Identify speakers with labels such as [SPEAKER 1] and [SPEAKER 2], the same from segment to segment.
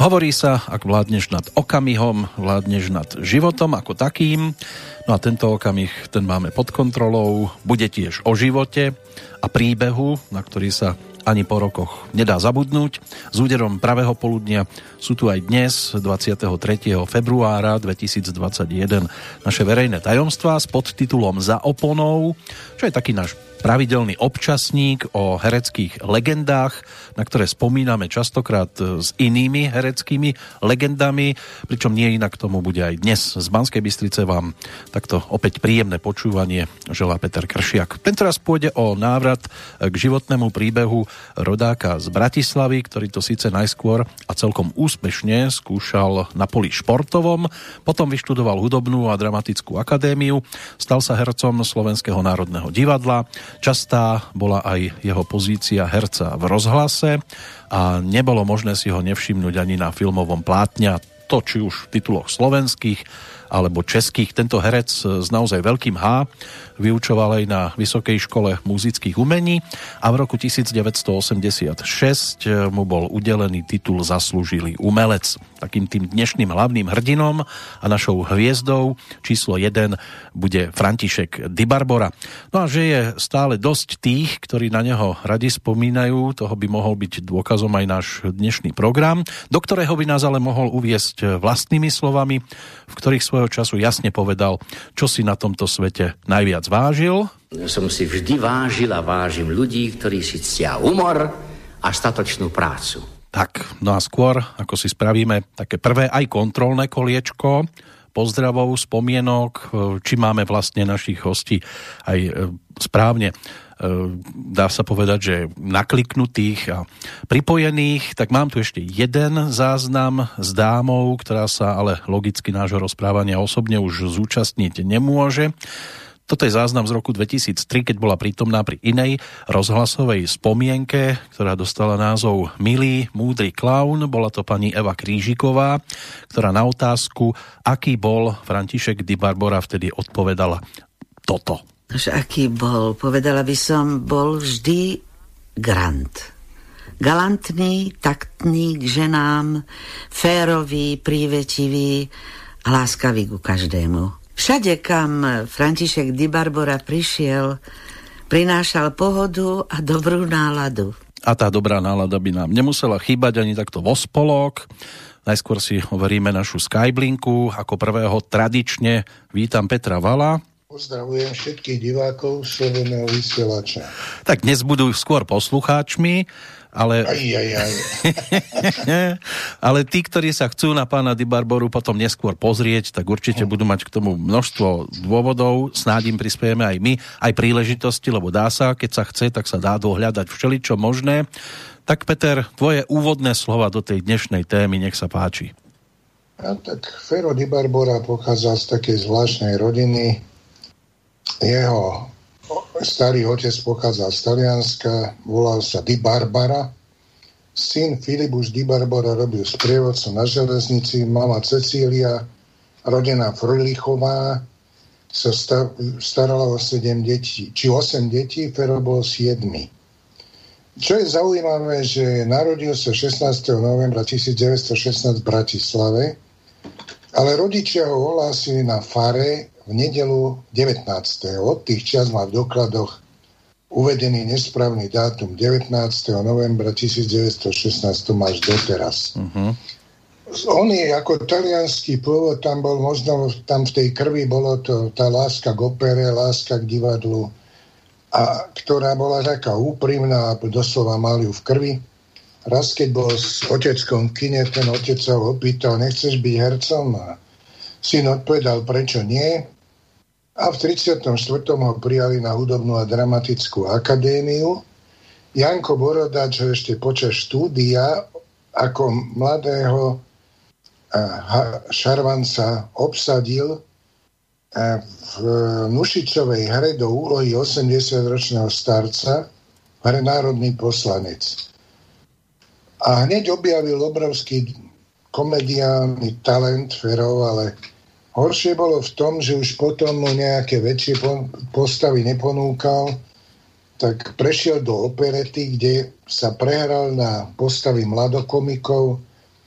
[SPEAKER 1] Hovorí sa, ak vládneš nad okamihom, vládneš nad životom ako takým. No a tento okamih, ten máme pod kontrolou. Bude tiež o živote a príbehu, na ktorý sa ani po rokoch nedá zabudnúť. S úderom pravého poludnia sú tu aj dnes, 23. februára 2021, naše verejné tajomstvá s podtitulom Za oponou, čo je taký náš pravidelný občasník o hereckých legendách, na ktoré spomíname častokrát s inými hereckými legendami, pričom nie inak tomu bude aj dnes. Z Banskej Bystrice vám takto opäť príjemné počúvanie želá Peter Kršiak. Tentoraz pôjde o návrat k životnému príbehu rodáka z Bratislavy, ktorý to síce najskôr a celkom úspešne skúšal na poli športovom, potom vyštudoval hudobnú a dramatickú akadémiu, stal sa hercom Slovenského národného divadla. Častá bola aj jeho pozícia herca v rozhlase a nebolo možné si ho nevšimnúť ani na filmovom plátne, to či už v tituloch slovenských alebo českých. Tento herec s naozaj veľkým H vyučoval aj na Vysokej škole muzických umení a v roku 1986 mu bol udelený titul Zaslúžilý umelec. Takým tým dnešným hlavným hrdinom a našou hviezdou číslo 1 bude František Di Barbora. No a že je stále dosť tých, ktorí na neho radi spomínajú, toho by mohol byť dôkazom aj náš dnešný program, do ktorého by nás ale mohol uviesť vlastnými slovami, v ktorých svojho času jasne povedal, čo si na tomto svete najviac vážil.
[SPEAKER 2] Som si vždy vážil a vážim ľudí, ktorí si ctia humor a statočnú prácu.
[SPEAKER 1] Tak, no a skôr, ako si spravíme také prvé aj kontrolné koliečko pozdravov, spomienok, či máme vlastne našich hostí aj správne, dá sa povedať, že nakliknutých a pripojených, tak mám tu ešte jeden záznam s dámou, ktorá sa ale logicky nášho rozprávania osobne už zúčastniť nemôže. Toto je záznam z roku 2003, keď bola prítomná pri inej rozhlasovej spomienke, ktorá dostala názov Milý, múdry klaun. Bola to pani Eva Krížiková, ktorá na otázku, aký bol František Di Barbora, vtedy odpovedala toto.
[SPEAKER 3] Až aký bol? Povedala by som, bol vždy grant. Galantný, taktný k ženám, férový, prívetivý a láskavý ku každému. Všade, kam František Di Barbora prišiel, prinášal pohodu a dobrú náladu.
[SPEAKER 1] A tá dobrá nálada by nám nemusela chýbať ani takto vo spolok. Najskôr si overíme našu Skyblinku. Ako prvého tradične vítam Petra Vala.
[SPEAKER 4] Pozdravujem všetkých divákov Slobodného vysielača.
[SPEAKER 1] Tak dnes budú skôr poslucháčmi, ale... ale tí, ktorí sa chcú na pána Di Barboru potom neskôr pozrieť, tak určite budú mať k tomu množstvo dôvodov. Snáď im prispiejeme aj my, aj príležitosti, lebo dá sa, keď sa chce, tak sa dá dohľadať všeličo možné. Tak Peter, tvoje úvodné slova do tej dnešnej témy, nech sa páči.
[SPEAKER 4] A tak Fero Di Barbora pochádzal z takej zvláštnej rodiny. Jeho starý otec pochádzal z Talianska, volal sa Di Barbara. Syn Filip už Di Barbora robil sprievodcu na železnici. Mama Cecília, rodená Frölichová, sa starala o 7 detí, či 8 detí, Fero bol 7. Čo je zaujímavé, že narodil sa 16. novembra 1916 v Bratislave, ale rodičia ho ohlásili na fare v nedelu 19. Od tých čas má v dokladoch uvedený nesprávny dátum 19. novembra 1916, to máš doteraz. On je ako talianský pôvod, tam bol možno, tam v tej krvi bolo to tá láska k opere, láska k divadlu, a ktorá bola taká úprimná, doslova mal ju v krvi. Raz, keď bol s oteckom v kine, ten otec sa ho opýtal, nechceš byť hercom? A syn odpovedal, prečo nie? A v 34. ho prijali na hudobnú a dramatickú akadémiu. Janko Borodač ho ešte počas štúdia ako mladého šarvanca obsadil v Nušičovej hre do úlohy 80-ročného starca, hre Národný poslanec. A hneď objavil obrovský komediálny talent Ferov, ale horšie bolo v tom, že už potom mu nejaké väčšie postavy neponúkal, tak prešiel do operety, kde sa prehral na postavy mladokomikov,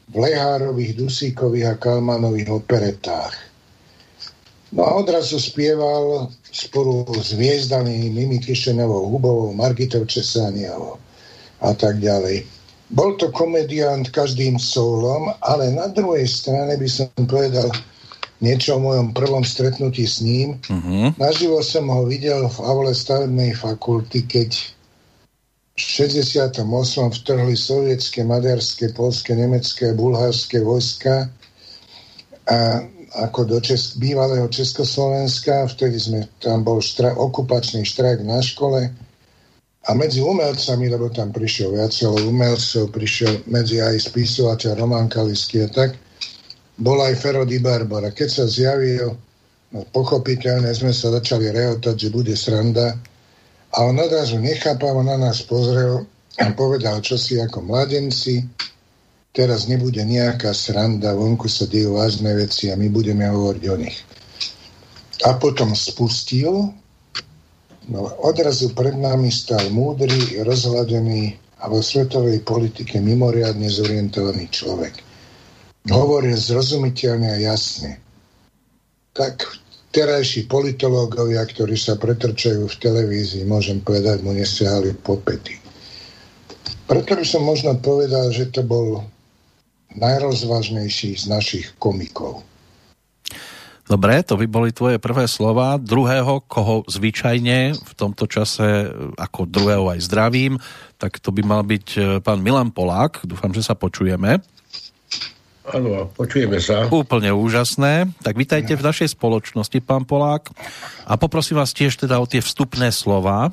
[SPEAKER 4] v Lehárových, Dusíkových a Kalmanových operetách. No a odrazu spieval spolu s hviezdami Mimi Kišenovou, Hubovou, Margitou Česániovou a tak ďalej. Bol to komediant každým soulom, ale na druhej strane by som povedal niečo o mojom prvom stretnutí s ním. Naživo som ho videl v aule stavebnej fakulty, keď v 68. vtrhli sovietské, maďarské, poľské, nemecké a bulharské vojska a ako do bývalého Československa, vtedy tam bol okupačný štrajk na škole a medzi umelcami, lebo tam prišiel viacero umelcov, prišiel medzi aj spisovateľ Roman Kalisky a tak, bol aj Fero Di Barbara. Keď sa zjavil, no pochopiteľne sme sa začali rehotať, že bude sranda a on odrazu nechápavo na nás pozrel a povedal čosi ako mladenci, teraz nebude nejaká sranda, vonku sa dejú vážne veci a my budeme hovoriť o nich. A potom spustil, no odrazu pred nami stal múdry, rozhľadený a vo svetovej politike mimoriadne zorientovaný človek. Hovoril zrozumiteľne a jasne. Tak terajší politológovia, ktorí sa pretrčajú v televízii, môžem povedať, mu nesiahali po päty. Preto by som možno povedal, že to bol najrozvážnejší z našich komikov.
[SPEAKER 1] Dobre, to by boli tvoje prvé slova. Druhého, koho zvyčajne v tomto čase ako druhého aj zdravím, tak to by mal byť pán Milan Polák. Dúfam, že sa počujeme.
[SPEAKER 5] Áno, počujeme sa.
[SPEAKER 1] Úplne úžasné. Tak vitajte v našej spoločnosti, pán Polák. A poprosím vás tiež teda o tie vstupné slova.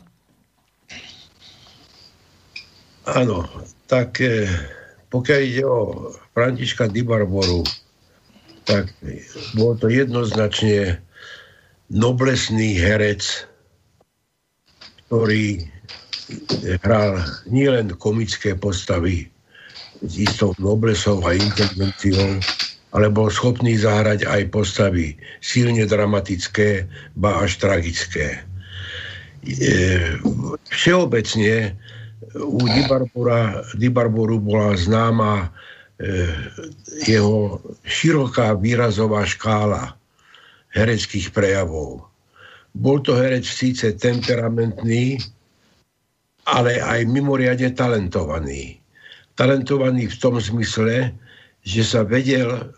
[SPEAKER 5] Áno, tak pokiaľ ide o Františka Di Barboru, tak bol to jednoznačne noblesný herec, ktorý hral nielen komické postavy s istou noblesou a inteligenciou, ale bol schopný zahrať aj postavy silne dramatické, ba až tragické. Všeobecne u Di Barboru bola známa jeho široká výrazová škála hereckých prejavov. Bol to herec síce temperamentný, ale aj mimoriadne talentovaný. Talentovaný v tom zmysle, že sa vedel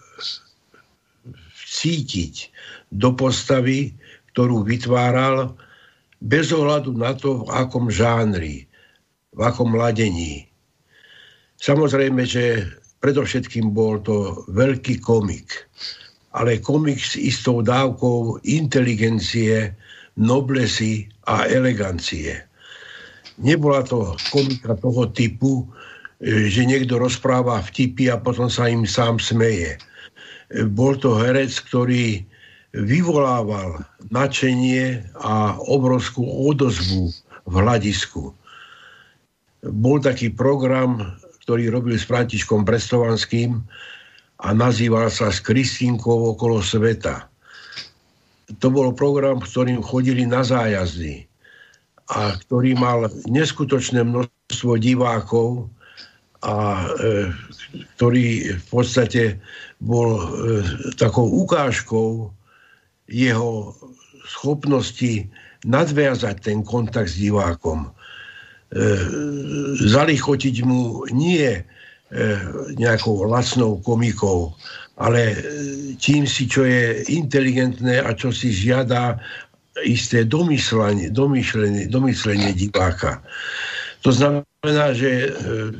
[SPEAKER 5] cítiť do postavy, ktorú vytváral bez ohľadu na to, v akom žánri, v akom ladení. Samozrejme, že predovšetkým bol to veľký komik, ale komik s istou dávkou inteligencie, noblesy a elegancie. Nebola to komika toho typu, že niekto rozpráva vtipy a potom sa im sám smeje. Bol to herec, ktorý vyvolával nadšenie a obrovskú odozvu v hľadisku. Bol taký program, ktorý robil s Františkom Brestovanským a nazýval sa S Kristínkou okolo sveta. To bol program, ktorým chodili na zájazdy a ktorý mal neskutočné množstvo divákov a ktorý v podstate bol takou ukážkou jeho schopnosti nadviazať ten kontakt s divákom. Zalichotiť mu nie nejakou lacnou komikou, ale čím si, čo je inteligentné a čo si žiada isté domyslenie diváka. To znamená, že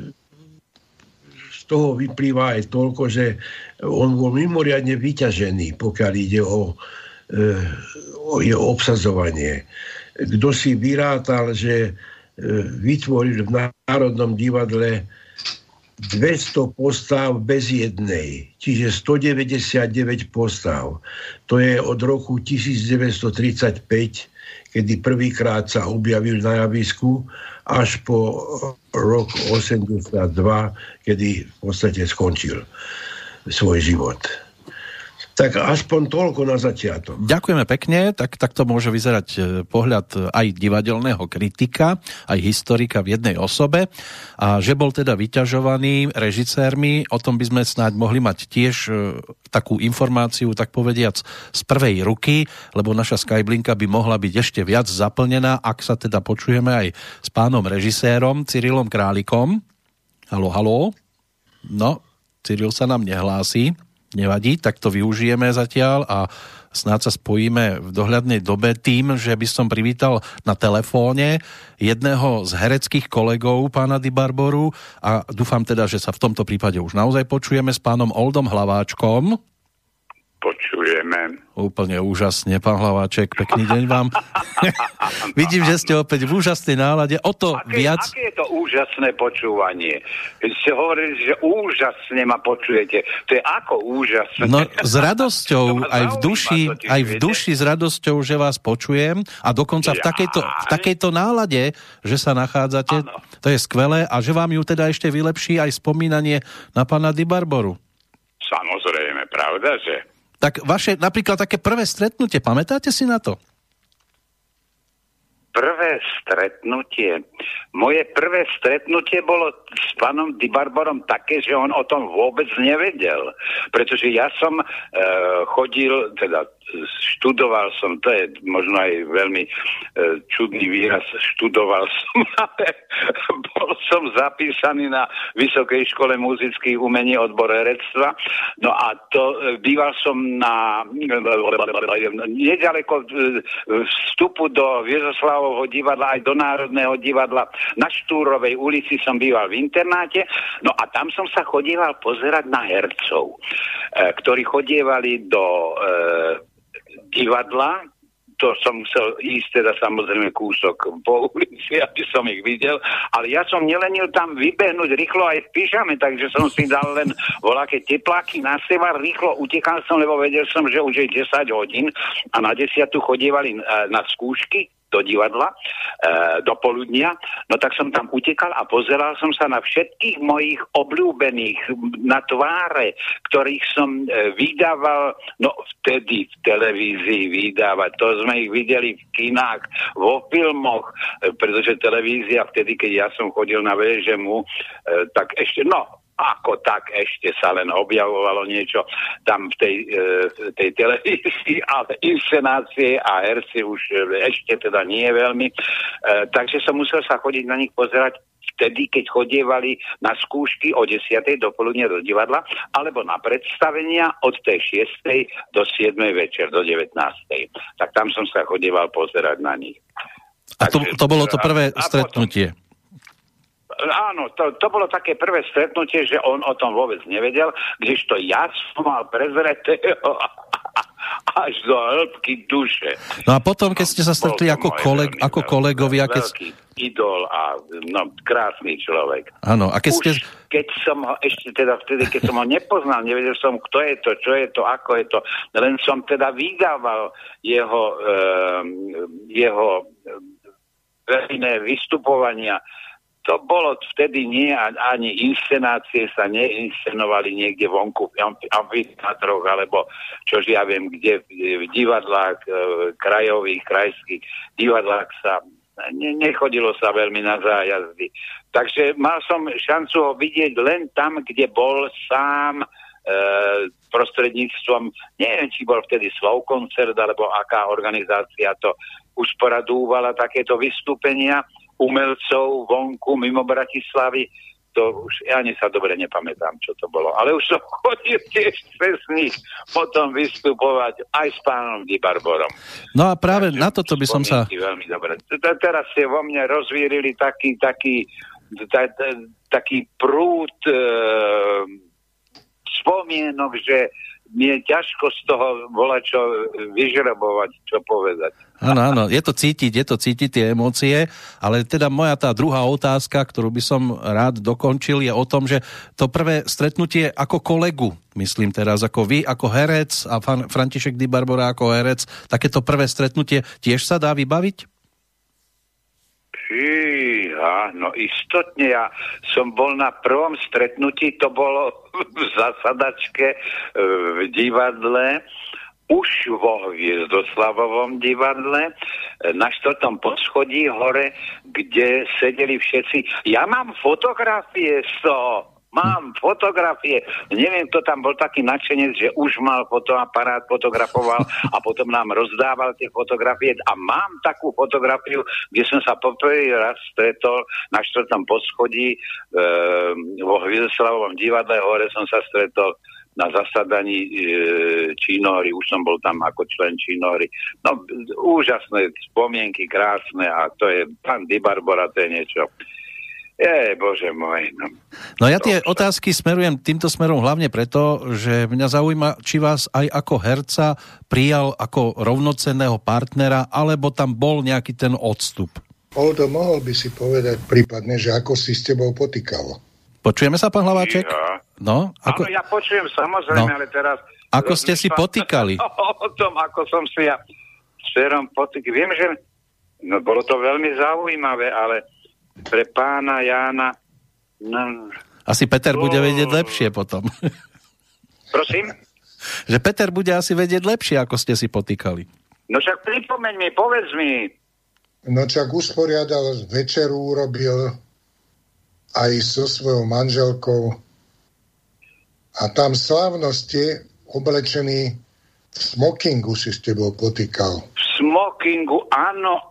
[SPEAKER 5] z toho vyplýva aj toľko, že on bol mimoriadne vyťažený, pokiaľ ide o jeho obsadzovanie. Kto si vyrátal, že vytvoril v Národnom divadle 200 postav bez jednej, čiže 199 postav. To je od roku 1935, kedy prvýkrát sa objavil na javisku, až po rok 82, kedy v podstate skončil svoj život. Tak aspoň toľko na začiatok.
[SPEAKER 1] Ďakujeme pekne, tak to môže vyzerať pohľad aj divadelného kritika, aj historika v jednej osobe. A že bol teda vyťažovaný režisérmi, o tom by sme snáď mohli mať tiež takú informáciu, tak povediac, z prvej ruky, lebo naša Skyblinka by mohla byť ešte viac zaplnená, ak sa teda počujeme aj s pánom režisérom Cyrilom Králikom. Haló, haló. No, Cyril sa nám nehlási. Nevadí, tak to využijeme zatiaľ a snáď sa spojíme v dohľadnej dobe tým, že by som privítal na telefóne jedného z hereckých kolegov pána Di Barboru a dúfam teda, že sa v tomto prípade už naozaj počujeme s pánom Oldom Hlaváčkom.
[SPEAKER 6] Počujeme.
[SPEAKER 1] Úplne úžasne, pán Hlaváček, pekný deň vám. Vidím, že ste opäť v úžasnej nálade, o to viac.
[SPEAKER 6] Aké je to úžasné počúvanie? Keď ste hovorili, že úžasne ma počujete, to je ako úžasné?
[SPEAKER 1] No s radosťou, aj v duši s radosťou, že vás počujem a dokonca v takejto nálade, že sa nachádzate, ano. To je skvelé a že vám ju teda ešte vylepší aj spomínanie na pána Di Barboru.
[SPEAKER 6] Samozrejme, pravda, že?
[SPEAKER 1] Tak vaše napríklad také prvé stretnutie, pamätáte si na to?
[SPEAKER 6] Prvé stretnutie. Moje prvé stretnutie bolo s pánom Di Barborom také, že on o tom vôbec nevedel. Pretože ja som chodil, teda študoval som, to je možno aj veľmi čudný výraz, študoval som, ale bol som zapísaný na Vysokej škole muzických umení odbor herectva. No a to býval som na nedaleko vstupu do Viezoslavovho divadla, aj do Národného divadla. Na Štúrovej ulici som býval v internáte, no a tam som sa chodieval pozerať na hercov, ktorí chodievali do divadla. To som musel ísť teda samozrejme kúsok po ulici, aby som ich videl, ale ja som nelenil tam vybehnúť rýchlo aj v pyžame, takže som si dal len voľaké tepláky na seba, rýchlo utekal som, lebo vedel som, že už je 10 hodín a na 10 chodievali na skúšky do divadla, do poludnia, no tak som tam utekal a pozeral som sa na všetkých mojich obľúbených, na tváre, ktorých som vydával, no vtedy v televízii vydávať, to sme ich videli v kinách, vo filmoch, pretože televízia vtedy, keď ja som chodil na VŽMU, tak ešte, ako tak ešte sa len objavovalo niečo tam v tej televízii, ale inscenácie a herci už ešte teda nie veľmi. Takže som musel sa chodiť na nich pozerať vtedy, keď chodievali na skúšky o 10. do poludnia do divadla, alebo na predstavenia od tej 6. do 7. večer, do 19. Tak tam som sa chodieval pozerať na nich.
[SPEAKER 1] A to bolo to prvé stretnutie?
[SPEAKER 6] Áno, to bolo také prvé stretnutie, že on o tom vôbec nevedel, kdežto ja som mal prezretého až do hĺbky duše.
[SPEAKER 1] No a potom, keď ste sa stretli ako kolegovia...
[SPEAKER 6] Veľký idol a krásny človek.
[SPEAKER 1] Áno, a
[SPEAKER 6] keď som ho, ešte teda vtedy, keď som ho nepoznal, nevedel som, kto je to, čo je to, ako je to, len som teda vydával jeho verejné vystupovania. To bolo vtedy nie, ani inscenácie sa neinscenovali niekde vonku v amfiteátroch, alebo čož ja viem, kde v divadlách, krajových, krajských divadlách sa nechodilo sa veľmi na zájazdy. Takže mal som šancu ho vidieť len tam, kde bol sám, prostredníctvom, neviem, či bol vtedy Slovkoncert, alebo aká organizácia to usporadúvala takéto vystúpenia umelcov vonku mimo Bratislavy, to už ani sa dobre nepamätám, čo to bolo. Ale už som chodil tiež cez nich potom vystupovať aj s pánom Di Barborom.
[SPEAKER 1] No a práve na toto by som sa...
[SPEAKER 6] Veľmi dobre. Teraz ste vo mne rozvírili taký prúd spomienok, že mi je ťažko z toho volačo vyžrebovať, čo povedať.
[SPEAKER 1] Áno, je to cítiť tie emócie, ale teda moja tá druhá otázka, ktorú by som rád dokončil, je o tom, že to prvé stretnutie ako kolegu, myslím teraz, ako vy, ako herec a František Di Barbora ako herec, takéto prvé stretnutie tiež sa dá vybaviť?
[SPEAKER 6] Fíha, no istotne, ja som bol na prvom stretnutí, to bolo v zasadačke v divadle, už vo Hviezdoslavovom divadle, na 4. poschodí hore, kde sedeli všetci. Ja mám fotografie z toho. Mám fotografie. Neviem, kto tam bol taký nadšenec, že už mal fotoaparát, fotografoval a potom nám rozdával tie fotografie. A mám takú fotografiu, kde som sa poprvý raz stretol na 4. poschodí vo Hviezdoslavovom divadle. Hore som sa stretol na zasadaní Čínohry. Už som bol tam ako člen Čínohry. No, úžasné spomienky, krásne a to je pán Di Barbora, to je niečo. Bože môj.
[SPEAKER 1] No ja tie otázky smerujem týmto smerom hlavne preto, že mňa zaujíma, či vás aj ako herca prijal ako rovnocenného partnera, alebo tam bol nejaký ten odstup.
[SPEAKER 4] Oldo, mohol by si povedať prípadne, že ako si s tebou potýkal?
[SPEAKER 1] Počujeme sa, pán Hlaváček?
[SPEAKER 6] Ja.
[SPEAKER 1] No,
[SPEAKER 6] ako... Áno, ja počujem samozrejme, ale teraz...
[SPEAKER 1] Ako ste si potýkali?
[SPEAKER 6] O tom, ako som si ja s Ferom potýkal. Viem, že bolo to veľmi zaujímavé, ale pre pána Jána... No,
[SPEAKER 1] asi Peter bude vedieť lepšie potom.
[SPEAKER 6] Prosím?
[SPEAKER 1] Že Peter bude asi vedieť lepšie, ako ste si potýkali.
[SPEAKER 6] No však pripomeň mi, povedz mi.
[SPEAKER 4] No však usporiadal večeru, urobil aj so svojou manželkou a tam slávnosti oblečený v smokingu si s tebou potýkal.
[SPEAKER 6] V smokingu, áno.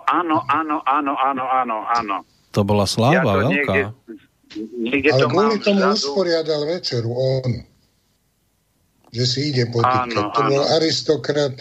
[SPEAKER 1] To bola sláva veľká.
[SPEAKER 6] Niekde
[SPEAKER 4] ale
[SPEAKER 6] to
[SPEAKER 4] kvôli
[SPEAKER 6] mám
[SPEAKER 4] tomu
[SPEAKER 6] vzadu.
[SPEAKER 4] usporiadal večeru on. Že si ide potýkať.
[SPEAKER 6] Áno,
[SPEAKER 4] to bol aristokrat.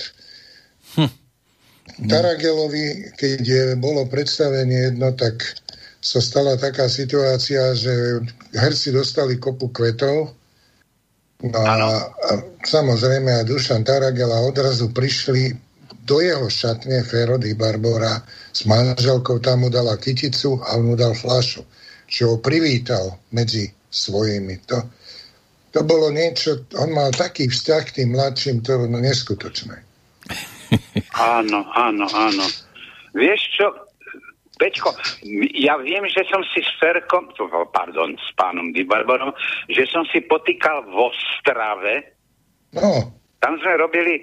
[SPEAKER 4] Taragelovi, keď bolo predstavenie jedno, tak sa stala taká situácia, že herci dostali kopu kvetov. No a samozrejme a Dušan Taragel a odrazu prišli do jeho šatne Fero Di Barbora s manželkou, tam mu dala kyticu a on mu dal fľašu, čo ho privítal medzi svojimi. To bolo niečo, on mal taký vzťah k tým mladším, to bolo neskutočné.
[SPEAKER 6] Áno. Vieš čo, Peťko, ja viem, že som si s pánom Di Barborom, že som si potýkal v Ostrave.
[SPEAKER 4] No.
[SPEAKER 6] Tam sme robili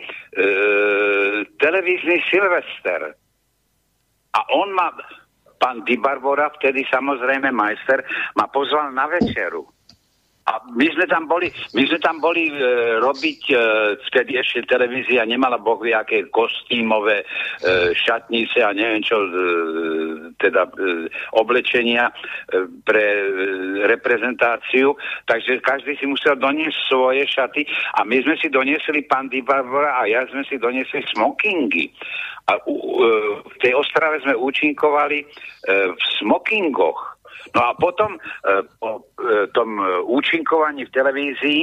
[SPEAKER 6] televízny Silvester. A on ma, pán Di Barbora, vtedy samozrejme majster, ma pozval na večeru. A my sme tam boli robiť, vtedy ešte televízia nemala bohvie aké kostýmové šatnice a neviem čo, teda oblečenia pre reprezentáciu, takže každý si musel doniesť svoje šaty a my sme si doniesli, pán Di Barbora a ja sme si doniesli smokingy. A v tej Ostrave sme účinkovali v smokingoch. No a potom po tom účinkovaní v televízii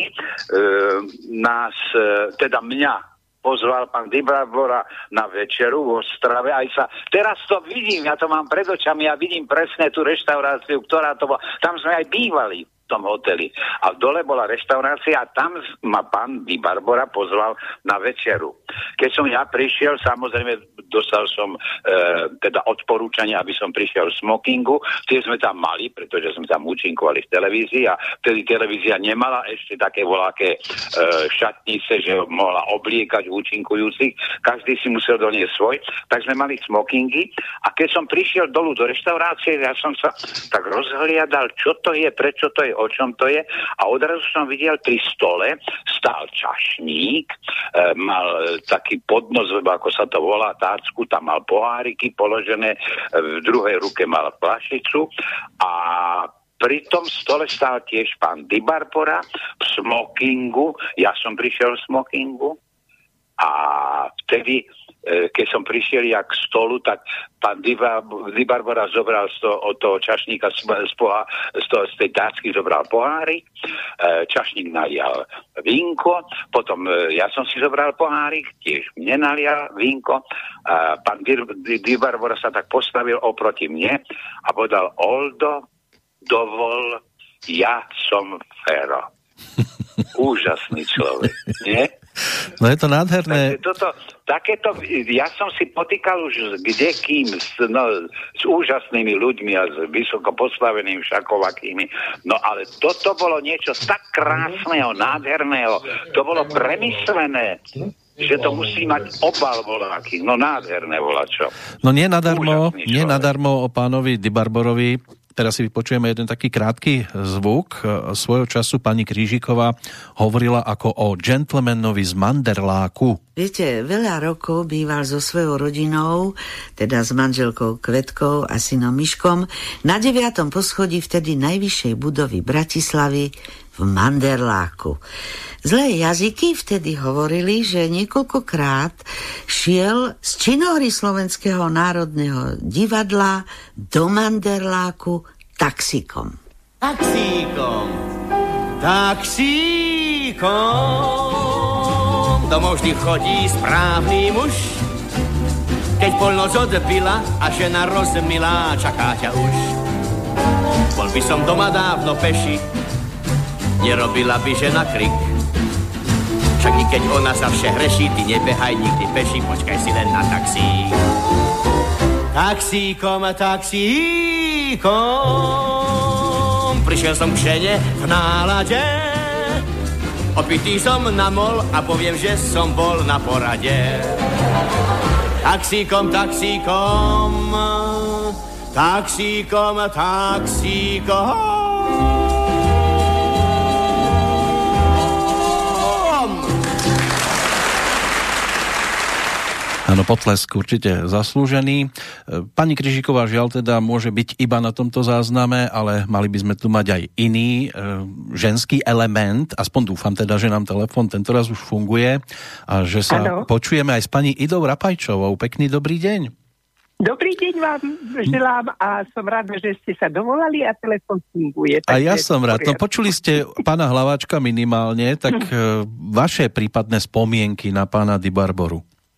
[SPEAKER 6] nás, teda mňa, pozval pán Di Barbora na večeru v Ostrave. Teraz to vidím, ja to mám pred očami, ja vidím presne tú reštauráciu, ktorá to bola. Tam sme aj bývali v tom hoteli. A dole bola reštaurácia a tam ma pán Di Barbora pozval na večeru. Keď som ja prišiel, samozrejme dostal som teda odporúčanie, aby som prišiel v smokingu. Tie sme tam mali, pretože sme tam účinkovali v televízii a vtedy televízia nemala ešte také voľaké šatnice, že mohla obliekať účinkujúcich. Každý si musel doniesť svoj. Tak sme mali smokingy a keď som prišiel dolu do reštaurácie, ja som sa tak rozhliadal, čo to je, prečo to je, o čom to je a odrazu som videl pri stole stál čašník, mal taký podnos, ako sa to volá, tácku, tam mal poháriky položené, v druhej ruke mal fľašicu a pri tom stole stál tiež pán Di Barbora v smokingu, ja som prišiel v smokingu a vtedy, keď som prišiel ja k stolu, tak pán Di Barbora zobral od toho čašníka z tej tácky zobral pohárik, čašník nalial vínko, potom ja som si zobral pohárik, tiež mne nalial vínko, pán Di Barbora sa tak postavil oproti mne a povedal: Oldo, dovol, ja som Fero. Úžasný človek, nie?
[SPEAKER 1] No je to nádherné.
[SPEAKER 6] Takéto, ja som si potýkal už kdekým s úžasnými ľuďmi a s vysoko postavenými všakovakými. No ale toto bolo niečo tak krásneho, nádherného. To bolo premyslené, že to musí mať obal voláky. No nádherné volačo.
[SPEAKER 1] No nie nadarmo o pánovi Dibarborovi. Teraz si vypočujeme jeden taký krátky zvuk. Svojho času pani Krížiková hovorila ako o gentlemanovi z Manderláku.
[SPEAKER 3] Viete, veľa rokov býval so svojou rodinou, teda s manželkou Kvetkou a synom Miškom, na 9. poschodí vtedy najvyššej budovy Bratislavy v Manderláku. Zlé jazyky vtedy hovorili, že niekoľkokrát šiel z činohry Slovenského národného divadla do Manderláku taxíkom.
[SPEAKER 7] Taxíkom, domov vždy chodí správny muž. Keď polnoc odbila a žena rozmilá, čaká ťa už. Bol by som doma dávno peši, nerobila by žena krik. Však i keď ona sa vše hreší, ty nebehaj nikdy peši, počkaj si len na taxík. Taxíkom, prišiel som k žene v nálade. Opitý som namol a poviem, že som bol na porade. Taxíkom.
[SPEAKER 1] Áno, potlesk určite zaslúžený. Pani Krížiková žiaľ teda môže byť iba na tomto zázname, ale mali by sme tu mať aj iný ženský element. Aspoň dúfam teda, že nám telefon tentoraz už funguje a že sa počujeme aj s pani Idou Rapajčovou. Pekný dobrý deň.
[SPEAKER 8] Dobrý deň vám želám a som rád, že ste sa dovolali a telefon funguje.
[SPEAKER 1] A ja som rád. No počuli ste pána Hlaváčka minimálne, tak vaše prípadné spomienky na pána Dibarboru.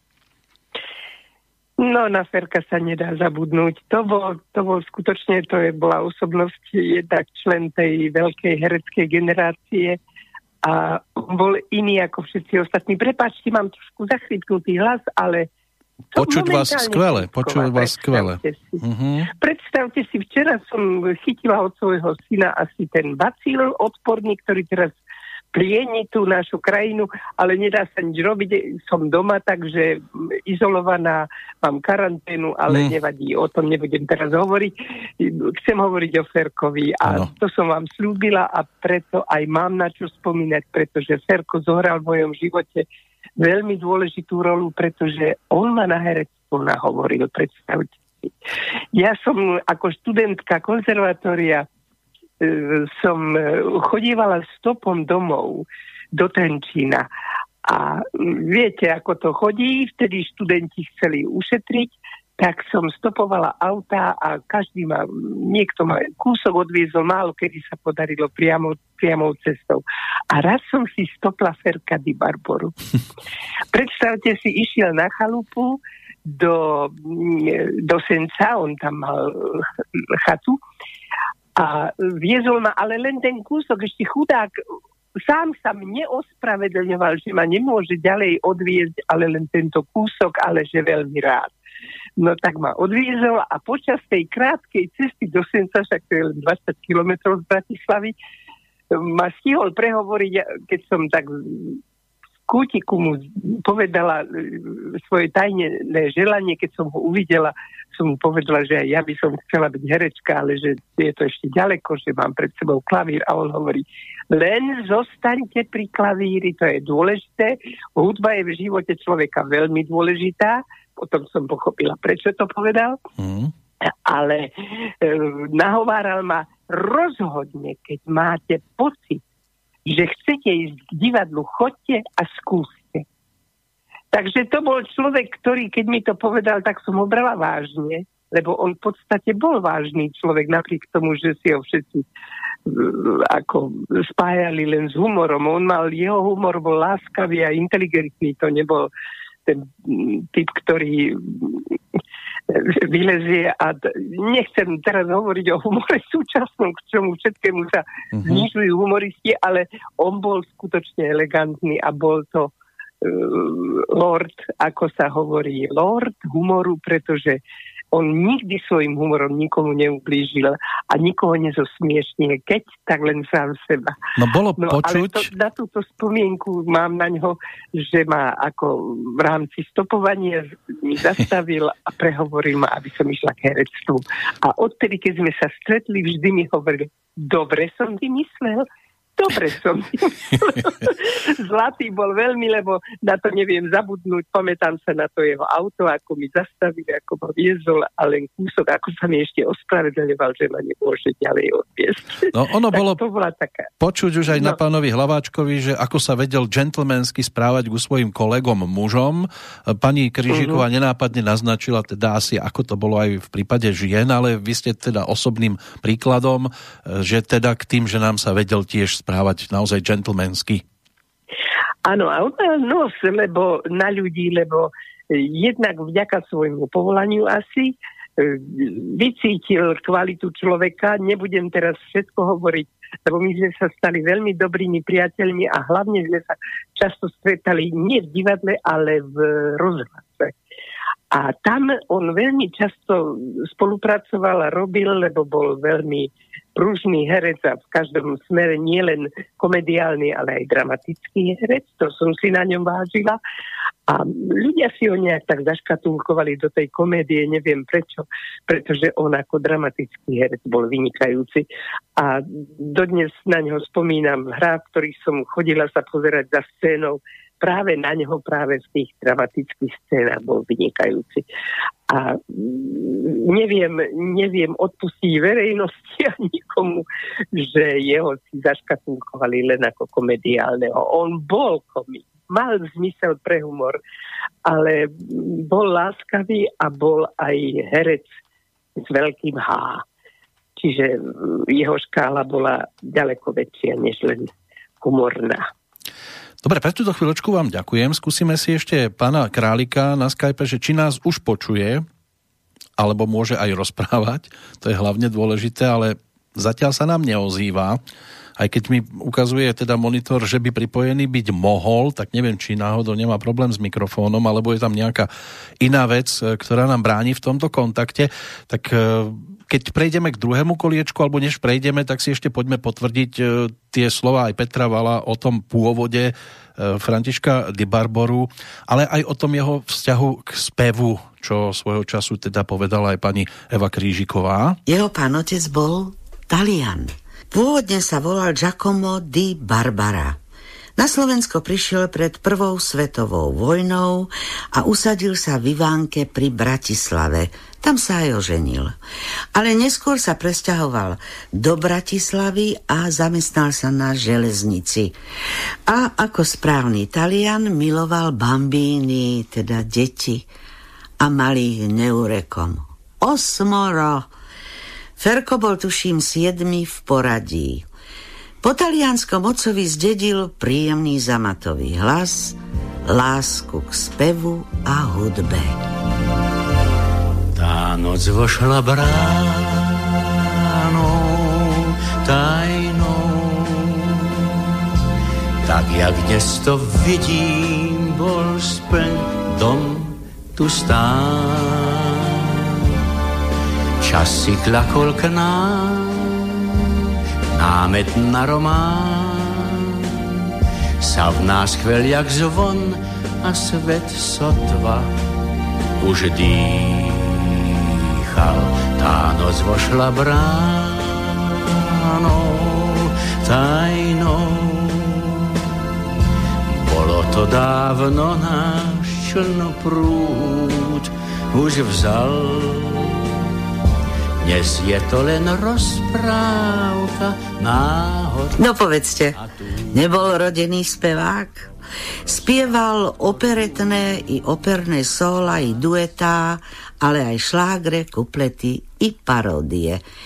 [SPEAKER 8] No, na Ferka sa nedá zabudnúť. To bol skutočne, bola osobnosť, jednak člen tej veľkej hereckej generácie a bol iný ako všetci ostatní. Prepáčte, mám trošku zachrypnutý hlas, ale...
[SPEAKER 1] Počuť vás skvele.
[SPEAKER 8] Predstavte si, včera som chytila od svojho syna asi ten bacíl odporný, ktorý teraz plieni tú našu krajinu, ale nedá sa nič robiť. Som doma, takže izolovaná, mám karanténu, ale nevadí, o tom nebudem teraz hovoriť. Chcem hovoriť o Ferkovi a to som vám slúbila a preto aj mám na čo spomínať, pretože Ferko zohral v mojom živote veľmi dôležitú rolu, pretože on ma na herectvo nahovoril, predstavte si. Ja som ako študentka konzervatória som chodívala stopom domov do Trenčína a viete, ako to chodí, vtedy študenti chceli ušetriť, tak som stopovala autá a niekto ma kúsok odviezol, málo kedy sa podarilo priamou cestou. A raz som si stopla Ferka Dibarboru. Predstavte si, išiel na chalupu do Senca, on tam mal chatu, a viezol ma, ale len ten kúsok, ešte chudák, sám sa mne ospravedlňoval, že ma nemôže ďalej odviezť, ale len tento kúsok, ale že veľmi rád. No tak ma odviezol a počas tej krátkej cesty do Senca, však to je len 20 kilometrov z Bratislavy, ma stihol prehovoriť, keď som tak kútiku mu povedala svoje tajné želanie, keď som ho uvidela, som mu povedala, že ja by som chcela byť herečka, ale že je to ešte ďaleko, že mám pred sebou klavír a on hovorí, len zostaňte pri klavíri, to je dôležité, hudba je v živote človeka veľmi dôležitá, potom som pochopila, prečo to povedal, ale nahováral ma rozhodne, keď máte pocit, že chcete ísť k divadlu, choďte a skúste. Takže to bol človek, ktorý, keď mi to povedal, tak som ho brala vážne, lebo on v podstate bol vážny človek, napriek tomu, že si ho všetci ako spájali len s humorom. Jeho humor bol láskavý a inteligentný, to nebol ten typ, ktorý vylezie a nechcem teraz hovoriť o humore súčasnom, k čomu všetkému sa znižujú humoristi, ale on bol skutočne elegantný a bol to lord, ako sa hovorí, lord humoru, pretože on nikdy svojim humorom nikomu neublížil a nikoho nezosmiešnil, keď tak len sám seba.
[SPEAKER 1] No bolo počuť...
[SPEAKER 8] Ale na túto spomienku mám na ňo, že ma ako v rámci stopovania mi zastavil a prehovoril ma, aby som išla k herectvu. A odtedy, keď sme sa stretli, vždy mi hovoril, dobre som vymyslel. Dobre som. Zlatý bol veľmi, lebo na to neviem zabudnúť. Pamätám sa na to jeho auto, ako mi zastavili, ako ma viezol a len kúsok, ako sa mi ešte ospravedlňoval, že ma nemôže ďalej odviesť.
[SPEAKER 1] No ono bolo
[SPEAKER 8] počuť
[SPEAKER 1] už aj na pánovi Hlaváčkovi, že ako sa vedel džentlmensky správať ku svojim kolegom mužom. Pani Kryžiková nenápadne naznačila teda asi, ako to bolo aj v prípade žien, ale vy ste teda osobným príkladom, že teda k tým ženám sa vedel tiež správať naozaj džentlmensky.
[SPEAKER 8] Áno, a on mal nos, lebo na ľudí, lebo jednak vďaka svojmu povolaniu asi vycítil kvalitu človeka. Nebudem teraz všetko hovoriť, lebo my sme sa stali veľmi dobrými priateľmi a hlavne sme sa často stretali nie v divadle, ale v rozhlase. A tam on veľmi často spolupracoval a robil, lebo bol veľmi pružný herec a v každom smere nie len komediálny, ale aj dramatický herec. To som si na ňom vážila. A ľudia si ho nejak tak zaškatulkovali do tej komédie, neviem prečo, pretože on ako dramatický herec bol vynikajúci. A dodnes na ňo spomínam hra, v ktorých som chodila sa pozerať za scénou, práve na neho, práve v tých dramatických scénach bol vynikajúci. A neviem odpustiť verejnosti a nikomu, že jeho si zaškatulkovali len ako komediálneho. On bol komik, mal zmysel pre humor, ale bol láskavý a bol aj herec s veľkým H. Čiže jeho škála bola ďaleko väčšia, než len humorná.
[SPEAKER 1] Dobre, pre túto chvíľočku vám ďakujem. Skúsime si ešte pána Králika na Skype, že či nás už počuje, alebo môže aj rozprávať. To je hlavne dôležité, ale zatiaľ sa nám neozýva. Aj keď mi ukazuje teda monitor, že by pripojený byť mohol, tak neviem, či náhodou nemá problém s mikrofónom, alebo je tam nejaká iná vec, ktorá nám bráni v tomto kontakte. Tak keď prejdeme k druhému koliečku, alebo než prejdeme, tak si ešte poďme potvrdiť tie slova aj Petra Vala o tom pôvode Františka Di Barboru, ale aj o tom jeho vzťahu k spevu, čo svojho času teda povedala aj pani Eva Krížiková.
[SPEAKER 3] Jeho pán otec bol Talian. Pôvodne sa volal Giacomo Di Barbara. Na Slovensko prišiel pred prvou svetovou vojnou a usadil sa v Ivánke pri Bratislave. Tam sa aj oženil. Ale neskôr sa presťahoval do Bratislavy a zamestnal sa na železnici. A ako správny Talian miloval bambíny, teda deti, a mal ich neurekom. 8. Ferko bol tuším 7. v poradí. Po talianskom otcovi zdedil príjemný zamatový hlas, lásku k spevu a hudbe.
[SPEAKER 7] Tá noc vošla bránou tajnou, tak jak dnes to vidím, bol splň dom tu stál. Čas si klakol k nám, námet na román, sa v nás chvel jak zvon a svet sotva už dýchal. Tá noc vošla bránou tajnou, bolo to dávno, náš člnoprúd už vzal. Dnes je to len rozprávka náhod.
[SPEAKER 3] No povedzte, nebol rodený spevák? Spieval operetné i operné sóla i duetá, ale aj šlágre, kuplety i paródie.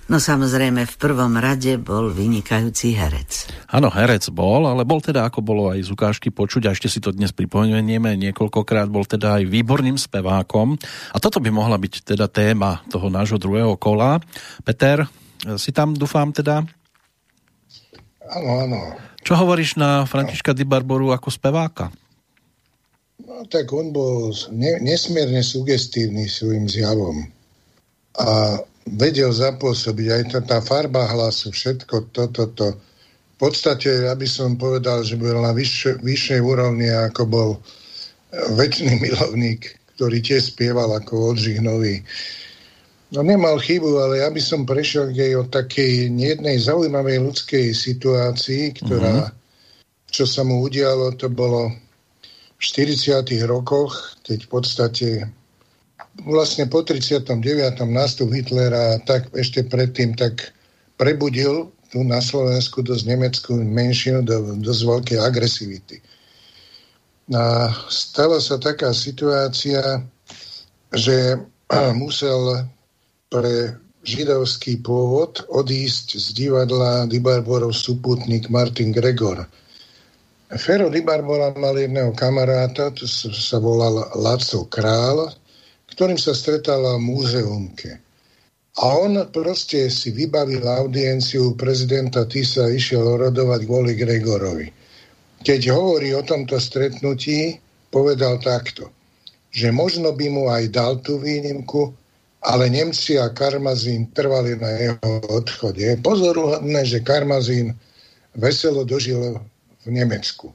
[SPEAKER 3] No samozrejme, v prvom rade bol vynikajúci herec.
[SPEAKER 1] Áno, herec bol, ale bol teda, ako bolo aj z ukážky počuť, a ešte si to dnes pripomenieme niekoľkokrát, bol teda aj výborným spevákom. A toto by mohla byť teda téma toho nášho druhého kola. Peter, si tam, dúfam teda?
[SPEAKER 4] Áno, áno.
[SPEAKER 1] Čo hovoríš na Františka Di Barboru ako speváka?
[SPEAKER 4] No tak on bol nesmierne sugestívny svojím zjavom. A vedel zapôsobiť aj tá farba hlasu, všetko toto. V podstate, aby som povedal, že bol na vyššej úrovni, ako bol Večný milovník, ktorý tiež spieval ako Oldřich Nový. No nemal chybu, ale ja by som prešiel aj o takej jednej zaujímavej ľudskej situácii, ktorá, čo sa mu udialo, to bolo v 40. rokoch, keď v podstate vlastne po 39. nástup Hitlera, tak ešte predtým tak prebudil tu na Slovensku dosť nemeckú menšinu do dosť veľkej agresivity. A stala sa taká situácia, že musel pre židovský pôvod odísť z divadla Di Barborov súputník Martin Gregor. Fero Di Barbora mal jedného kamaráta, to sa volal Laco Král, ktorým sa stretala v múzeumke. A on proste si vybavil audienciu prezidenta Tisa, išiel orodovať kvôli Gregorovi. Keď hovorí o tomto stretnutí, povedal takto, že možno by mu aj dal tú výnimku, ale Nemci a Karmazín trvali na jeho odchode. Je pozoruhodné, že Karmazín veselo dožil v Nemecku.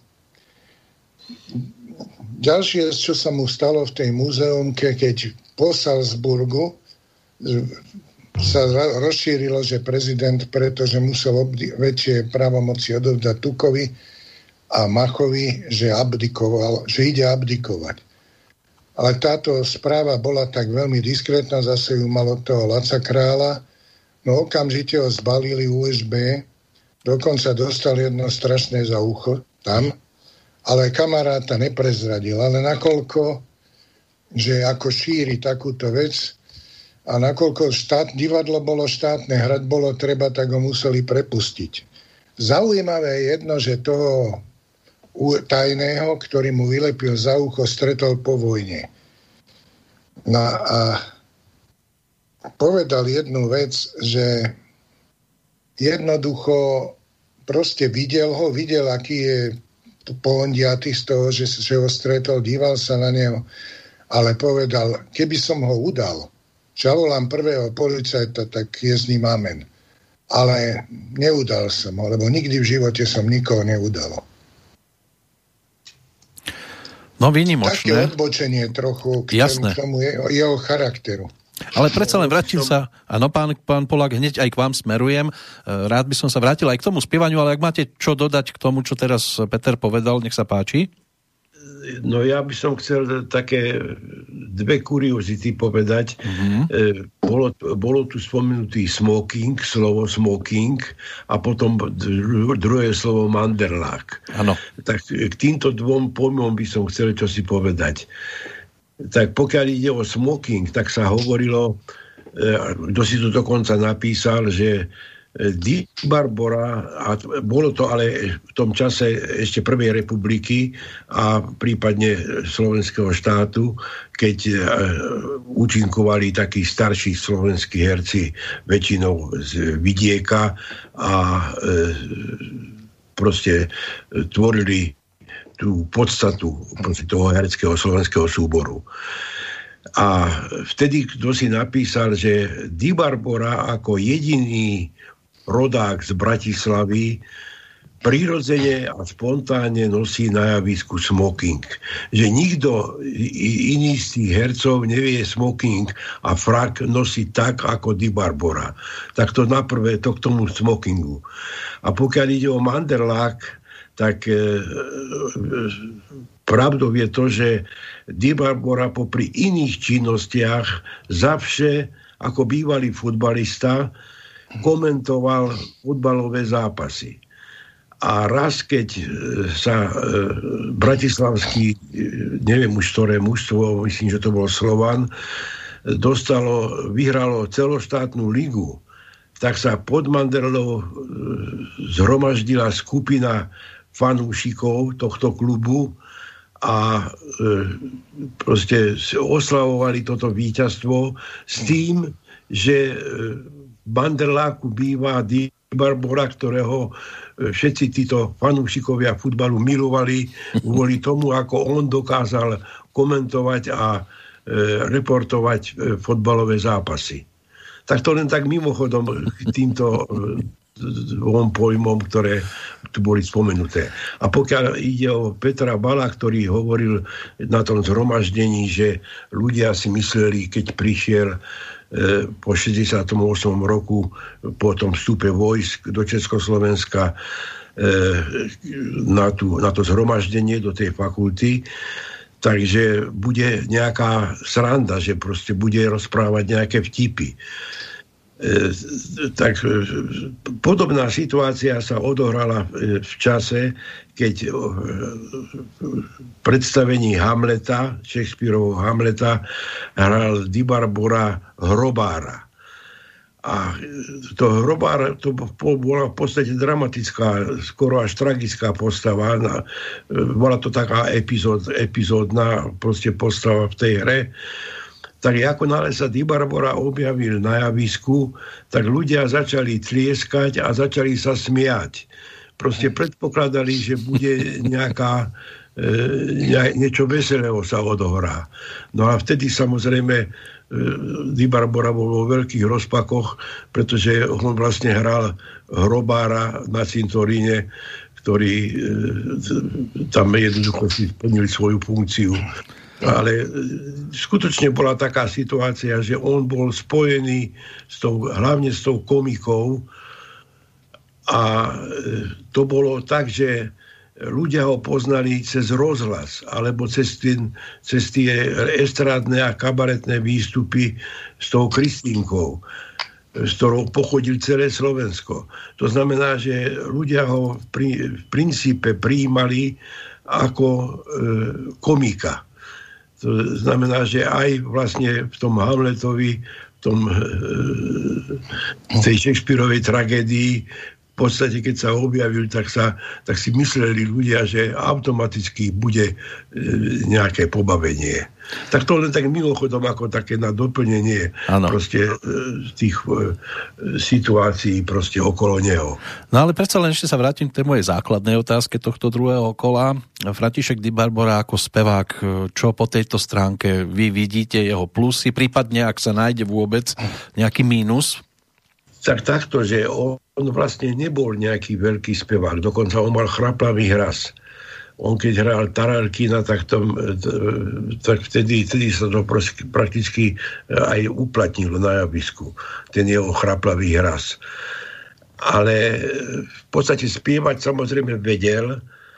[SPEAKER 4] Ďalšie, čo sa mu stalo v tej múzeumke, keď po Salzburgu sa rozšírilo, že prezident, pretože musel väčšie právomoci odovzdať Tukovi a Machovi, že abdikoval, že ide abdikovať. Ale táto správa bola tak veľmi diskrétna, zase ju mal od toho Laca Krála, no okamžite ho zbalili USB, dokonca dostal jedno strašné za ucho tam, ale kamaráta neprezradil. Ale nakoľko, že ako šíri takúto vec a nakoľko divadlo bolo štátne, hrať bolo treba, tak ho museli prepustiť. Zaujímavé je jedno, že toho tajného, ktorý mu vylepil za ucho, stretol po vojne. No a povedal jednu vec, že jednoducho proste videl, aký je pohondiaty z toho, že ho stretol, díval sa na neho, ale povedal, keby som ho udal, zavolám prvého policajta, tak je s ním amen. Ale neudal som ho, lebo nikdy v živote som nikoho neudal.
[SPEAKER 1] No výnimočné.
[SPEAKER 4] Také odbočenie trochu k tomu jeho charakteru.
[SPEAKER 1] Ale predsa len vrátim sa, áno, pán Polák, hneď aj k vám smerujem. Rád by som sa vrátil aj k tomu spievaniu, ale ak máte čo dodať k tomu, čo teraz Peter povedal, nech sa páči.
[SPEAKER 5] No ja by som chcel také dve kuriozity povedať. Bolo tu spomenutý smoking, slovo smoking a potom druhé slovo manderlák.
[SPEAKER 1] Áno.
[SPEAKER 5] Tak k týmto dvom pojmom by som chcel čosi povedať. Tak pokiaľ ide o smoking, tak sa hovorilo, kto si to dokonca napísal, že Di Barbora, a bolo to ale v tom čase ešte Prvej republiky a prípadne Slovenského štátu, keď účinkovali takí starší slovenskí herci, väčšinou z vidieka a proste tvorili tú podstatu toho hereckého slovenského súboru. A vtedy kto si napísal, že Di Barbora ako jediný rodák z Bratislavy prirodzene a spontánne nosí na javisku smoking. Že nikto iný z tých hercov nevie smoking a frak nosí tak ako Di Barbora. Tak to naprvé to k tomu smokingu. A pokiaľ ide o manderlák, tak pravdou je to, že Di Barbora popri iných činnostiach zavše ako bývalý futbalista komentoval futbalové zápasy. A raz, keď sa bratislavský, neviem už ktoré mužstvo, myslím, že to bol Slovan, vyhralo celoštátnu ligu, tak sa pod Manderlou zhromaždila skupina fanúšikov tohto klubu a proste oslavovali toto víťazstvo s tým, že v Banderláku býva Di Barbora, ktorého všetci títo fanúšikovia futbalu milovali kvôli tomu, ako on dokázal komentovať a reportovať futbalové zápasy. Tak to len tak mimochodom k týmto dvom pojmom, ktoré tu boli spomenuté. A pokiaľ ide o Petra Bala, ktorý hovoril na tom zhromaždení, že ľudia si mysleli, keď prišiel po 68. roku, po tom vstupe vojsk do Československa na to zhromaždenie do tej fakulty, takže bude nejaká sranda, že proste bude rozprávať nejaké vtipy. Tak podobná situácia sa odohrala v čase, keď v predstavení Hamleta, Shakespearovho Hamleta, hral Di Barbora hrobára. A to hrobár, to bola v podstate dramatická, skoro až tragická postava. Bola to taká epizódna proste postava v tej hre. Tak ako nále sa Di Barbora objavil na javisku, tak ľudia začali tlieskať a začali sa smiať. Proste predpokladali, že bude niečo veselého sa odohrá. No a vtedy samozrejme Di Barbora bol vo veľkých rozpakoch, pretože on vlastne hral hrobára na cintoríne, ktorý tam jednoducho si splnil svoju funkciu. Ale skutočne bola taká situácia, že on bol spojený hlavne s tou komikou a to bolo tak, že ľudia ho poznali cez rozhlas alebo cez tie estrádne a kabaretné výstupy s tou Kristínkou, s ktorou pochodil celé Slovensko. To znamená, že ľudia ho v princípe prijímali ako komika. To znamená, že aj vlastne v tom Hamletovi, v tej Shakespearovej tragédii, v podstate, keď sa objavil, tak si mysleli ľudia, že automaticky bude nejaké pobavenie. Tak to len tak mimochodom ako také na doplnenie proste tých situácií proste okolo neho.
[SPEAKER 1] No ale predsa len ešte sa vrátim k tej mojej základnej otázke tohto druhého kola. František Di Barbora ako spevák, čo po tejto stránke vy vidíte jeho plusy, prípadne ak sa nájde vôbec nejaký mínus?
[SPEAKER 5] Tak takto, že on vlastne nebol nejaký veľký spevák, dokonca on mal chraplavý hlas. On keď hral Taralkina, tak vtedy sa to prakticky aj uplatnilo na javisku, ten jeho chraplavý hlas. Ale v podstate spievať samozrejme vedel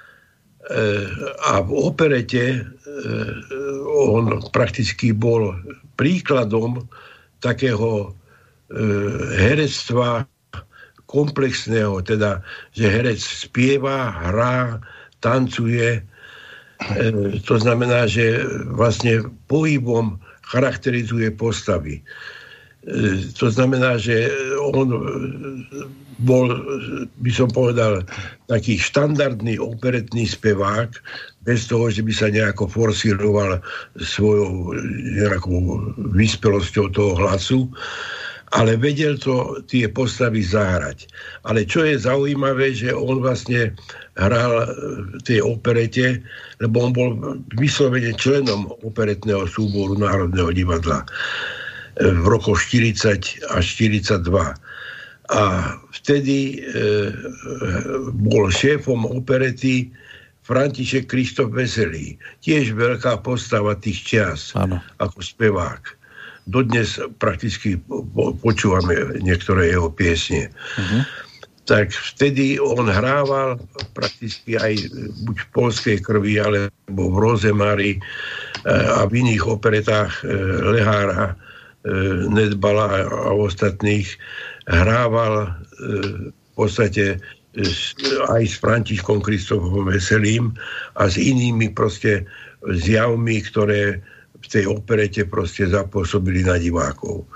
[SPEAKER 5] a v operete on prakticky bol príkladom takého herectva komplexného, teda, že herec spieva, hrá, tancuje. To znamená, že vlastne pohybom charakterizuje postavy. To znamená, že on bol, by som povedal, taký štandardný operetný spevák, bez toho, že by sa nejako forsíroval svojou nejakou vyspelosťou toho hlasu, ale vedel tie postavy zahrať. Ale čo je zaujímavé, že on vlastne hral v tej operete, lebo on bol vyslovene členom operetného súboru Národného divadla v rokoch 40 až 42. A vtedy bol šéfom operety František Krištof Veselý. Tiež veľká postava tých čias ako spevák. Dodnes prakticky počúvame niektoré jeho piesne. Tak vtedy on hrával prakticky aj buď v Poľskej krvi, alebo v Rozemári a v iných operetách Lehára, Nedbala a ostatných. Hrával v podstate aj s Františkom Krištofom Veselým a s inými proste zjavmi, ktoré v tej operete proste zapôsobili na divákov.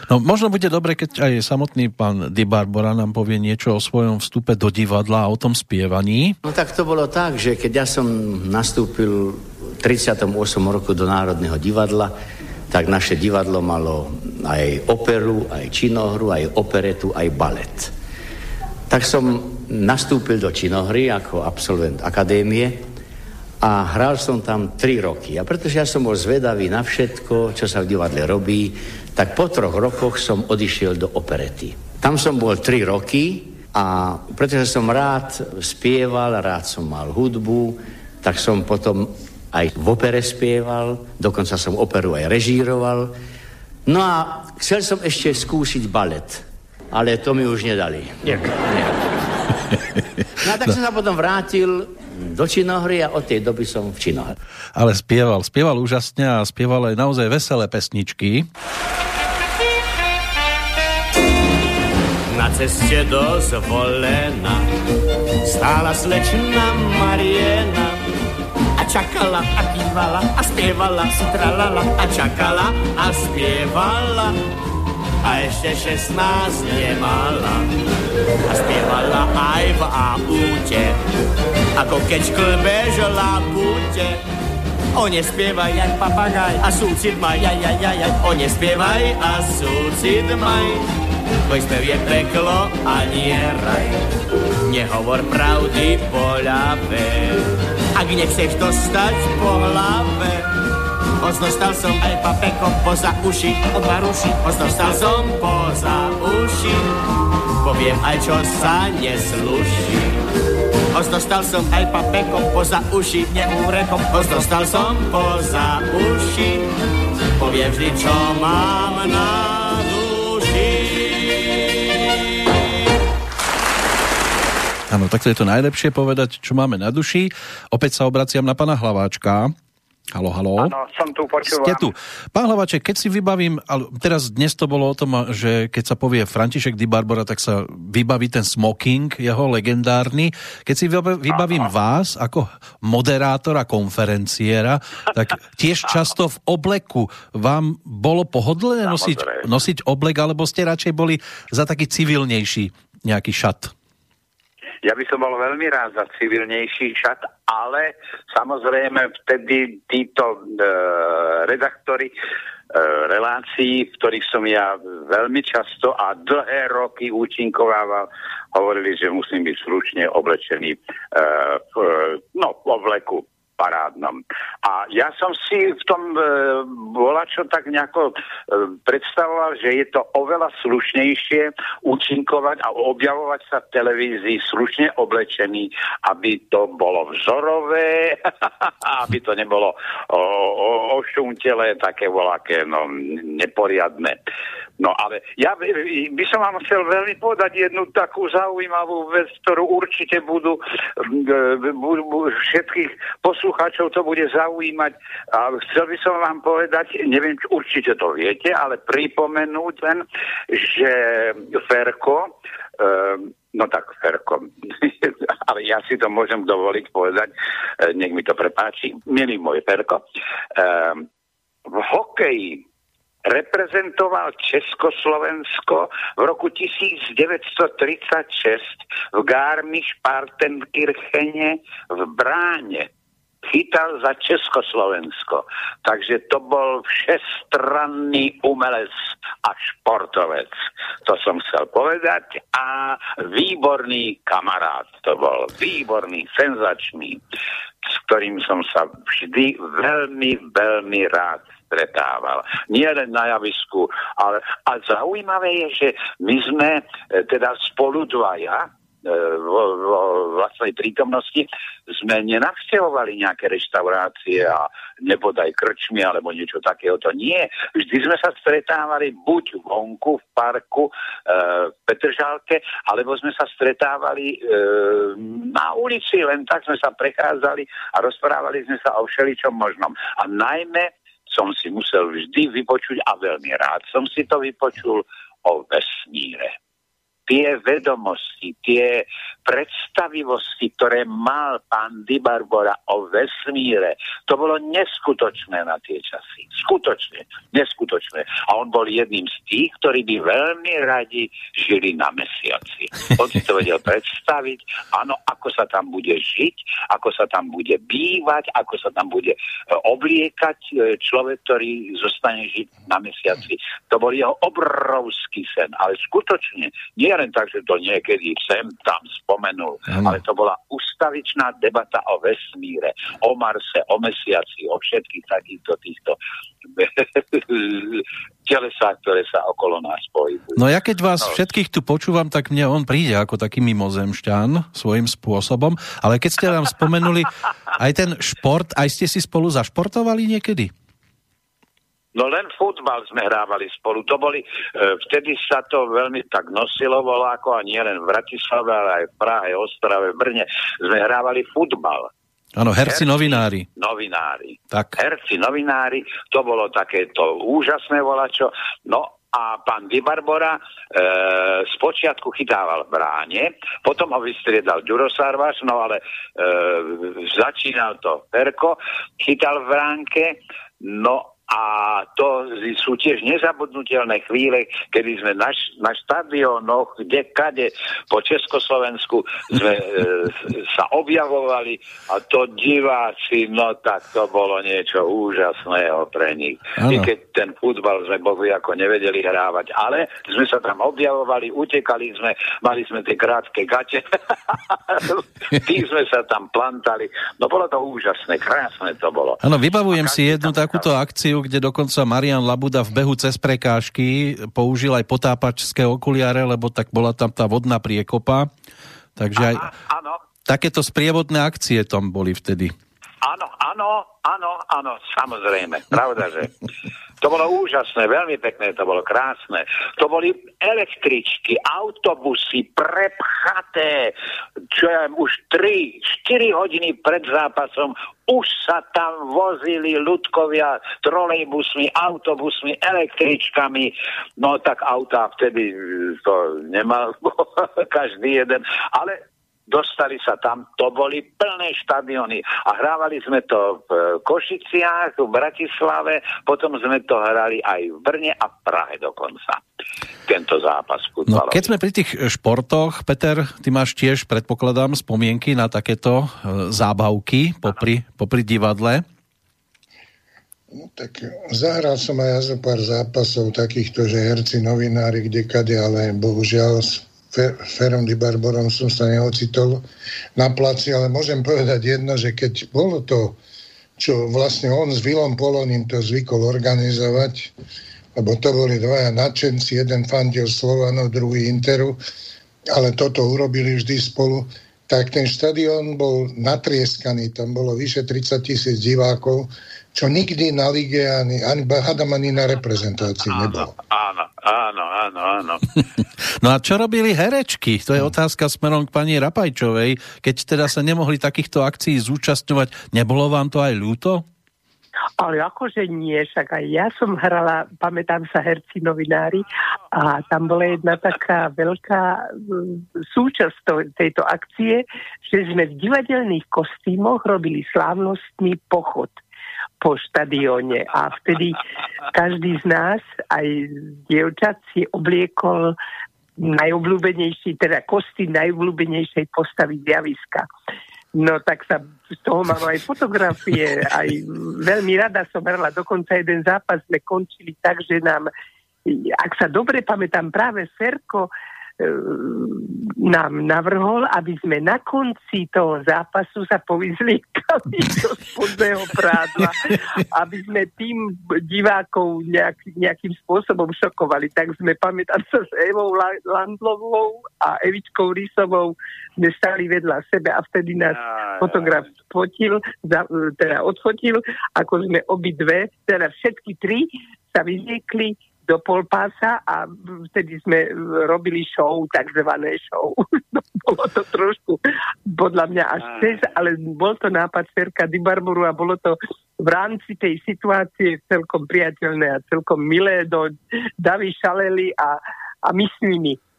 [SPEAKER 1] No možno bude dobre, keď aj samotný pán Di Barbora nám povie niečo o svojom vstupe do divadla a o tom spievaní.
[SPEAKER 2] No tak to bolo tak, že keď ja som nastúpil v 38. roku do Národného divadla, tak naše divadlo malo aj operu, aj činohru, aj operetu, aj balet. Tak som nastúpil do činohry ako absolvent akadémie a hral som tam 3 roky. A pretože ja som bol zvedavý na všetko, čo sa v divadle robí, tak po 3 rokoch som odišiel do operety. Tam som bol 3 roky a pretože som rád spieval, rád som mal hudbu, tak som potom aj v opere spieval, dokonca som operu aj režíroval. No a chcel som ešte skúsiť balet, ale to mi už nedali. Nie. No a tak som sa potom vrátil do činohry a od tej doby som v činohre.
[SPEAKER 1] Ale spieval úžasne a spieval aj naozaj veselé pesničky.
[SPEAKER 7] Na ceste do Zvolena stála slečna Mariena a čakala a kývala a spievala si tralala a čakala a spievala a ešte 16 nemala a spievala aj v aute ako keď klbe žlabúte. O nespievaj jak papagaj a súcit maj, jaj, o nespievaj a súcit maj. Tvoj spev je peklo a nie raj. Nehovor pravdy poľave, ak nechceš dostať po hlave. Dostal som aj papeko poza uši, od Maruši. Dostal som poza uši, poviem aj čo sa nesluší. Dostal som aj papeko poza uši, neúrekom. Dostal som poza uši, poviem vždy čo mám na duši.
[SPEAKER 1] Áno, takto je to najlepšie povedať, čo máme na duši. Opäť sa obraciam na pána Hlaváčka. Haló.
[SPEAKER 6] Áno, som tu, počúvam.
[SPEAKER 1] Ste tu. Pán Hlaváček, keď si vybavím, teraz dnes to bolo o tom, že keď sa povie František Di Barbora, tak sa vybaví ten smoking, jeho legendárny. Keď si vybavím vás ako moderátora, konferenciéra, tak tiež často v obleku vám bolo pohodlné nosiť oblek, alebo ste radšej boli za taký civilnejší nejaký šat?
[SPEAKER 6] Ja by som bol veľmi rád za civilnejší šat, ale samozrejme vtedy títo redaktori relácií, v ktorých som ja veľmi často a dlhé roky účinkovával, hovorili, že musím byť slušne oblečený v obleku parádnom. A ja som si v tom volačo tak nejako predstavoval, že je to oveľa slušnejšie účinkovať a objavovať sa v televízii slušne oblečený, aby to bolo vzorové, aby to nebolo ošuntelé, také voľaké, neporiadne. No ale ja by som vám chcel veľmi povedať jednu takú zaujímavú vec, ktorú určite budú všetkých poslucháčov to bude zaujímať. A chcel by som vám povedať, neviem, či určite to viete, ale pripomenúť len, že Ferko, Ferko, ale ja si to môžem dovoliť povedať, nech mi to prepáči, milý môj Ferko, v hokeji reprezentoval Československo v roku 1936 v Garmisch-Partenkirchene v bráne. Chytal za Československo. Takže to bol všestranný umelec a športovec. To som chcel povedať. A výborný kamarát. To bol výborný, senzačný, s ktorým som sa vždy veľmi, veľmi rád stretával. Nie len na javisku, ale zaujímavé je, že my sme teda spolu dvaja vo vlastnej prítomnosti sme nenavštevovali nejaké reštaurácie a nebodaj krčmy alebo niečo takéhoto. Nie. Vždy sme sa stretávali buď vonku v parku v Petržalke, alebo sme sa stretávali na ulici, len tak sme sa prechádzali a rozprávali sme sa o všeličom možnom. A najmä som si musel vždy vypočuť, a veľmi rád som si to vypočul, o vesmíre. Tie vedomosti, tie predstavivosti, ktoré mal pán Di Barbora o vesmíre, to bolo neskutočné na tie časy. Skutočne, neskutočné. A on bol jedným z tých, ktorí by veľmi radi žili na mesiaci. On si to vedel predstaviť, áno, ako sa tam bude žiť, ako sa tam bude bývať, ako sa tam bude obliekať človek, ktorý zostane žiť na mesiaci. To bol jeho obrovský sen, ale skutočne, nie len tak, že to niekedy sem tam spomenul, ale to bola ustavičná debata o vesmíre, o Marse, o mesiaci, o všetkých takýchto týchto telesá, ktoré sa okolo nás pohybujú.
[SPEAKER 1] No ja keď vás všetkých tu počúvam, tak mne on príde ako taký mimozemšťan svojím spôsobom, ale keď ste nám spomenuli aj ten šport, aj ste si spolu zašportovali niekedy?
[SPEAKER 6] No len futbal sme hrávali spolu. To boli, vtedy sa to veľmi tak nosilo voláko a nie len v Bratislave, ale aj v Prahe, Ostrave, Brne. Sme hrávali futbal.
[SPEAKER 1] Áno, herci novinári.
[SPEAKER 6] Tak. Herci novinári, to bolo takéto úžasné volačo. No a pán Di Barbora spočiatku chytával v bráne, potom ho vystriedal Ďuro Sarvaš, no ale začínal to Ferko, chytal v bránke, no a to sú tiež nezabudnutelné chvíle, kedy sme na štadiónoch, kade po Československu sme sa objavovali a to diváci, no tak to bolo niečo úžasného pre nich. Ano. I keď ten futbal sme bohu ako nevedeli hrávať, ale sme sa tam objavovali, utekali sme, mali sme tie krátke gate, tých sme sa tam plantali, no bolo to úžasné, krásne to bolo.
[SPEAKER 1] Áno, vybavujem si jednu takúto akciu, kde dokonca Marian Labuda v behu cez prekážky použil aj potápačské okuliare, lebo tak bola tam tá vodná priekopa. Takže aj takéto sprievodné akcie tam boli vtedy. Áno, samozrejme. Pravda, že to bolo úžasné, veľmi pekné, to bolo krásne. To boli električky, autobusy prepchaté, čo ja už 3-4 hodiny pred zápasom už sa tam vozili ľudkovia trolejbusmi, autobusmi, električkami. No tak autá vtedy to nemal každý jeden, ale dostali sa tam, to boli plné štadióny a hrávali sme to v Košiciach, v Bratislave, potom sme to hrali aj v Brne a v Prahe dokonca. Tento zápas futbalový. No, keď sme pri tých športoch, Peter, ty máš tiež, predpokladám, spomienky na takéto zábavky popri divadle?
[SPEAKER 4] No, tak zahral som aj ja zo pár zápasov takýchto, že herci, novinári, kdekade, ale bohužiaľ Ferom Di Barborom som sa neocitol na placi, ale môžem povedať jedno, že keď bolo to, čo vlastne on s Vilom Poloním to zvykol organizovať, lebo to boli dvaja nadšenci, jeden fandil Slovanu, druhý Interu, ale toto urobili vždy spolu, tak ten štadión bol natrieskaný, tam bolo vyše 30,000 divákov, čo nikdy na lige ani na reprezentácii nebolo.
[SPEAKER 6] Áno.
[SPEAKER 1] No a čo robili herečky? To je otázka smerom k pani Rapajčovej. Keď teda sa nemohli takýchto akcií zúčastňovať, nebolo vám to aj ľúto?
[SPEAKER 8] Ale akože nie, však aj ja som hrala, pamätám sa, herci novinári a tam bola jedna taká veľká súčasť tejto akcie, že sme v divadelných kostýmoch robili slávnostný pochod po štadióne a vtedy každý z nás, aj dievčat, si obliekol najobľúbenejší, teda kostým najobľúbenejšej postavy z javiska. No tak sa z toho mám aj fotografie, aj veľmi rada som hrala, dokonca jeden zápas sme končili tak, že nám, ak sa dobre pamätám, práve Ferko nám navrhol, aby sme na konci toho zápasu sa povyzliekali do spodného prádla, aby sme tým divákov nejakým spôsobom šokovali. Tak sme, pamätám sa, s Evou Landlovou a Evičkou Rysovou sme stali vedľa sebe a vtedy nás fotograf odfotil, ako sme obidve, teda všetky tri sa vyzliekli do polpása a vtedy sme robili show, takzvané show. No, bolo to trošku podľa mňa až cez, ale bol to nápad Ferka Di Barboru a bolo to v rámci tej situácie celkom priateľné a celkom milé do Davy Šalely a my s nimi.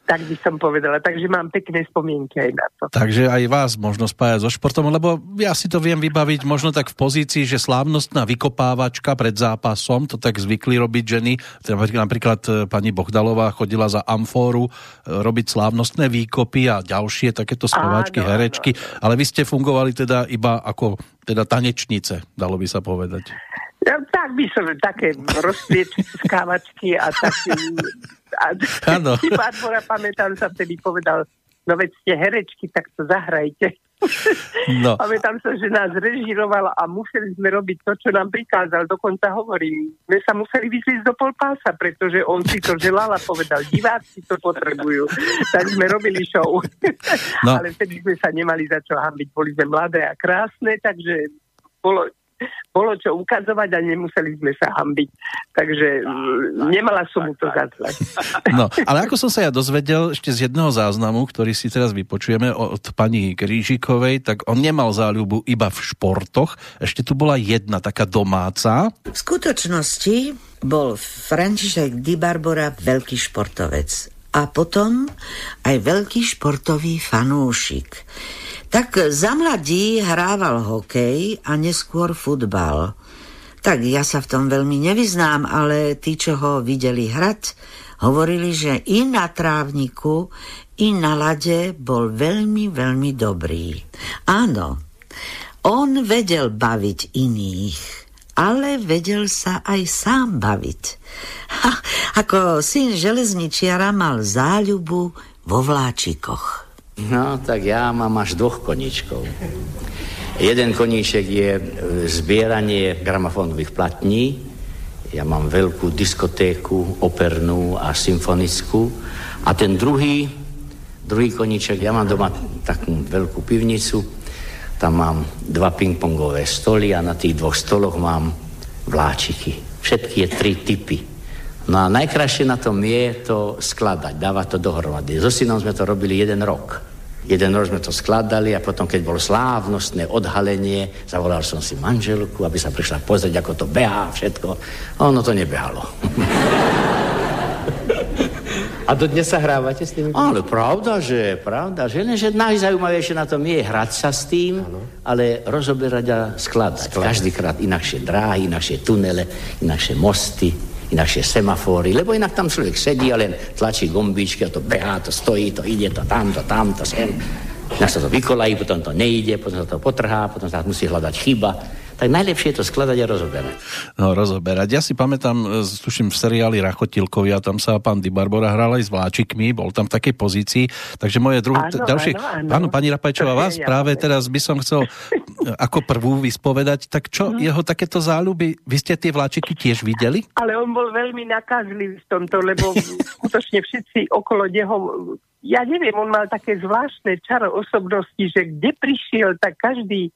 [SPEAKER 8] Tak by som povedala, takže mám pekné spomienky aj na to.
[SPEAKER 1] Takže aj vás možno spájať so športom, lebo ja si to viem vybaviť možno tak v pozícii, že slávnostná vykopávačka pred zápasom, to tak zvykli robiť ženy, napríklad pani Bohdalová chodila za Amfóru robiť slávnostné výkopy a ďalšie takéto speváčky, herečky, ale vy ste fungovali teda iba ako teda tanečnice, dalo by sa povedať.
[SPEAKER 8] Ja, tak by som také rozsviečkávačky a také...
[SPEAKER 1] Áno.
[SPEAKER 8] Barbora, pamätám sa, vtedy povedal, no veď ste herečky, tak to zahrajte. No. Pamätám sa, že nás režíroval a museli sme robiť to, čo nám prikázal. Dokonca hovorím, sme sa museli vyzliť do polpása, pretože on si to želal a povedal, diváci to potrebujú. Tak sme robili show. No. Ale vtedy sme sa nemali za čo hanbiť. Boli sme mladé a krásne, takže bolo čo ukazovať a nemuseli sme sa hanbiť. Takže nemala som mu to zazvať.
[SPEAKER 1] No, ale ako som sa ja dozvedel ešte z jedného záznamu, ktorý si teraz vypočujeme od pani Krížikovej, tak on nemal záľubu iba v športoch. Ešte tu bola jedna taká domáca.
[SPEAKER 3] V skutočnosti bol František Di Barbora veľký športovec. A potom aj veľký športový fanúšik. Tak za mladí hrával hokej a neskôr futbal. Tak ja sa v tom veľmi nevyznám, ale tí, čo ho videli hrať, hovorili, že i na trávniku, i na ľade bol veľmi, veľmi dobrý. Áno, on vedel baviť iných, ale vedel sa aj sám baviť. Ako syn železničiara mal záľubu vo vláčikoch.
[SPEAKER 2] No, tak ja mám až 2 koníčkov. Jeden koníček je zbieranie gramofónových platní. Ja mám veľkú diskotéku, opernú a symfonickú. A ten druhý koníček, ja mám doma takú veľkú pivnicu. Tam mám 2 pingpongové stoly a na tých 2 stoloch mám vláčiky. Všetky 3 typy. No a najkrajšie na tom je to skladať, dávať to dohromady. So synom sme to robili 1 rok. 1 rok sme to skladali a potom, keď bolo slávnostné odhalenie, zavolal som si manželku, aby sa prišla pozrieť, ako to behá všetko. Ono to nebehalo.
[SPEAKER 9] A dodnes sa hrávate s tým?
[SPEAKER 2] Ale pravda, že najzaujímavejšie na tom je hrať sa s tým, ale rozoberať a skladať. Každýkrát inakšie dráhy, inakšie tunele, inakšie mosty, inakšie semafóry, lebo inak tam človek sedí a len tlačí gombíčky a to behá, to stojí, to ide, to tamto, sem. Inak sa to vykolají, potom to nejde, potom sa to potrhá, potom sa musí hľadať chyba. Tak najlepšie je to skladať a rozoberať. No, rozoberať. Ja si pamätám, tuším, v seriáli Rachotilkovia, tam sa pán Di Barbora hral aj s vláčikmi, bol tam v takej pozícii. Takže moje ďalšie... Áno, pani Rapajčová, vás práve teraz by som chcel ako prvú vyspovedať. Tak čo jeho takéto záľuby? Vy ste tie vláčiky tiež videli?
[SPEAKER 8] Ale on bol veľmi nakazlivý v tomto, lebo skutočne všetci okolo neho... Ja neviem, on mal také zvláštne čaro osobnosti, že kde prišiel, tak každý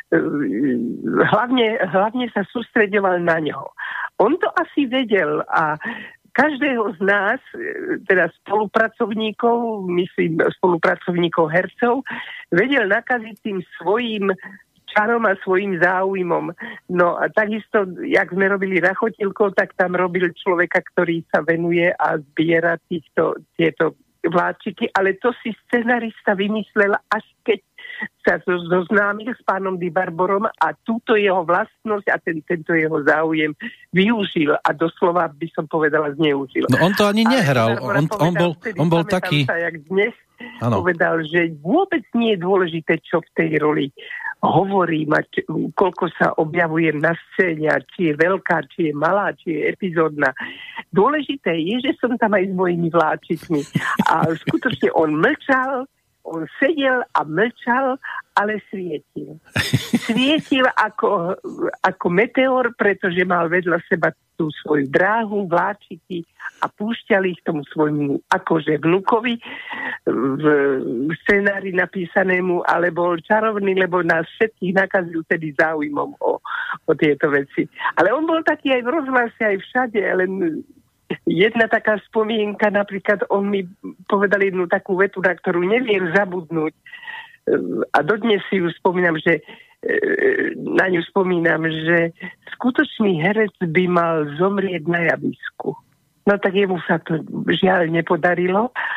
[SPEAKER 8] hlavne sa sústreďoval na ňo. On to asi vedel a každého z nás, teda spolupracovníkov, myslím spolupracovníkov hercov, vedel nakaziť tým svojím čarom a svojím záujmom. No a takisto, jak sme robili Rachotilkov, tak tam robil človeka, ktorý sa venuje a zbiera tieto vláčiky, ale to si scenarista vymyslel, až keď sa zoznámil s pánom Di Barborom a túto jeho vlastnosť a tento jeho záujem využil a doslova by som povedala zneužil.
[SPEAKER 1] No on to ani nehral, on bol taký...
[SPEAKER 8] Sa, jak dnes povedal, že vôbec nie je dôležité, čo v tej roli hovorím a koľko sa objavujem na scéne, či je veľká, či je malá, či je epizódna. Dôležité je, že som tam aj s mojimi vláčikmi. A skutočne on mlčal, on sedel a mlčal, ale svietil. Svietil ako meteor, pretože mal vedľa seba tú svoju dráhu, vláčiky a púšťali ich tomu svojmu akože vnukovi v scenári napísanému, ale bol čarovný, lebo nás všetkých nakazil tedy záujmom o tieto veci. Ale on bol taký aj v rozhlase, aj všade, len jedna taká spomienka, napríklad on mi povedal jednu takú vetu, na ktorú neviem zabudnúť a dodnes si ju spomínam, že na ňu spomínam, že skutočný herec by mal zomrieť na javisku. No tak jemu sa to žiaľ nepodarilo a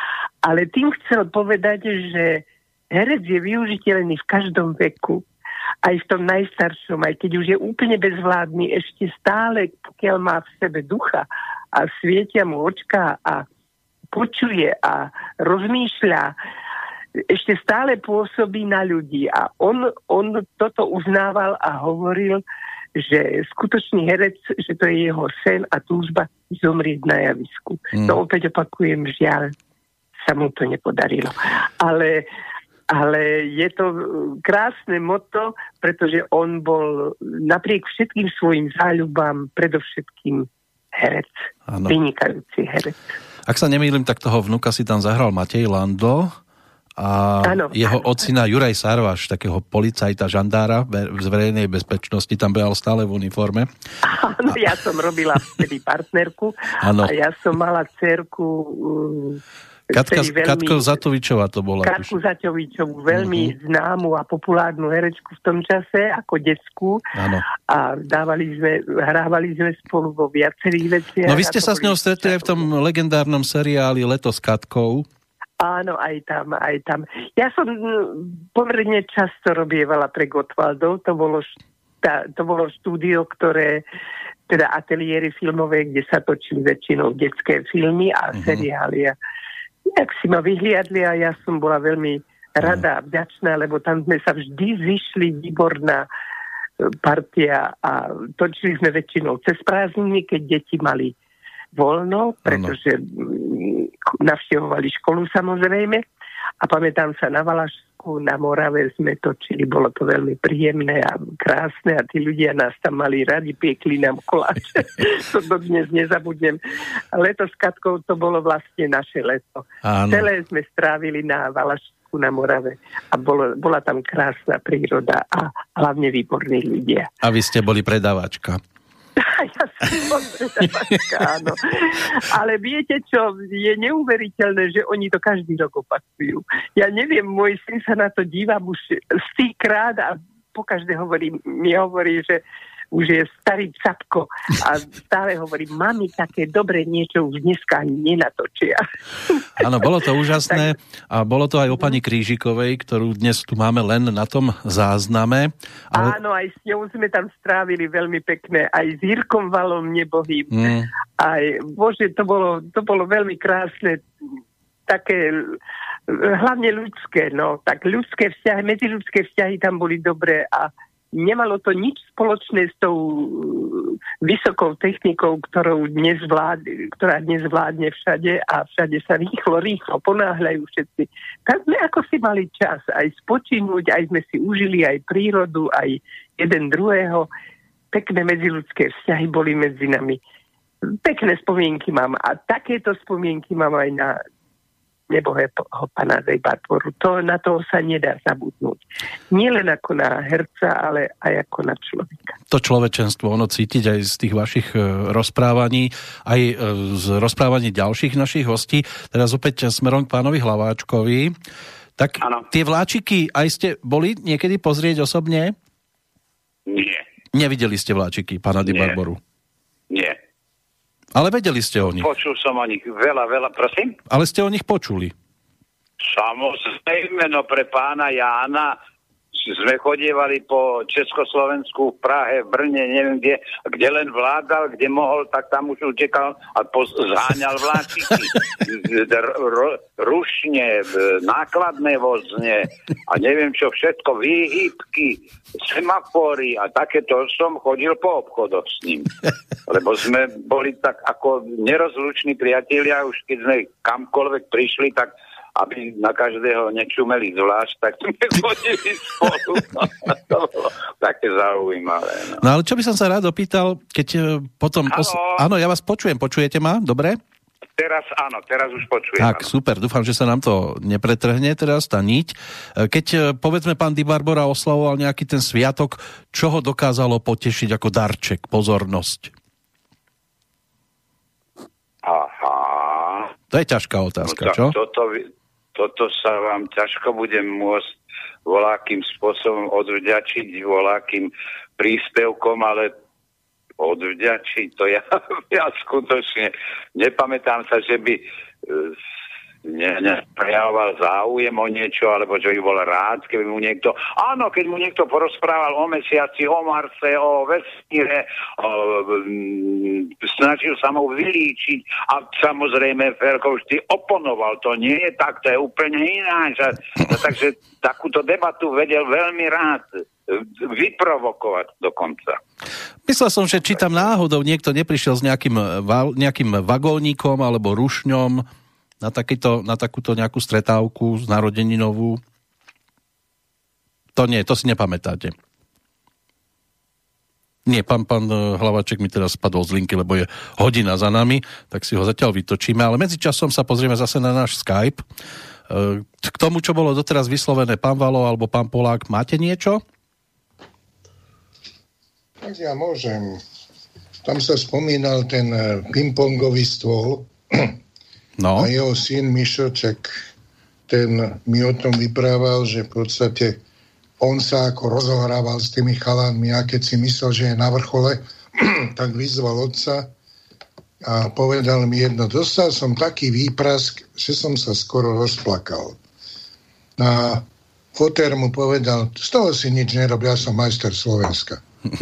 [SPEAKER 8] Ale tým chcel povedať, že herec je využiteľný v každom veku. Aj v tom najstaršom, aj keď už je úplne bezvládny, ešte stále, pokiaľ má v sebe ducha a svietia mu očká a počuje a rozmýšľa, ešte stále pôsobí na ľudí. A on toto uznával a hovoril, že skutočný herec, že to je jeho sen a túžba zomrieť na javisku. To opäť opakujem, žiaľ, sa mu to nepodarilo. Ale je to krásne motto, pretože on bol napriek všetkým svojim záľubám predovšetkým herec. Ano. Vynikajúci herec.
[SPEAKER 1] Ak sa nemýlim, tak toho vnuka si tam zahral Matej Landl a jeho ocina Juraj Sarvaš, takého policajta, žandára z verejnej bezpečnosti, tam behal stále v uniforme.
[SPEAKER 8] Áno, ja som robila vtedy partnerku a ja som mala dcerku
[SPEAKER 1] Katko Zatovičová to bola.
[SPEAKER 8] Katku Zatovičovú, veľmi známu a populárnu herečku v tom čase, ako detskú.
[SPEAKER 1] Áno.
[SPEAKER 8] A hrávali sme spolu vo viacerých veciach.
[SPEAKER 1] No vy ste sa s ňou stretli aj v tom legendárnom seriáli Leto s Katkou.
[SPEAKER 8] Áno, aj tam. Ja som pomerne často robievala pre Gottwaldov. To bolo štúdio, ktoré teda ateliéry filmové, kde sa točili väčšinou detské filmy a seriály. Jak si ma vyhliadli a ja som bola veľmi rada a vďačná, lebo tam sme sa vždy zišli, výborná partia a točili sme väčšinou cez prázdniny, keď deti mali voľno, pretože navštevovali školu samozrejme a pamätám sa na Valašsku, na Morave sme točili, bolo to veľmi príjemné a krásne a tí ľudia nás tam mali radi, piekli nám koláče. To dodnes nezabudnem. Leto s Katkou to bolo vlastne naše leto. Áno. Celé sme strávili na Valašsku, na Morave a bola tam krásna príroda a hlavne výborní ľudia.
[SPEAKER 1] A vy ste boli predávačka.
[SPEAKER 8] Ja som predávačka, áno. Ale viete čo, je neuveriteľné, že oni to každý rok opakujú. Ja neviem, môj syn sa na to díva už stýkrát a pokaždé mi hovorí, že už je starý capko a stále hovorí, mami, také dobré niečo už dneska ani nenatočia.
[SPEAKER 1] Áno, bolo to úžasné a bolo to aj o pani Krížikovej, ktorú dnes tu máme len na tom zázname.
[SPEAKER 8] Ale... Áno, aj s ňou sme tam strávili veľmi pekné, aj s Jirkom Valom nebohým. Aj, bože, to bolo veľmi krásne, také hlavne ľudské, tak ľudské vzťahy, medziľudské vzťahy tam boli dobré a nemalo to nič spoločné s tou vysokou technikou, ktorá dnes vládne všade a všade sa rýchlo ponáhľajú všetci. Tak sme ako si mali čas aj spočinúť, aj sme si užili aj prírodu, aj jeden druhého. Pekné medziľudské vzťahy boli medzi nami. Pekné spomienky mám a takéto spomienky mám aj na nebohého pana Barboru. Na to sa nedá zabudnúť. Nie len ako na herca, ale aj ako na človeka.
[SPEAKER 1] To človečenstvo, ono cítiť aj z tých vašich rozprávaní, aj z rozprávaní ďalších našich hostí. Teraz opäť smerom k pánovi Hlaváčkovi. Tak tie vláčiky aj ste boli niekedy pozrieť osobne?
[SPEAKER 6] Nie.
[SPEAKER 1] Nevideli ste vláčiky pána Di Barboru?
[SPEAKER 6] Nie.
[SPEAKER 1] Ale vedeli ste o nich.
[SPEAKER 6] Počul som o nich veľa, prosím?
[SPEAKER 1] Ale ste o nich počuli.
[SPEAKER 6] Samozrejme, no pre pána Jána sme chodievali po Československu, v Prahe, v Brne, neviem kde len vládal, kde mohol, tak tam už utekal a zháňal vláčiky. Rušne, nákladné vozne a neviem čo všetko, výhybky, semafory a takéto som chodil po obchodoch s ním. Lebo sme boli tak ako nerozluční priatelia, už keď sme kamkoľvek prišli, tak aby na každého nečumeli zvlášť, tak sme chodili spolu. To bolo také zaujímavé.
[SPEAKER 1] No ale čo by som sa rád opýtal, keď potom... Áno, ja vás počujem. Počujete ma? Dobre?
[SPEAKER 6] Teraz už počujem.
[SPEAKER 1] Tak, super. Dúfam, že sa nám to nepretrhne teraz, tá niť. Keď, povedzme, pán Di Barbora oslavoval nejaký ten sviatok, čo ho dokázalo potešiť ako darček, pozornosť?
[SPEAKER 6] Aha.
[SPEAKER 1] To je ťažká otázka, čo?
[SPEAKER 6] Toto sa vám ťažko budem môcť voľakým spôsobom odvďačiť, voľakým príspevkom, ale odvďačiť to ja skutočne nepamätám sa, že by prejavoval záujem o niečo, alebo že by bol rád, keby mu niekto... Áno, keď mu niekto porozprával o mesiaci, o Marse, o vesmíre, snažil sa mu vylíčiť a samozrejme Ferko vždy oponoval. To nie je tak, to je úplne iná. Takže takúto debatu vedel veľmi rád vyprovokovať dokonca.
[SPEAKER 1] Myslel som, že či tam náhodou niekto neprišiel s nejakým vagónikom alebo rušňom na takúto nejakú stretávku z narodeninovú. To nie, to si nepamätáte. Nie, pán Hlavaček mi teraz spadol z linky, lebo je hodina za nami, tak si ho zatiaľ vytočíme, ale medzičasom sa pozrieme zase na náš Skype. K tomu, čo bolo doteraz vyslovené, pán Valo alebo pán Polák, máte niečo?
[SPEAKER 4] Tak ja môžem. Tam sa spomínal ten pingpongový stôl. No. A jeho syn Mišoček, ten mi o tom vyprával, že v podstate on sa ako rozohrával s tými chalanmi a keď si myslel, že je na vrchole, tak vyzval otca a povedal mi jedno. Dostal som taký výprask, že som sa skoro rozplakal. A fotér mu povedal, z toho si nič nerobil, ja som majster Slovenska.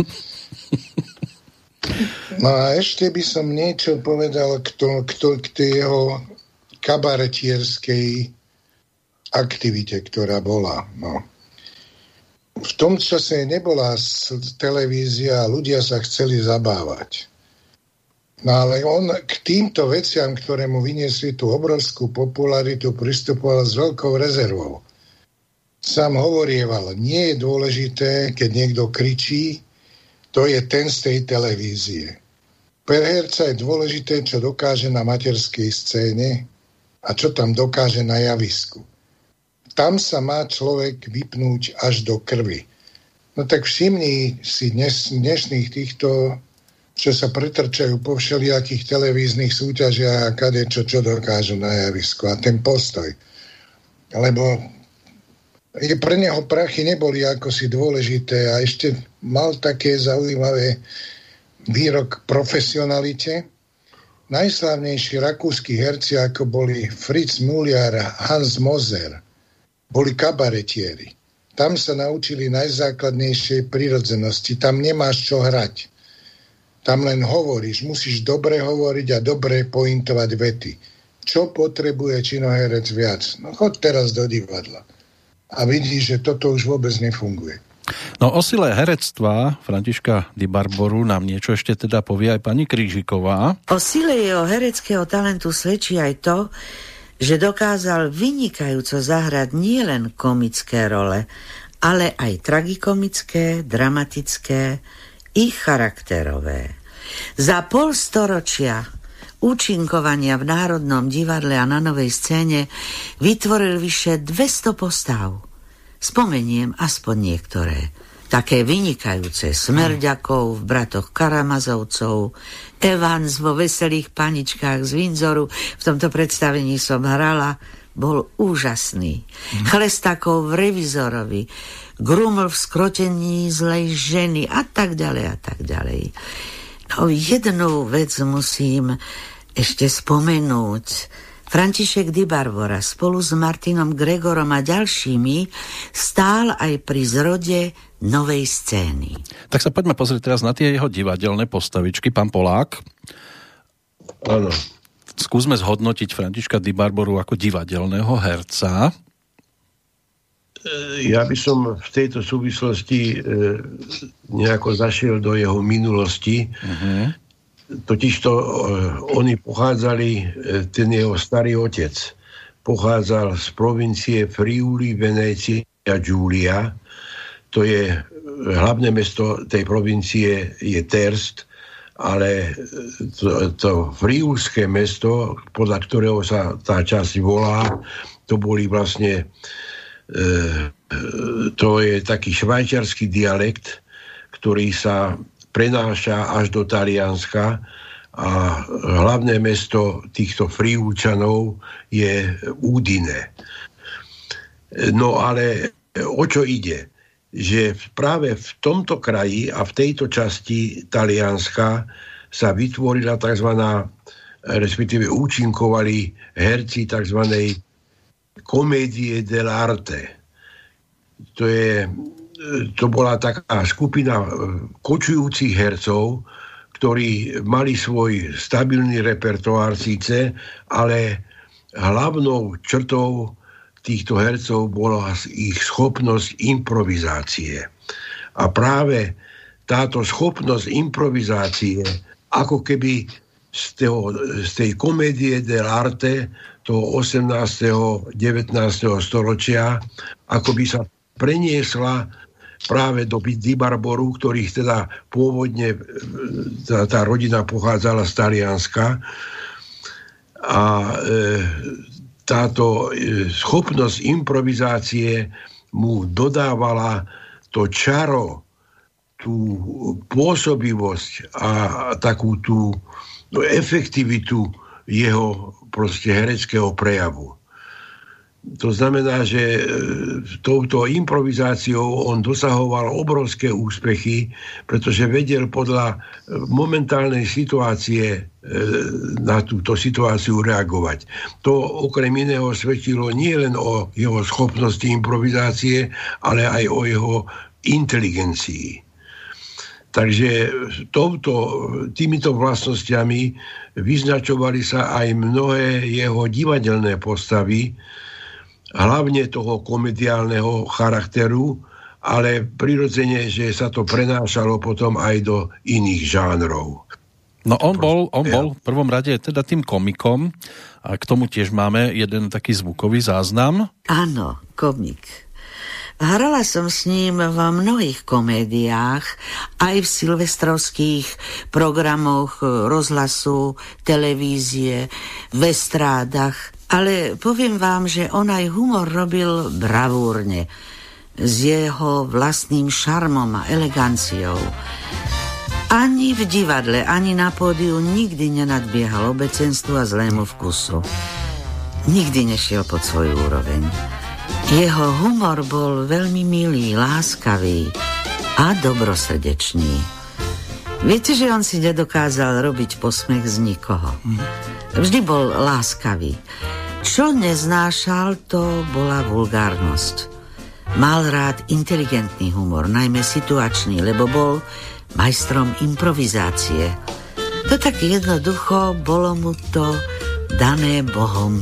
[SPEAKER 4] No a ešte by som niečo povedal k tej jeho kabaretierskej aktivite, ktorá bola. No. V tom čase nebola televízia a ľudia sa chceli zabávať. No ale on k týmto veciam, ktoré mu vyniesli tú obrovskú popularitu, pristupoval s veľkou rezervou. Sám hovorieval, nie je dôležité, keď niekto kričí, to je ten z tej televízie. Pre herca je dôležité, čo dokáže na materskej scéne a čo tam dokáže na javisku. Tam sa má človek vypnúť až do krvi. No tak všimni si dnešných týchto, čo sa pretrčajú po všelijakých televíznych súťažiach a kadečo, čo dokážu na javisku. A ten postoj. Lebo pre neho prachy neboli ako si dôležité a ešte mal také zaujímavé výrok profesionalite. Najslávnejší rakúski herci, ako boli Fritz Müller a Hans Moser, boli kabaretieri. Tam sa naučili najzákladnejšej prirodzenosti. Tam nemáš čo hrať. Tam len hovoríš. Musíš dobre hovoriť a dobre pointovať vety. Čo potrebuje činoherec viac? No chod teraz do divadla. A vidíš, že toto už vôbec nefunguje.
[SPEAKER 1] No o sile herectva Františka Di Barboru nám niečo ešte teda povie aj pani Krížiková. O sile jeho hereckého talentu svedčí aj to, že dokázal vynikajúco zahrať nielen komické role, ale aj tragikomické, dramatické i charakterové. Za polstoročia účinkovania v Národnom divadle a na Novej scéne vytvoril vyše 200 postav. Spomeniem aspoň niektoré. Také vynikajúce Smrďakov v Bratoch Karamazovcov, Evans vo Veselých paničkách z Windzoru, v tomto predstavení som hrala, bol úžasný. Chlestakov v Revizorovi, Gruml v Skrotení zlej ženy a tak ďalej a tak ďalej. No, jednu vec musím ešte spomenúť. František Di Barbora spolu s Martinom Gregorom a ďalšími stál aj pri zrode Novej scény. Tak sa poďme pozrieť teraz na tie jeho divadelné postavičky. Pán Polák.
[SPEAKER 5] Áno.
[SPEAKER 1] Skúsme zhodnotiť Františka Di Barboru ako divadelného herca.
[SPEAKER 5] Ja by som v tejto súvislosti nejako zašiel do jeho minulosti. Totižto oni pochádzali, ten jeho starý otec pochádzal z provincie Friuli, Venécia, Giulia. To je hlavné mesto tej provincie je Terst, ale to friulské mesto, podľa ktorého sa tá časť volá, to boli vlastne to je taký švajčiarsky dialekt, ktorý sa prenáša až do Talianska a hlavné mesto týchto Friúčanov je Udine. No ale o čo ide? Že práve v tomto kraji a v tejto časti Talianska sa vytvorila tzv. respektíve účinkovali herci tzv. Comédie dell'arte. To bola taká skupina kočujúcich hercov, ktorí mali svoj stabilný repertoár síce, ale hlavnou črtou týchto hercov bola ich schopnosť improvizácie. A práve táto schopnosť improvizácie, ako keby z tej comédie dell'arte toho 18. 19. storočia, ako by sa preniesla práve do Di Barboru, ktorých teda pôvodne tá rodina pochádzala z Talianska. A táto schopnosť improvizácie mu dodávala to čaro, tú pôsobivosť a takú tú efektivitu jeho proste hereckého prejavu. To znamená, že touto improvizáciou on dosahoval obrovské úspechy, pretože vedel podľa momentálnej situácie na túto situáciu reagovať. To okrem iného svedčilo nie len o jeho schopnosti improvizácie, ale aj o jeho inteligencii. Takže týmito vlastnosťami vyznačovali sa aj mnohé jeho divadelné postavy, hlavne toho komediálneho charakteru, ale prirodzene, že sa to prenášalo potom aj do iných žánrov.
[SPEAKER 1] No on bol v prvom rade teda tým komikom a k tomu tiež máme jeden taký zvukový záznam.
[SPEAKER 3] Áno, komik. Hrala som s ním v mnohých komédiách, aj v silvestrovských programoch rozhlasu, televízie, v estrádach, ale poviem vám, že on aj humor robil bravúrne, s jeho vlastným šarmom a eleganciou. Ani v divadle, ani na pódiu nikdy nenadbiehal obecenstvu a zlému vkusu. Nikdy nešiel pod svoju úroveň. Jeho humor bol veľmi milý, láskavý a dobrosrdečný. Viete, že on si nedokázal robiť posmech z nikoho. Vždy bol láskavý. Čo neznášal, to bola vulgárnosť. Mal rád inteligentný humor, najmä situačný, lebo bol majstrom improvizácie. To tak jednoducho, bolo mu to dané Bohom.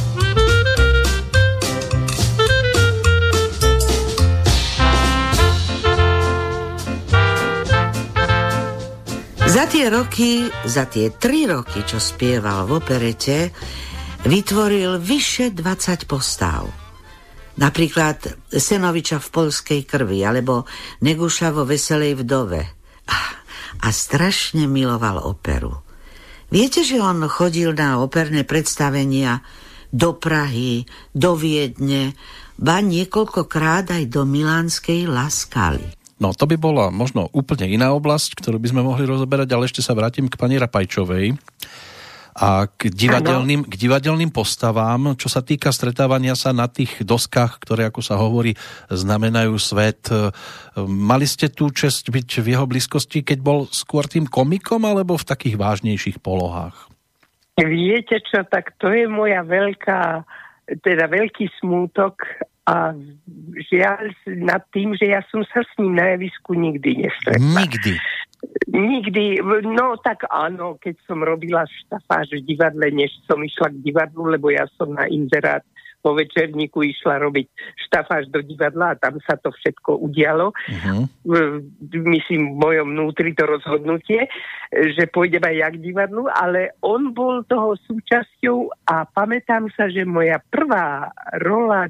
[SPEAKER 3] Za tie 3 roky, čo spieval v operete, vytvoril vyše 20 postav. Napríklad Senoviča v Poľskej krvi, alebo Neguša vo Veselej vdove. A strašne miloval operu. Viete, že on chodil na operné predstavenia do Prahy, do Viedne, ba niekoľkokrát aj do milánskej La Scali.
[SPEAKER 1] No, to by bola možno úplne iná oblasť, ktorú by sme mohli rozoberať, ale ešte sa vrátim k pani Rapajčovej a k divadelným postavám, čo sa týka stretávania sa na tých doskách, ktoré, ako sa hovorí, znamenajú svet. Mali ste tú česť byť v jeho blízkosti, keď bol skôr tým komikom, alebo v takých vážnejších polohách?
[SPEAKER 8] Viete čo, tak to je moja veľký smútok a žiaľ nad tým, že ja som sa s ním na javisku nikdy nestretla. Nikdy. No tak áno, keď som robila štafáž v divadle, než som išla k divadlu, lebo ja som na inzerát po večerníku išla robiť štafáž do divadla a tam sa to všetko udialo. Myslím, v mojom vnútri to rozhodnutie, že pôjdem aj ja k divadlu, ale on bol toho súčasťou a pamätám sa, že moja prvá rola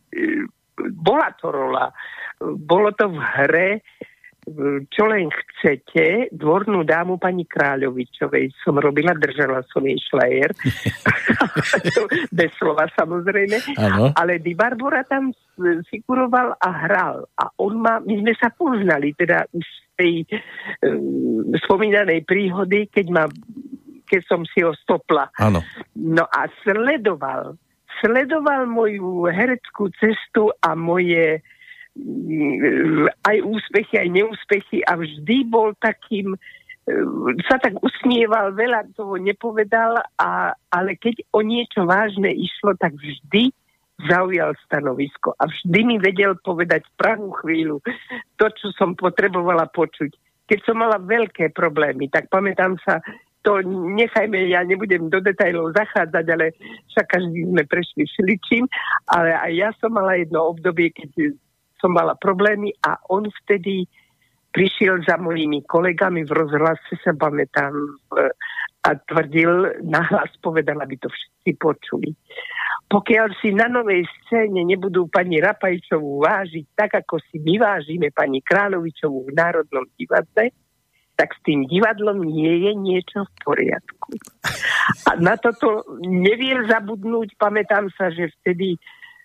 [SPEAKER 8] bolo to v hre Čo len chcete, dvornú dámu pani Kráľovičovej som robila, držala som jej šlajer. Bez slova samozrejme. Ano. Ale Di Barbora tam figuroval a hral. A my sme sa poznali, teda už z tej spomínanej príhody, keď som si ho stopla. Ano. No a sledoval moju hereckú cestu a moje aj úspechy, aj neúspechy a vždy bol takým sa tak usmieval, veľa toho nepovedal, ale keď o niečo vážne išlo, tak vždy zaujal stanovisko a vždy mi vedel povedať v pravú chvíľu to, čo som potrebovala počuť. Keď som mala veľké problémy, tak pamätám sa, to nechajme, ja nebudem do detailov zachádzať, ale však každý sme prešli všeličím, ale aj ja som mala jedno obdobie, keď som mala problémy a on vtedy prišiel za mojimi kolegami v rozhlase, sa pamätám, a tvrdil, nahlas povedal, aby to všetci počuli. Pokiaľ si na novej scéne nebudú pani Rapajčovú vážiť tak, ako si my vážime pani Kráľovičovú v Národnom divadle, tak s tým divadlom nie je niečo v poriadku. A na toto neviem zabudnúť. Pamätám sa, že vtedy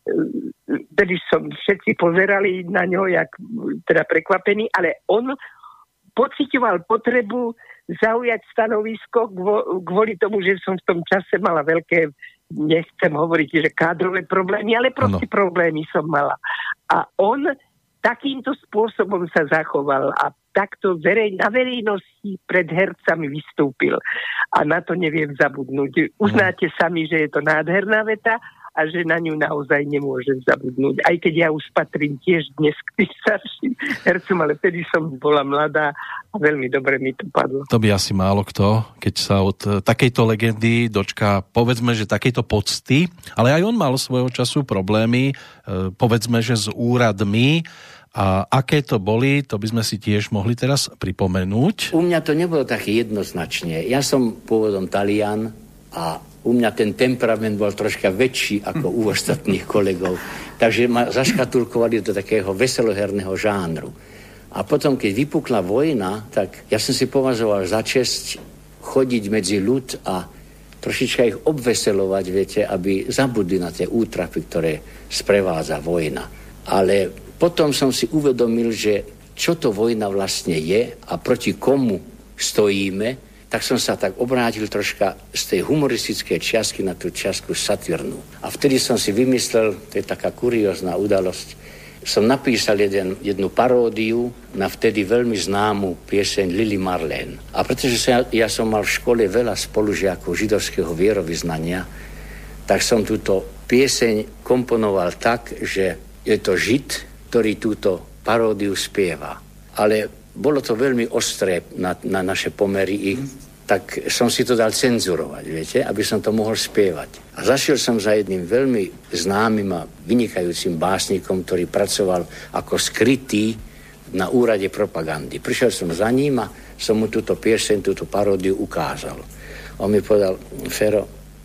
[SPEAKER 8] som všetci pozerali na ňo, jak teda prekvapený, ale on pociťoval potrebu zaujať stanovisko kvôli tomu, že som v tom čase mala veľké, nechcem hovoriť, že kádrové problémy, ale proste problémy som mala. A on takýmto spôsobom sa zachoval a takto na verejnosti pred hercami vystúpil. A na to neviem zabudnúť. Uznáte sami, že je to nádherná veta a že na ňu naozaj nemôžem zabudnúť. Aj keď ja už patrím tiež dnes k tým starším hercom, ale vtedy som bola mladá a veľmi dobre mi to padlo. To by asi málo kto, keď sa od takejto legendy dočká, povedzme, že takejto pocty, ale aj on mal svojho času problémy, povedzme, že s úradmi. A aké to boli, to by sme si tiež mohli teraz pripomenúť.
[SPEAKER 2] U mňa to nebolo také jednoznačne. Ja som pôvodom Talian a u mňa ten temperament bol troška väčší ako u ostatných kolegov. Takže ma zaškatulkovali do takého veseloherného žánru. A potom, keď vypukla vojna, tak ja som si považoval za česť chodiť medzi ľud a trošička ich obveselovať, viete, aby zabudli na tie útrapy, ktoré sprevádza vojna. Ale potom som si uvedomil, že čo to vojna vlastne je a proti komu stojíme, tak som sa tak obrátil troška z tej humoristickej čiastky na tú čiastku satírnu. A vtedy som si vymyslel, to je taká kuriózna udalosť, som napísal jednu paródiu na vtedy veľmi známu pieseň Lili Marlene. A pretože ja som mal v škole veľa spolužiakov židovského vierovyznania, tak som túto pieseň komponoval tak, že je to Žid, ktorý túto paródiu spieva. Ale bolo to veľmi ostré na naše pomery, tak som si to dal cenzurovať, viete, aby som to mohol spievať. A zašiel som za jedným veľmi známym a vynikajúcim básnikom, ktorý pracoval ako skrytý na úrade propagandy. Prišiel som za ním a som mu túto pieseň, túto paródiu ukázal. On mi povedal, Fero,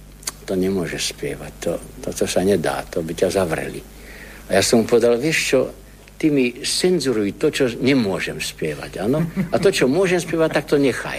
[SPEAKER 2] to nemôžeš spievať, to sa nedá, to by ťa zavreli. A ja som mu povedal, vieš čo, ty mi cenzuruj to, čo nemôžem spievať, áno? A to, čo môžem spievať, tak to nechaj.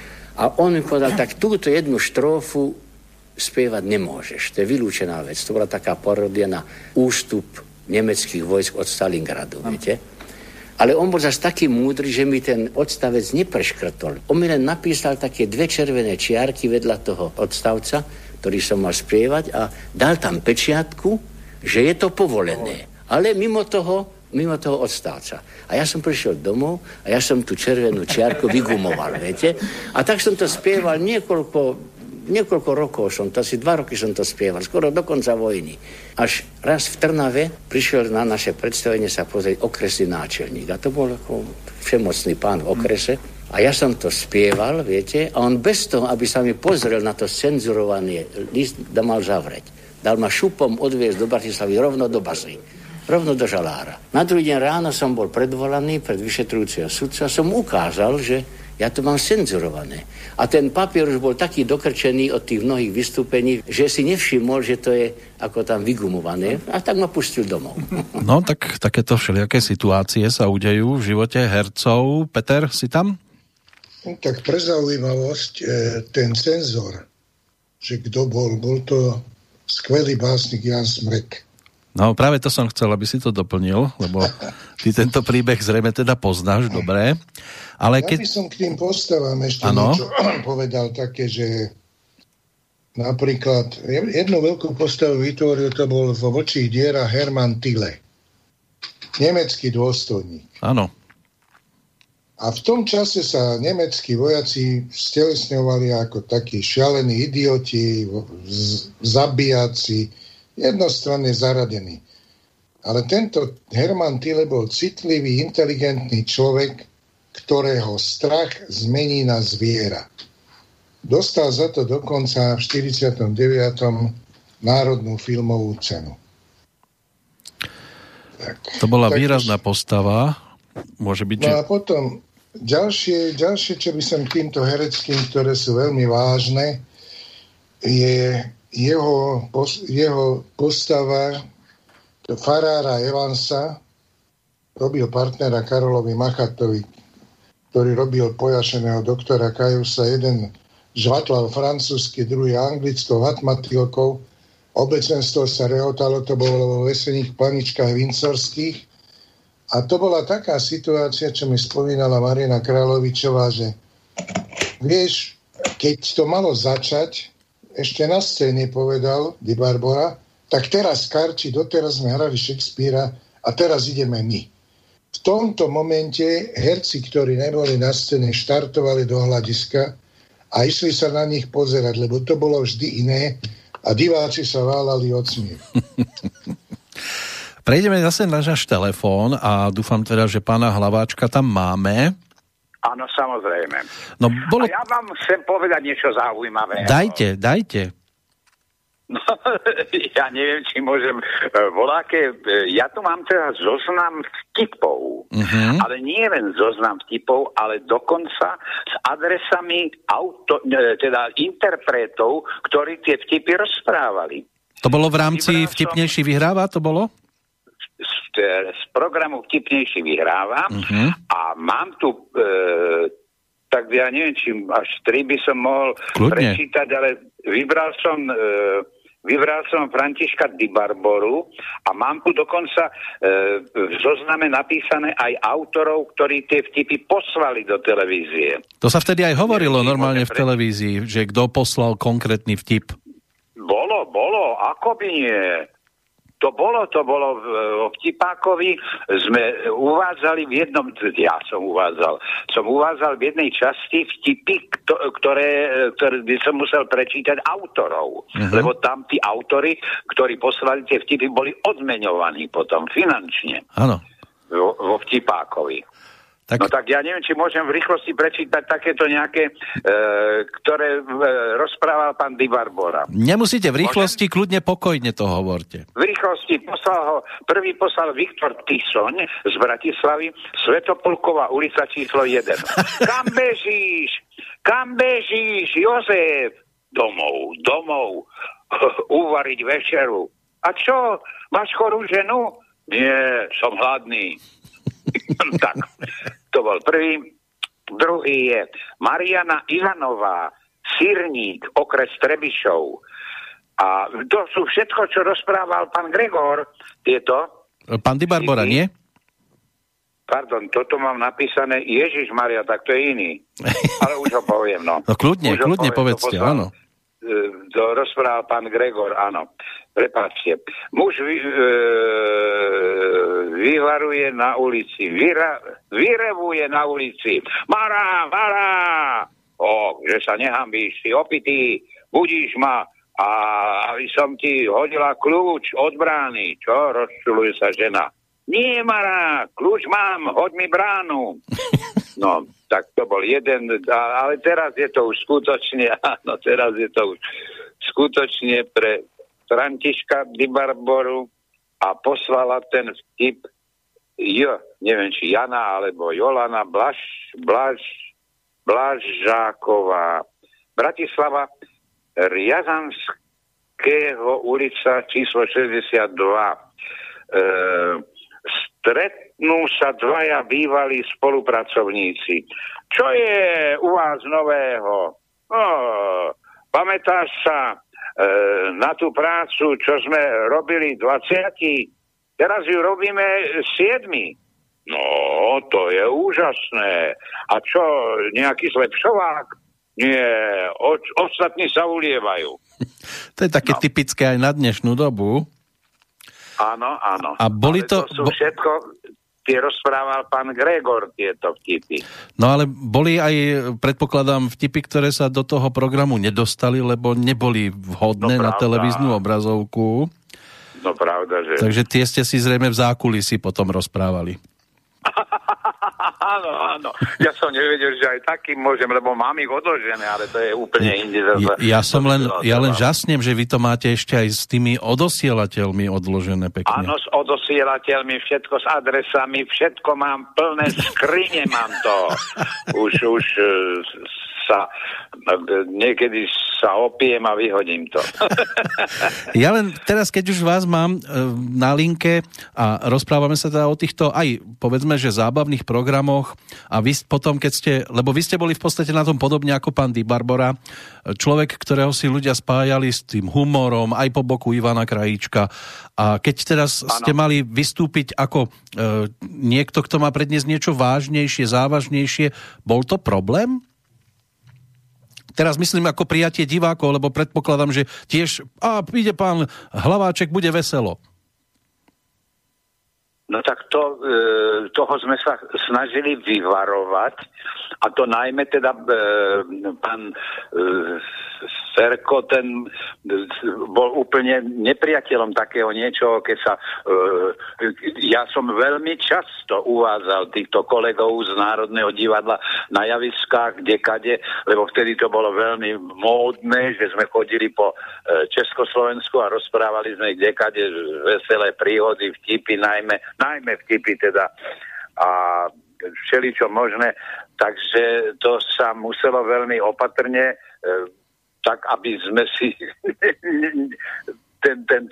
[SPEAKER 2] A on mi povedal, tak túto jednu štrófu spievať nemôžeš. To je vylúčená vec. To bola taká paródia na ústup nemeckých vojsk od Stalingradu, viete? Ale on bol zase taký múdry, že mi ten odstavec nepreškrtol. On mi len napísal také 2 červené čiarky vedľa toho odstavca, ktorý som mal spievať a dal tam pečiatku, že je to povolené. Ale mimo toho odstavca. A ja som prišiel domov a ja som tú červenú čiarku vygumoval, viete? A tak som to spieval niekoľko rokov asi 2 roky som to spieval, skoro do konca vojny. Až raz v Trnave prišiel na naše predstavenie sa pozrieť okresný náčelník. A to bol ako všemocný pán v okrese. A ja som to spieval, viete? A on bez toho, aby sa mi pozrel na to cenzurovaný list, mal zavrieť. Dal ma šupom odviesť do Bratislavy rovno do bazy, rovno do žalára. Na druhý deň ráno som bol predvolaný pred vyšetrujúceho sudcu a som ukázal, že ja to mám cenzurované. A ten papier už bol taký dokrčený od tých mnohých vystúpení, že si nevšimol, že to je ako tam vygumované. A tak ma pustil domov.
[SPEAKER 1] No, tak takéto všelijaké situácie sa udejú v živote hercov. Peter, si tam?
[SPEAKER 4] Tak pre zaujímavosť, ten cenzor, že kto bol to skvelý básnik Jan Smrek.
[SPEAKER 1] No práve to som chcel, aby si to doplnil, lebo ty tento príbeh zrejme teda poznáš, dobre. Ale
[SPEAKER 4] ja by som k tým postavám ešte niečo povedal také, že napríklad jednu veľkú postavu vytvoril, to bol vo Vlčích dierach Hermann Tille. Nemecký dôstojník.
[SPEAKER 1] Áno.
[SPEAKER 4] A v tom čase sa nemeckí vojaci stelesňovali ako takí šialení idioti, zabíjaci, jednostranne zaradení. Ale tento Hermann Thiele bol citlivý, inteligentný človek, ktorého strach zmení na zviera. Dostal za to dokonca v 49. Národnú filmovú cenu. Tak,
[SPEAKER 1] to bola výrazná postava. Môže byť,
[SPEAKER 4] no a potom ďalšie, čo by som týmto hereckým, ktoré sú veľmi vážne, je jeho postava farára Evansa, robil partnera Karolovi Machatovi, ktorý robil pojašeného doktora Kajusa. Jeden žvatlal francúzsky, druhý anglickou hatmatilkou. Obecenstvo sa rehotalo, to bolo vo vesených planičkách Windsorských. A to bola taká situácia, čo mi spomínala Marina Kráľovičová, že vieš, keď to malo začať, ešte na scéne povedal Di Barbora, tak teraz Karči, doteraz sme hrali Shakespearea a teraz ideme my. V tomto momente herci, ktorí neboli na scéne, štartovali do hľadiska a išli sa na nich pozerať, lebo to bolo vždy iné a diváci sa válali od smiechu.
[SPEAKER 1] Prejdeme zase na náš telefón a dúfam teda, že pána Hlaváčka tam máme.
[SPEAKER 6] Áno, samozrejme.
[SPEAKER 1] No,
[SPEAKER 6] A ja vám chcem povedať niečo zaujímavé.
[SPEAKER 1] Dajte.
[SPEAKER 6] No, ja neviem, či môžem voláke. Ja tu mám teraz zoznam vtipov. Ale nie len zoznam vtipov, ale dokonca s adresami teda interpretov, ktorí tie vtipy rozprávali.
[SPEAKER 1] To bolo v rámci Vtipnejší vyhráva? To bolo?
[SPEAKER 6] Z programu Vtipnejší vyhráva a mám tu tak ja neviem, či až 3 by som mohol prečítať, ale vybral som Františka Di Barboru a mám tu dokonca v zozname napísané aj autorov, ktorí tie vtipy poslali do televízie.
[SPEAKER 1] To sa vtedy aj hovorilo normálne v televízii, že kto poslal konkrétny vtip.
[SPEAKER 6] Bolo, ako by nie. To bolo v Vtipákovi, sme uvádzali v jednom, som uvádzal v jednej časti vtipy, ktoré by som musel prečítať autorov, lebo tam tí autory, ktorí poslali tie vtipy, boli odmeňovaní potom finančne.
[SPEAKER 1] Áno.
[SPEAKER 6] Vo Vtipákovi. No tak ja neviem, či môžem v rýchlosti prečítať takéto nejaké, ktoré rozprával pán Di Barbora.
[SPEAKER 1] Nemusíte v rýchlosti, kľudne pokojne to hovorte.
[SPEAKER 6] V rýchlosti prvý poslal Viktor Tisoň z Bratislavy, Svetopolková ulica číslo 1. Kam bežíš, Jozef? Domov, uvariť večeru. A čo, máš chorú ženu? Nie, som hladný. Tak, to bol prvý. Druhý je Mariana Ivanová, Sirník, okres Trebišov. A to sú všetko, čo rozprával pán Gregor. Tieto.
[SPEAKER 1] Pán Di Barbora, nie?
[SPEAKER 6] Pardon, toto mám napísané Ježišmaria, tak to je iný. Ale už ho poviem, no.
[SPEAKER 1] No kľudne povedzte, áno.
[SPEAKER 6] To rozprával pán Gregor, áno. Prepáčte. Muž vyvaruje na ulici, vyrevuje na ulici. Mara! Že sa nehambíš, si opitý, budíš ma a aby som ti hodila kľúč od brány. Čo? Rozčuluje sa žena. Nie, Mara, kľúč mám, hoď mi bránu. No, tak to bol jeden, ale teraz je to už skutočne, pre Františka Di Barboru a poslala ten vtip neviem, či Jana alebo Jolana Blažáková. Bratislava, Riazanského ulica číslo 62. Stretnú sa dvaja bývalí spolupracovníci. Čo je u vás nového? Pamätáš sa na tú prácu, čo sme robili 20? Teraz ju robíme 7. No, to je úžasné. A čo, nejaký zlepšovák? Nie, ostatní sa ulievajú.
[SPEAKER 1] To je také typické aj na dnešnú dobu.
[SPEAKER 6] Áno.
[SPEAKER 1] A boli to
[SPEAKER 6] sú všetko tie rozprával pán Gregor, tieto vtipy.
[SPEAKER 1] No ale boli aj, predpokladám, vtipy, ktoré sa do toho programu nedostali, lebo neboli vhodné na televíznu obrazovku.
[SPEAKER 6] No pravda, že...
[SPEAKER 1] Takže tie ste si zrejme v zákulisí potom rozprávali.
[SPEAKER 6] Áno. Ja som nevedel, že aj takým môžem, lebo mám ich odložené, ale to je úplne inde.
[SPEAKER 1] Ja len žasnem, že vy to máte ešte aj s tými odosielateľmi odložené pekne.
[SPEAKER 6] Áno, s odosielateľmi, všetko s adresami, všetko mám plné, skrine mám to. Už sa niekedy sa opijem a vyhodím to.
[SPEAKER 1] Ja len teraz, keď už vás mám na linke a rozprávame sa teda o týchto aj, povedzme, že zábavných programoch a vy potom, keď ste, lebo vy ste boli v podstate na tom podobne ako pán Di Barbora, človek, ktorého si ľudia spájali s tým humorom, aj po boku Ivana Krajíčka. A keď teraz ste mali vystúpiť ako niekto, kto má predniesť niečo vážnejšie, závažnejšie, bol to problém? Teraz myslím ako prijatie divákov, lebo predpokladám, že tiež ide pán Hlaváček, bude veselo.
[SPEAKER 6] No tak toho sme sa snažili vyvarovať, a to najmä teda pán Ferko, ten bol úplne nepriateľom takého niečoho, keď sa... ja som veľmi často uvádzal týchto kolegov z Národného divadla na javiskách, kdekade, lebo vtedy to bolo veľmi módne, že sme chodili po Československu a rozprávali sme kdekade veselé príhody, vtipy, najmä vtipy teda a všeličo možné, takže to sa muselo veľmi opatrne, tak aby sme si ten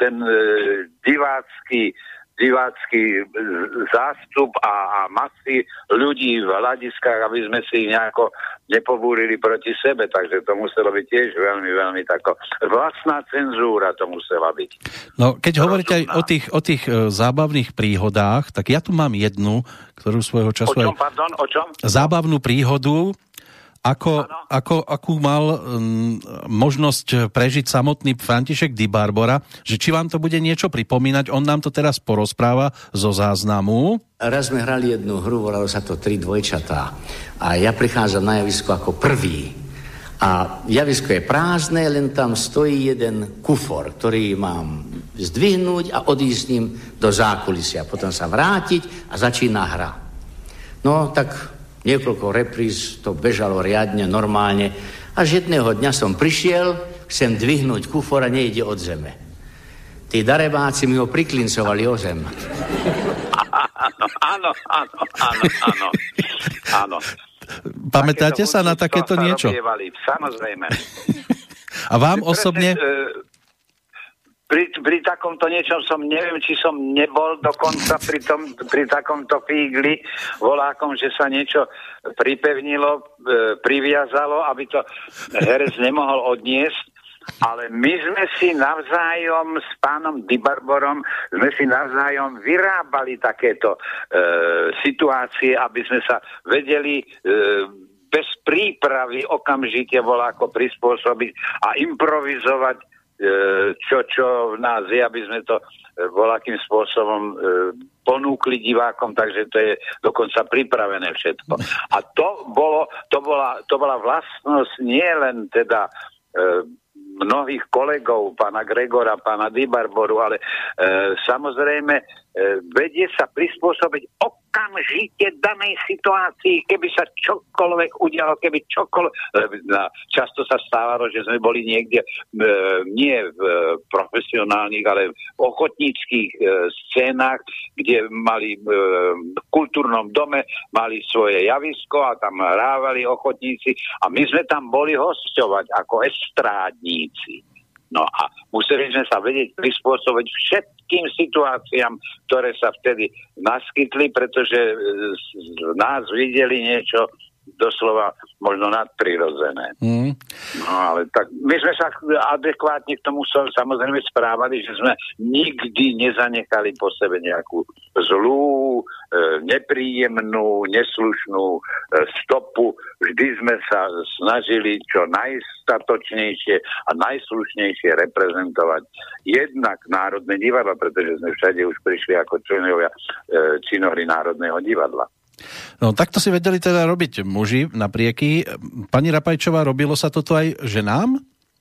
[SPEAKER 6] divácky zástup a masy ľudí v hľadiskách, aby sme si nejako nepobúrili proti sebe, takže to muselo byť tiež veľmi, veľmi tako. Vlastná cenzúra to musela byť. No, keď hovoríte aj o tých zábavných príhodách, tak ja tu mám jednu, ktorú svojho času... O čom? Zábavnú príhodu, akú mal možnosť prežiť samotný František Di Barbora, že či vám to bude niečo pripomínať, on nám to teraz porozpráva zo záznamu.
[SPEAKER 2] Raz sme hrali jednu hru, volalo sa to 3 dvojčatá a ja prichádzam na javisko ako prvý a javisko je prázdne, len tam stojí jeden kufor, ktorý mám zdvihnúť a odísť s ním do zákulisia, potom sa vrátiť a začína hra. No tak niekoľko repríz, to bežalo riadne, normálne. Až jedného dňa som prišiel, chcem dvihnúť kufor a nejde od zeme. Tí darebáci mi ho priklincovali o zem. Áno.
[SPEAKER 1] Pamätáte sa na takéto niečo?
[SPEAKER 6] Samozrejme.
[SPEAKER 1] A vám osobne...
[SPEAKER 6] Pri takomto niečom neviem, či som nebol dokonca pri takomto fígli volákom, že sa niečo pripevnilo, priviazalo, aby to herec nemohol odniesť, ale my sme si navzájom s pánom Di Barborom vyrábali takéto situácie, aby sme sa vedeli bez prípravy okamžite voláko prispôsobiť a improvizovať čo v nás je, aby sme to voľakým spôsobom ponúkli divákom, takže to je dokonca pripravené všetko. A to bola vlastnosť nie len teda mnohých kolegov, pána Gregora, pána Di Barboru, ale samozrejme vedie sa prispôsobiť okamžite danej situácii, keby sa čokoľvek udialo, často sa stávalo, že sme boli niekde nie v profesionálnych, ale v ochotníckych scénách, kde mali v kultúrnom dome, mali svoje javisko a tam hrávali ochotníci a my sme tam boli hosťovať ako estrádníci. No a museli sme sa vedieť prispôsobiť všetkým situáciám, ktoré sa vtedy naskytli, pretože z nás videli niečo doslova možno nadprirodzené. No ale tak my sme sa adekvátne k tomu samozrejme správali, že sme nikdy nezanechali po sebe nejakú zlú, nepríjemnú, neslušnú stopu. Vždy sme sa snažili čo najstatočnejšie a najslušnejšie reprezentovať jednak Národné divadlo, pretože sme všade už prišli ako činohry Národného divadla.
[SPEAKER 1] No takto si vedeli teda robiť muži naprieky. Pani Rapajčová, robilo sa toto aj ženám?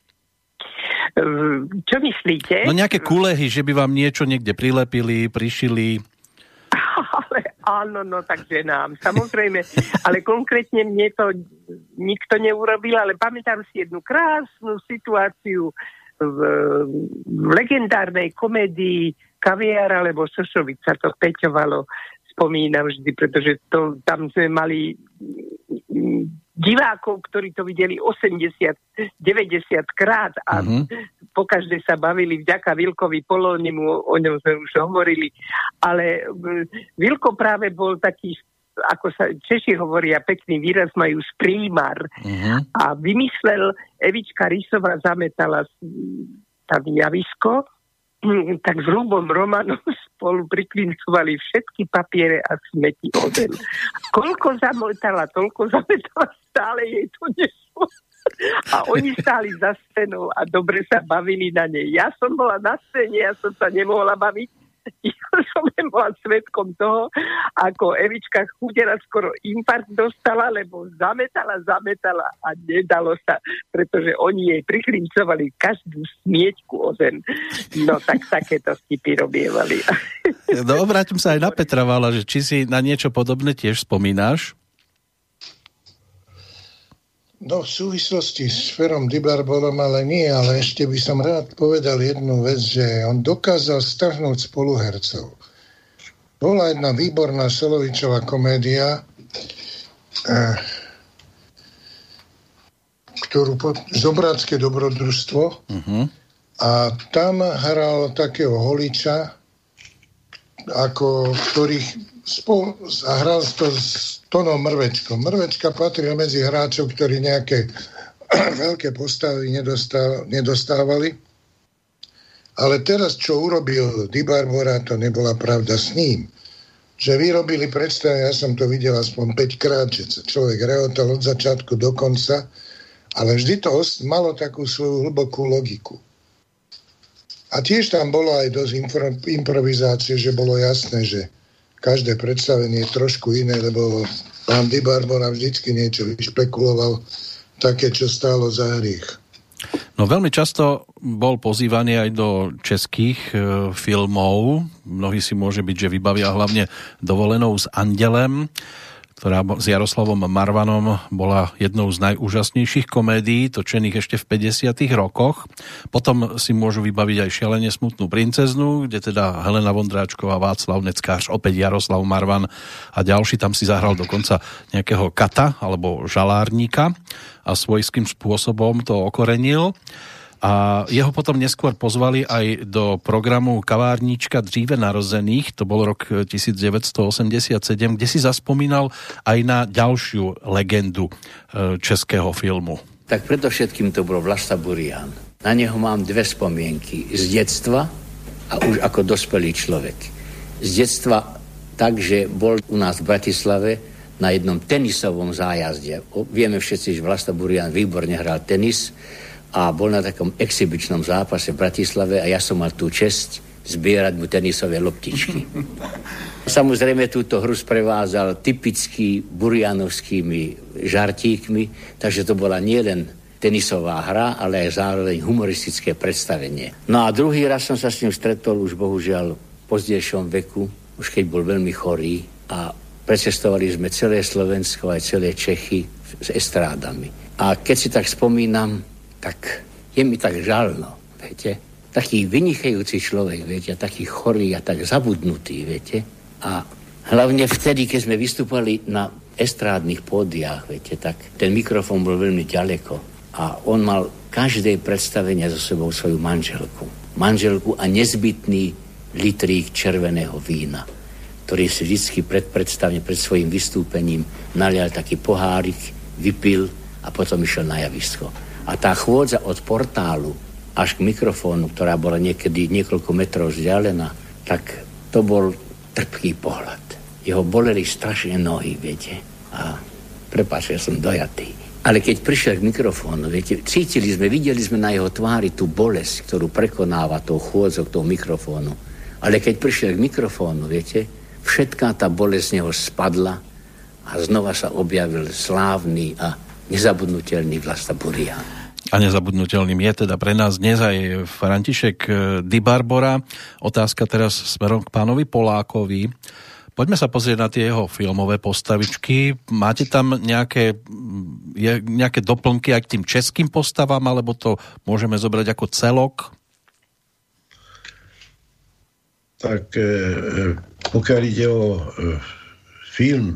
[SPEAKER 8] Čo myslíte?
[SPEAKER 1] No nejaké kulehy, že by vám niečo niekde prilepili, prišili.
[SPEAKER 8] Ale áno, no tak ženám, samozrejme. Ale konkrétne mne to nikto neurobil, ale pamätám si jednu krásnu situáciu v legendárnej komédii Kaviár alebo Šošovič sa to peťovalo. Spomínam vždy, pretože tam sme mali divákov, ktorí to videli 80-90 krát a pokaždé sa bavili vďaka Vilkovi Polónimu, o ňom sme už hovorili, ale Vilko práve bol taký, ako sa Češi hovoria, pekný výraz majú, sprímar a vymyslel, Evička Rysová zametala tam javisko, tak s Ľubom Romanom spolu priklincovali všetky papiere a smeti o zem. Koľko zametala, toľko zametala, stále jej to nešlo. A oni stáli za scénou a dobre sa bavili na nej. Ja som bola na scéne, ja som sa nemohla baviť. Ja som bola svedkom toho, ako Evička chudera skoro infarkt dostala, lebo zametala a nedalo sa, pretože oni jej priklincovali každú smieťku o zem. No tak takéto vtipy robievali.
[SPEAKER 1] No obrátim sa aj na Petra Vala, že či si na niečo podobné tiež spomínaš?
[SPEAKER 4] No v súvislosti s Ferom Dybarborom ale nie, ale ešte by som rád povedal jednu vec, že on dokázal strhnúť spoluhercov. Bola jedna výborná Solovičová komédia, ktorú Zobrácké dobrodružstvo, a tam hral takého holiča, ako ktorých a hral to s Tonom Mrvečkom. Mrvečka patril medzi hráčov, ktorí nejaké veľké postavy nedostávali. Ale teraz, čo urobil Dybarbora, to nebola pravda s ním. Že vyrobili predstavy, ja som to videl aspoň 5 krát, že sa človek rehotal od začiatku do konca, ale vždy to malo takú svoju hlbokú logiku. A tiež tam bolo aj dosť improvizácie, že bolo jasné, že každé predstavenie je trošku iné, lebo pán Dybarbora vždycky niečo vyšpekuloval, také, čo stálo za hriech.
[SPEAKER 1] No veľmi často bol pozývaný aj do českých filmov. Mnohí si môže byť, že vybavia hlavne Dovolenou s andelem, ktorá s Jaroslavom Marvanom bola jednou z najúžasnejších komédií, točených ešte v 50. rokoch. Potom si môžu vybaviť aj Šialene smutnú princeznu, kde teda Helena Vondráčková, Václav Neckář, opäť Jaroslav Marvan a ďalší. Tam si zahral dokonca nejakého kata alebo žalárníka a svojským spôsobom to okorenil. A jeho potom neskôr pozvali aj do programu Kavárníčka dříve narozených, to bol rok 1987, kde si zaspomínal aj na ďalšiu legendu českého filmu.
[SPEAKER 10] Tak predovšetkým to bol Vlasta Burian. Na neho mám dve spomienky. Z detstva a už ako dospelý človek. Z detstva tak, že bol u nás v Bratislave na jednom tenisovom zájazde. Vieme všetci, že Vlasta Burian výborne hral tenis, a bol na takom exibičnom zápase v Bratislave a ja som mal tú česť zbierať mu tenisové loptičky. Samozrejme túto hru sprevázal typicky burianovskými žartíkmi, takže to bola nielen tenisová hra, ale aj zároveň humoristické predstavenie. No a druhý raz som sa s ním stretol už bohužiaľ v pozdejšom veku, už keď bol veľmi chorý a precestovali sme celé Slovensko aj celé Čechy s estrádami. A keď si tak spomínam, tak je mi tak žalno, viete. Taký vynichajúci človek, viete, a taký chorý a tak zabudnutý, viete. A hlavne vtedy, keď sme vystúpali na estrádnych pódiách, viete, tak ten mikrofón bol veľmi ďaleko. A on mal každé predstavenie so sebou svoju manželku. Manželku a nezbytný litrík červeného vína. ktorý si vždy predstavne pred svojím vystúpením nalial taký pohárik, vypil a potom išiel na javisko. A tá chôdza od portálu až k mikrofónu, ktorá bola niekedy niekoľko metrov vzdialená, tak to bol trpký pohľad. Jeho boleli strašne nohy, viete. A prepáč, ja som dojatý. Ale keď prišiel k mikrofónu, viete, videli sme na jeho tvári tú bolesť, ktorú prekonáva tou chôdzou, tou mikrofónu. Ale keď prišiel k mikrofónu, viete, všetká tá bolesť z neho spadla a znova sa objavil slávny a nezabudnutelný Vlasta Burian.
[SPEAKER 1] A nezabudnutelným je teda pre nás dnes aj František Di Barbora. Otázka teraz smerom k pánovi Polákovi. Poďme sa pozrieť na tie jeho filmové postavičky. Máte tam nejaké doplnky aj k tým českým postavám, alebo to môžeme zobrať ako celok?
[SPEAKER 5] Tak pokiaľ ide o film,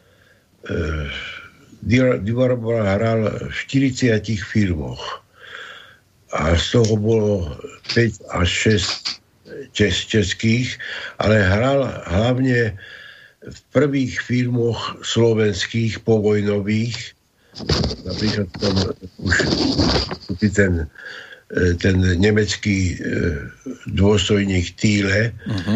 [SPEAKER 5] Di Barbora hral v 40 filmoch a z toho bolo 5 až 6 českých, ale hral hlavne v prvých filmoch slovenských povojnových, napríklad už ten nemecký dôstojník Thiele.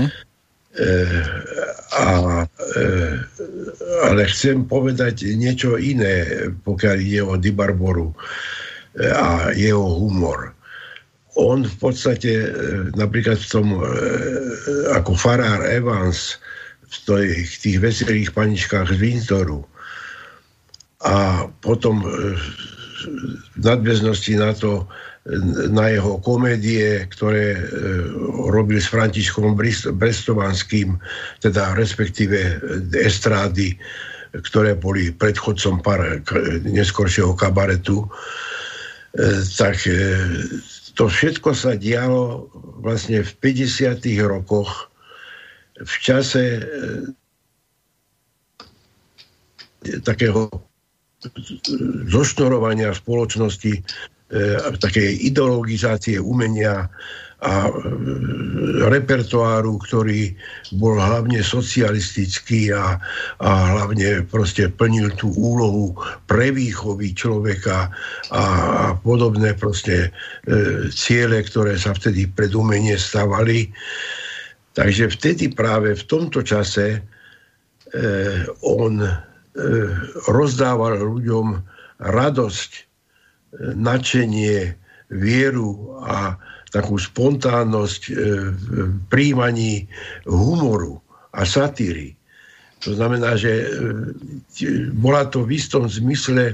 [SPEAKER 5] Ale chcem povedať niečo iné, pokiaľ ide o Di Barboru a jeho humor. On v podstate napríklad v tom ako farár Evans v tých veselých paničkách z Windsoru a potom v nadväznosti na to, na jeho komédie, ktoré robil s Františkom Brestovanským, teda respektíve estrády, ktoré boli predchodcom neskoršieho kabaretu, tak to všetko sa dialo vlastne v 50. rokoch v čase takého zošnorovania spoločnosti, takej ideologizácie umenia a repertoáru, ktorý bol hlavne socialistický a hlavne proste plnil tú úlohu prevýchovy človeka a podobné proste ciele, ktoré sa vtedy pred umenie stavali. Takže vtedy práve v tomto čase on rozdával ľuďom radosť, nadšenie, vieru a takú spontánnosť v príjmaní humoru a satíry. To znamená, že bola to v istom zmysle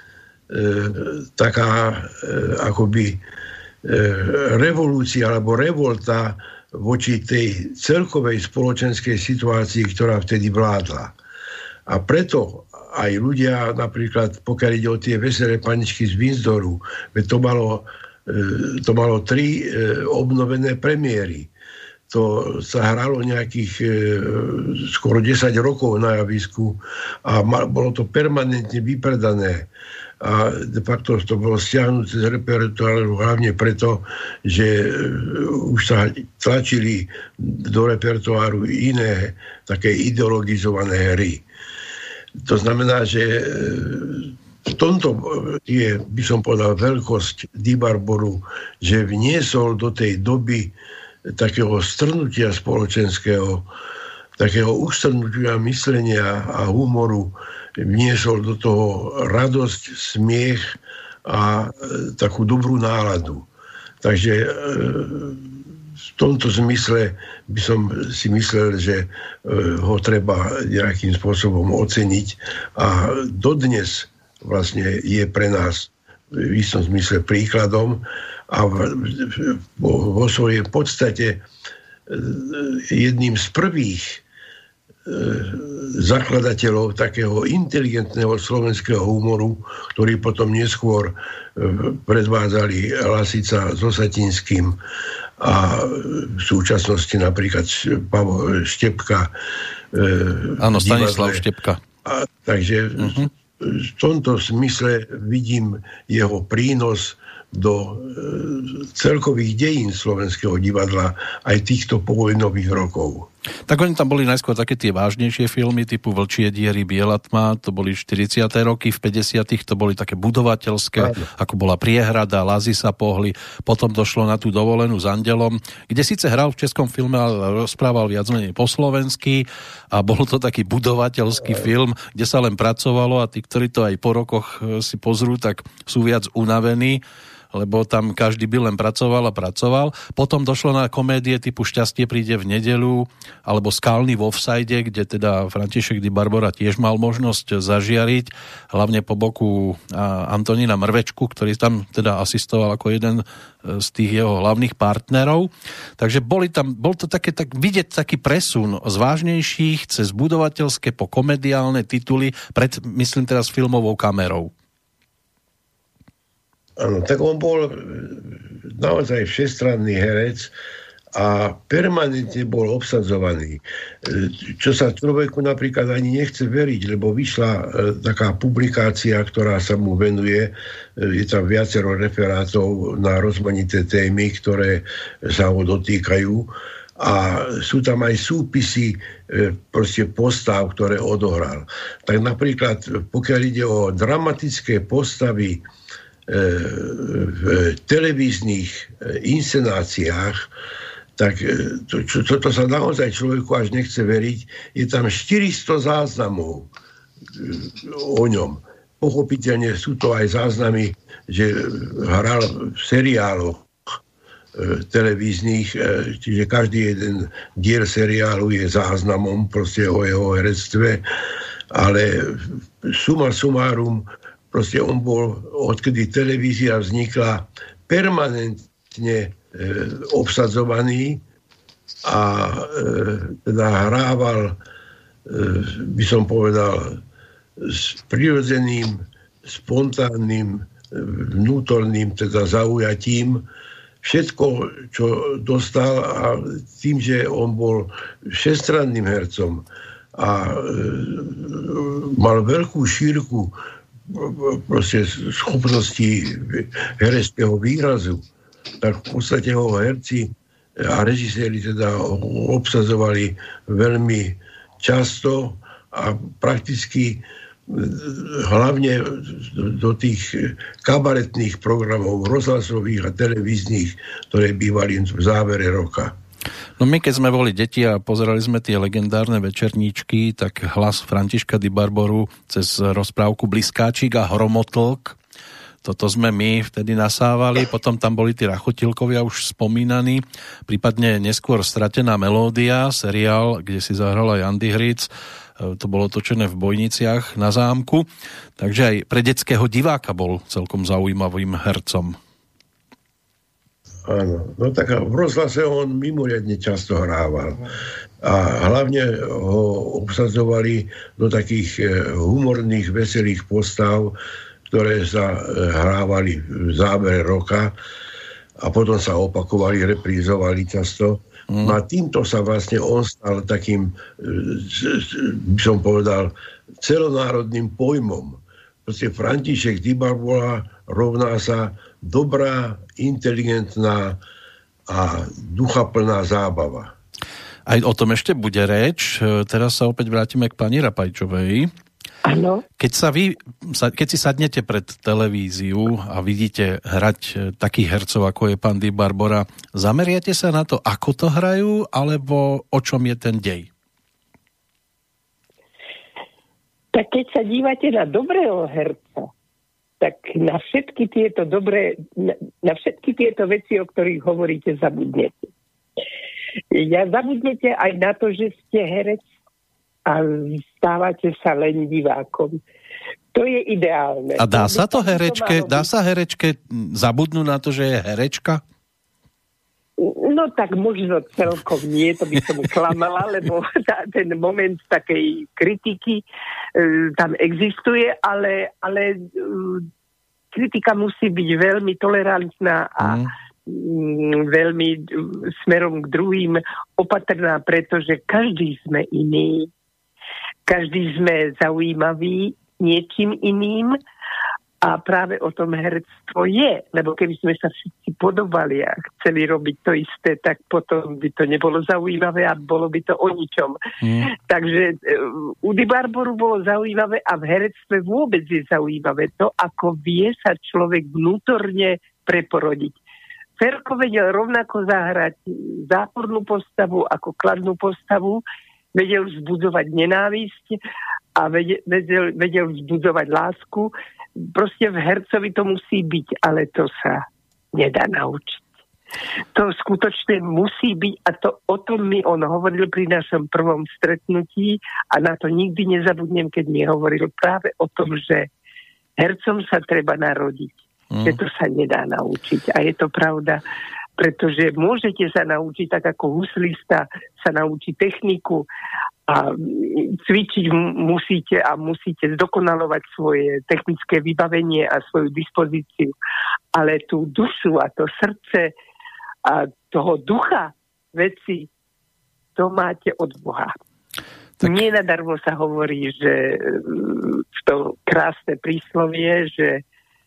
[SPEAKER 5] taká akoby revolúcia alebo revolta voči tej celkovej spoločenskej situácii, ktorá vtedy vládla. A preto aj ľudia, napríklad, pokiaľ ide o tie veselé paničky z Windsoru, to malo 3 obnovené premiéry. To sa hralo nejakých skoro 10 rokov na javisku a bolo to permanentne vypredané. A de facto to bolo stiahnuté z repertoáru hlavne preto, že už sa tlačili do repertoáru iné také ideologizované hry. To znamená, že v tomto je, by som povedal, veľkosť Di Barboru, že vniesol do tej doby takého strnutia spoločenského, takého ustrnutia myslenia a humoru, vniesol do toho radosť, smiech a takú dobrú náladu. Takže v tomto zmysle by som si myslel, že ho treba nejakým spôsobom oceniť a dodnes vlastne je pre nás v istom zmysle príkladom a vo svojej podstate jedným z prvých zakladateľov takého inteligentného slovenského humoru, ktorý potom neskôr predvádzali Lasica s Osatinským a v súčasnosti napríklad Pavol Štepka.
[SPEAKER 1] Áno, Stanislav Štepka.
[SPEAKER 5] Takže v tomto smysle vidím jeho prínos do celkových dejín slovenského divadla aj týchto povojnových rokov.
[SPEAKER 1] Tak oni tam boli najskôr také tie vážnejšie filmy typu Vlčie diery, Biela tma, to boli 40. roky, v 50. to boli také budovateľské, ako bola Priehrada, Lazy sa pohli, potom došlo na tú Dovolenú s andelom, kde síce hral v českom filme, ale rozprával viac menej po slovensky a bol to taký budovateľský film, kde sa len pracovalo a tí, ktorí to aj po rokoch si pozrú, tak sú viac unavení, lebo tam každý by len pracoval a pracoval. Potom došlo na komédie typu Šťastie príde v nedeľu alebo Skalný v offside, kde teda František Di Barbora tiež mal možnosť zažiariť, hlavne po boku Antonína Mrvečku, ktorý tam teda asistoval ako jeden z tých jeho hlavných partnerov. Takže bol to také, tak vidieť taký presun z vážnejších cez budovateľské po komediálne tituly pred, myslím teraz, filmovou kamerou.
[SPEAKER 5] Áno, tak on bol naozaj všestranný herec a permanentne bol obsadzovaný. Čo sa človeku napríklad ani nechce veriť, lebo vyšla taká publikácia, ktorá sa mu venuje, je tam viacero referátov na rozmanité témy, ktoré sa ho dotýkajú a sú tam aj súpisy proste postav, ktoré odohral. Tak napríklad, pokiaľ ide o dramatické postavy v televíznych inscenáciách, tak to sa naozaj človeku až nechce veriť. Je tam 400 záznamov o ňom. Pochopiteľne sú to aj záznamy, že hral v seriáloch televíznych, čiže každý jeden diel seriálu je záznamom proste o jeho herectve, ale summa summarum proste on bol, odkedy televízia vznikla, permanentne obsadzovaný a teda hrával, by som povedal, s prirodzeným, spontánnym, vnútorným teda zaujatím všetko, čo dostal a tým, že on bol všestranným hercom a mal veľkú šírku proste schopnosti hereckého výrazu, tak v podstate ho herci a režiséri teda obsadzovali veľmi často a prakticky hlavne do tých kabaretných programov rozhlasových a televíznych, ktoré bývali v závere roka.
[SPEAKER 1] No my, keď sme boli deti a pozerali sme tie legendárne večerníčky, tak hlas Františka Di Barboru cez rozprávku Bliskáčik a Hromotlk, toto sme my vtedy nasávali, potom tam boli tí Rachotilkovia už spomínaní, prípadne neskôr Stratená melódia, seriál, kde si zahral aj Andy Hric, to bolo točené v Bojniciach na zámku, takže aj pre detského diváka bol celkom zaujímavým hercom.
[SPEAKER 5] Áno, no tak v rozhlase on mimoriadne často hrával. A hlavne ho obsadzovali do takých humorných, veselých postav, ktoré sa hrávali v závere roka a potom sa opakovali, reprízovali často. No a týmto sa vlastne on stal takým, by som povedal, celonárodným pojmom. Proste František Di Barbora rovná sa dobrá, inteligentná a duchaplná zábava.
[SPEAKER 1] Aj o tom ešte bude reč. Teraz sa opäť vrátime k pani Rapajčovej.
[SPEAKER 8] Áno.
[SPEAKER 1] Keď si sadnete pred televíziu a vidíte hrať takých hercov, ako je pán Di Barbora, zameriate sa na to, ako to hrajú, alebo o čom je ten dej?
[SPEAKER 8] Tak keď sa dívate na dobrého herca, tak na všetky tieto veci, o ktorých hovoríte, zabudnete. Zabudnete aj na to, že ste herec a stávate sa len divákom. To je ideálne.
[SPEAKER 1] A dá sa herečke zabudnúť na to, že je herečka?
[SPEAKER 8] No tak možno celkom nie, to by som klamala, lebo ten moment takej kritiky tam existuje, ale kritika musí byť veľmi tolerantná a veľmi smerom k druhým opatrná, pretože každý sme iný, každý sme zaujímavý niečím iným A práve o tom herectvo je, lebo keby sme sa všetci podobali a chceli robiť to isté, tak potom by to nebolo zaujímavé a bolo by to o ničom. Takže u Di Barboru bolo zaujímavé a v herectve vôbec je zaujímavé to, ako vie sa človek vnútorne preporodiť. Ferko vedel rovnako zahrať zápornú postavu ako kladnú postavu, vedel vzbudzovať nenávisť a vedel vzbudzovať lásku. Proste v hercovi to musí byť, ale to sa nedá naučiť. To skutočne musí byť a to o tom mi on hovoril pri našom prvom stretnutí a na to nikdy nezabudnem, keď mi hovoril práve o tom, že hercom sa treba narodiť. Že to sa nedá naučiť. A je to pravda, pretože môžete sa naučiť, tak ako huslista sa naučí techniku a cvičiť musíte zdokonalovať svoje technické vybavenie a svoju dispozíciu. Ale tú dušu a to srdce a toho ducha veci, to máte od Boha. Tak... Nenadarmo sa hovorí, že to krásne príslovie, že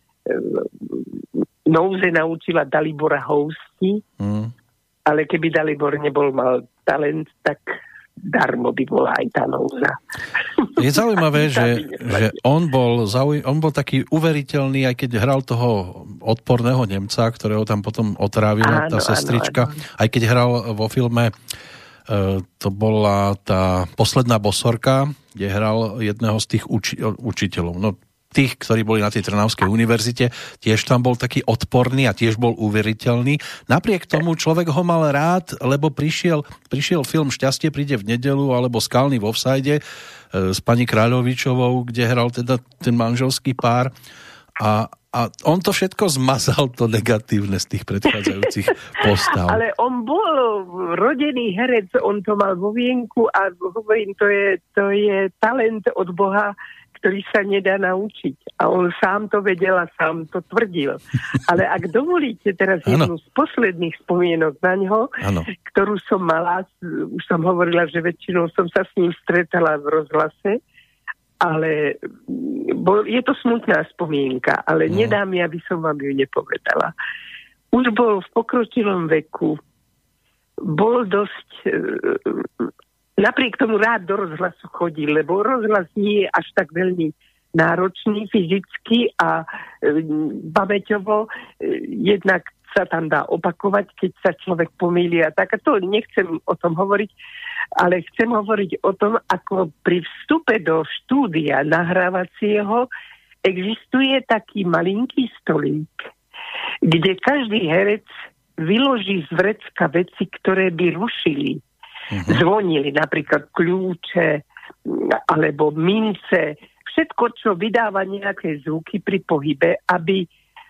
[SPEAKER 8] nouze naučila Dalibora housti, ale keby Dalibor mal talent, tak darmo by bola aj tá nouza.
[SPEAKER 1] Je zaujímavé, že on bol taký uveriteľný, aj keď hral toho odporného Nemca, ktorého tam potom otrávila tá sestrička, aj keď hral vo filme, to bola tá Posledná bosorka, kde hral jedného z tých učiteľov. No, tých, ktorí boli na tej Trnavskej univerzite, tiež tam bol taký odporný a tiež bol uveriteľný. Napriek tomu človek ho mal rád, lebo prišiel film Šťastie príde v nedeľu alebo Skalný v offside s pani Kráľovičovou, kde hral teda ten manželský pár a on to všetko zmazal, to negatívne z tých predchádzajúcich postav.
[SPEAKER 8] Ale on bol rodený herec, on to mal vo vienku a hovorím, to je talent od Boha, ktorý sa nedá naučiť. A on sám to vedel a sám to tvrdil. Ale ak dovolíte teraz jednu z posledných spomienok na ňo, ktorú som mala, už som hovorila, že väčšinou som sa s ním stretala v rozhlase, ale je to smutná spomienka, ale nedá mi, aby som vám ju nepovedala. Už bol v pokročilom veku, bol dosť... Napriek tomu rád do rozhlasu chodil, lebo rozhlas nie je až tak veľmi náročný fyzicky a pamäťovo. Jednak sa tam dá opakovať, keď sa človek pomýli a tak. A to nechcem o tom hovoriť, ale chcem hovoriť o tom, ako pri vstupe do štúdia nahrávacieho existuje taký malinký stolík, kde každý herec vyloží z vrecka veci, ktoré by rušili. Zvonili napríklad kľúče alebo mince, všetko, čo vydáva nejaké zvuky pri pohybe, aby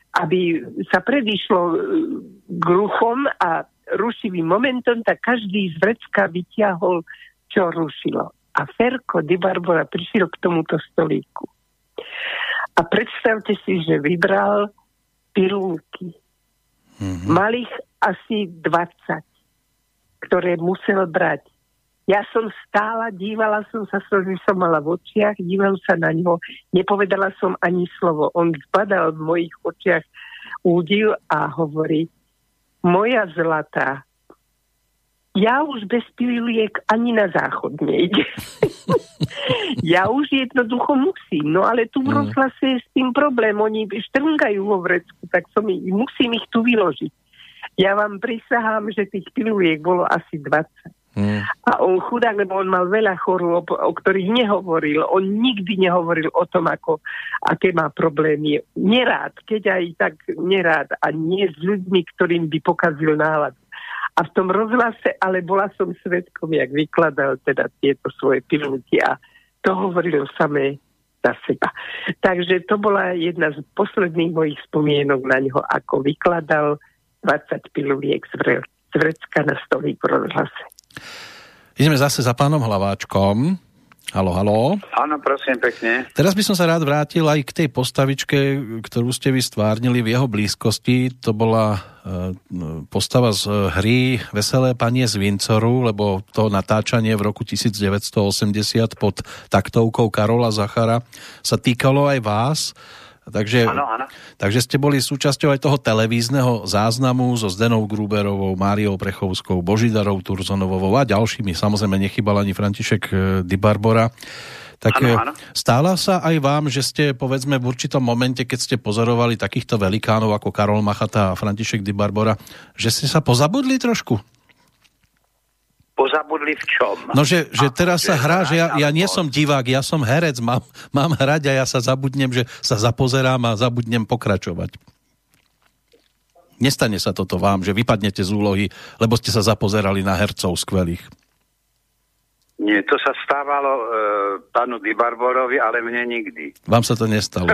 [SPEAKER 8] sa predišlo k ruchom a rušivým momentom, tak každý z vrecka vyťahol, čo rušilo. A Ferko Di Barbora prišiel k tomuto stolíku. A predstavte si, že vybral pilulky. Malých asi 20. Ktoré musel brať. Ja som stála, dívala som sa, slzy som mala v očiach, díval sa na ňo, nepovedala som ani slovo. On zbadal v mojich očiach údiv a hovorí: moja zlatá, ja už bez piliek ani na záchod nejdem. Ja už jednoducho musím, no ale tu v rozhlase je s tým problém. Oni štrngajú vo vrecku, tak musím ich tu vyložiť. Ja vám prisahám, že tých piluliek bolo asi 20. A on chudák, lebo on mal veľa chorôb, o ktorých nehovoril. On nikdy nehovoril o tom, aké má problémy. Nerád, keď aj tak nerád. A nie s ľuďmi, ktorým by pokazil náladu. A v tom rozhlase, ale bola som svedkom, jak vykladal teda tieto svoje pilulky a to hovoril samé za seba. Takže to bola jedna z posledných mojich spomienok na ňo, ako vykladal 20 piluliek z vrecka na stolík v rozhlase.
[SPEAKER 1] Ideme zase za pánom Hlaváčkom. Haló, haló.
[SPEAKER 6] Áno, prosím, pekne.
[SPEAKER 1] Teraz by som sa rád vrátil aj k tej postavičke, ktorú ste vy stvárnili v jeho blízkosti. To bola postava z hry Veselé panie z Windsoru, lebo to natáčanie v roku 1980 pod taktovkou Karola Zachara sa týkalo aj vás. Takže ste boli súčasťou aj toho televízneho záznamu so Zdenou Gruberovou, Máriou Prechovskou, Božidarou Turzonovou a ďalšími. Samozrejme nechybal ani František Di Barbora. Tak stála sa aj vám, že ste, povedzme, v určitom momente, keď ste pozorovali takýchto velikánov ako Karol Machata a František Di Barbora, že ste sa pozabudli trošku?
[SPEAKER 6] Pozabudli v čom?
[SPEAKER 1] No, že teraz sa hrá, že ja nie som divák, ja som herec, mám hrať a ja sa zabudnem, že sa zapozerám a zabudnem pokračovať. Nestane sa toto vám, že vypadnete z úlohy, lebo ste sa zapozerali na hercov skvelých.
[SPEAKER 6] Nie, to sa stávalo pánu Di Barborovi, ale mne nikdy.
[SPEAKER 1] Vám sa to nestalo?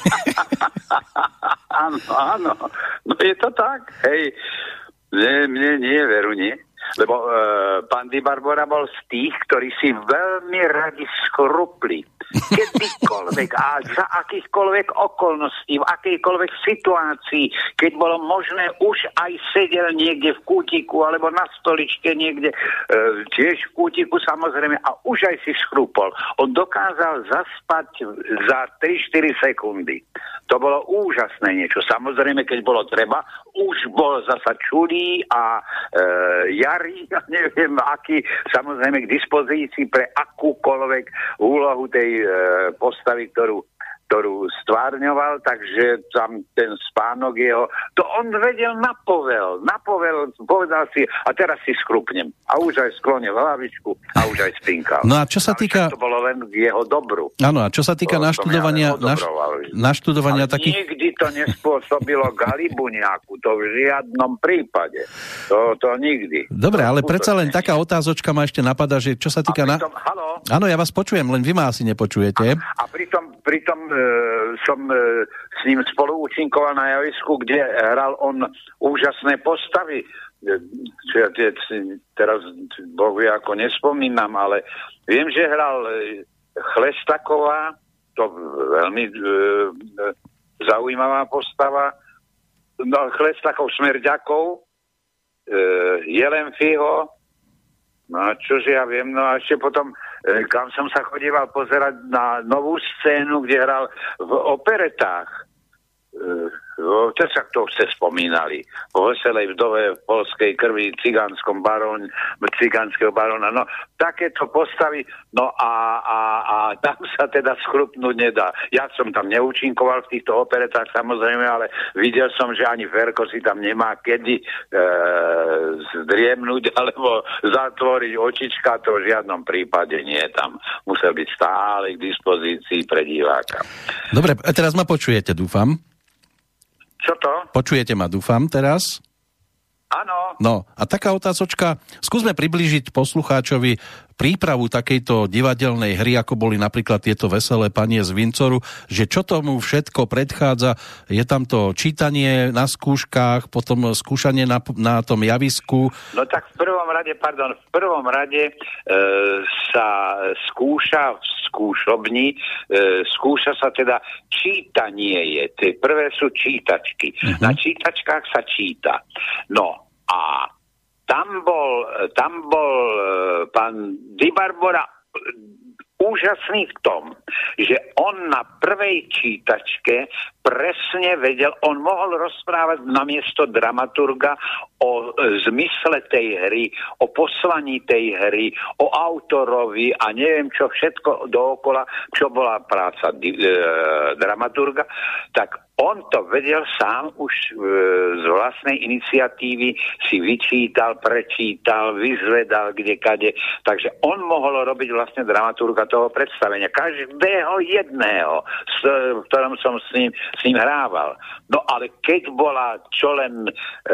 [SPEAKER 6] Áno. No je to tak, hej. Mne nie, veru nie. Lebo pán Di Barbora bol z tých, ktorí si veľmi radi skrupli. Kedykoľvek a za akýchkoľvek okolností, v akejkoľvek situácii, keď bolo možné, už aj sedel niekde v kútiku alebo na stoličke niekde, tiež v kútiku samozrejme, a už aj si skrupol. On dokázal zaspať za 3-4 sekundy. To bolo úžasné niečo. Samozrejme, keď bolo treba, už bol zasa čulý a Jari, ja neviem aký, samozrejme k dispozícii pre akúkoľvek úlohu tej postavy, ktorú stvárňoval, takže tam ten spánok jeho, to on vedel napovel, povedal si, a teraz si skrupnem. A už aj sklonil hlavičku a už aj spinkal.
[SPEAKER 1] No a čo sa týka...
[SPEAKER 6] To bolo len k jeho dobru.
[SPEAKER 1] Áno, a čo sa týka naštudovania takých...
[SPEAKER 6] Nikdy to nespôsobilo galibu nejakú, to v žiadnom prípade. To nikdy.
[SPEAKER 1] Dobre, ale predsa len taká otázočka ma ešte napadá, že čo sa týka...
[SPEAKER 6] Haló?
[SPEAKER 1] Áno, ja vás počujem, len vy ma asi nepočujete.
[SPEAKER 6] A pritom som s ním spolu účinkoval na javisku, kde hral on úžasné postavy. Čo ja teraz Boh vie, ako nespomínam, ale viem, že hral Chlestaková, to veľmi zaujímavá postava, no, Chlestakov Smrďakov, Jelenfiho, no čože ja viem, no a ešte potom kam som sa chodíval pozerať na novú scénu, kde hral v operetách. Čo to ste spomínali? Po Veselej vdove v polskej krvi, cigánského baróna. No, takéto postavy, no a tam sa teda schrupnúť nedá. Ja som tam neúčinkoval v týchto operetách, samozrejme, ale videl som, že ani Ferko si tam nemá kedy zdriemnúť alebo zatvoriť očička, to v žiadnom prípade nie. Tam musel byť stále k dispozícii pre diváka.
[SPEAKER 1] Dobre, teraz ma počujete, dúfam.
[SPEAKER 6] Čo to?
[SPEAKER 1] Počujete ma, dúfam, teraz?
[SPEAKER 6] Áno.
[SPEAKER 1] No, a taká otázočka, skúsme priblížiť poslucháčovi prípravu takejto divadelnej hry, ako boli napríklad tieto Veselé panie z Vincoru, že čo tomu všetko predchádza, je tam to čítanie na skúškach, potom skúšanie na tom javisku.
[SPEAKER 6] No tak v prvom rade sa skúša v skúšobni, skúša sa teda čítanie je, tie prvé sú čítačky. Na čítačkách sa číta. No a tam bol pán Di Barbora úžasný v tom, že on na prvej čítačke presne vedel, on mohol rozprávať namiesto dramaturga o zmysle tej hry, o poslaní tej hry, o autorovi a neviem čo všetko dookola, čo bola práca dramaturga, tak on to vedel sám už z vlastnej iniciatívy, si vyčítal, prečítal, vyzvedal kdekade, takže on mohol robiť vlastne dramaturga toho predstavenia. Každého jedného, v ktorom som s ním hrával. No ale keď bola čo len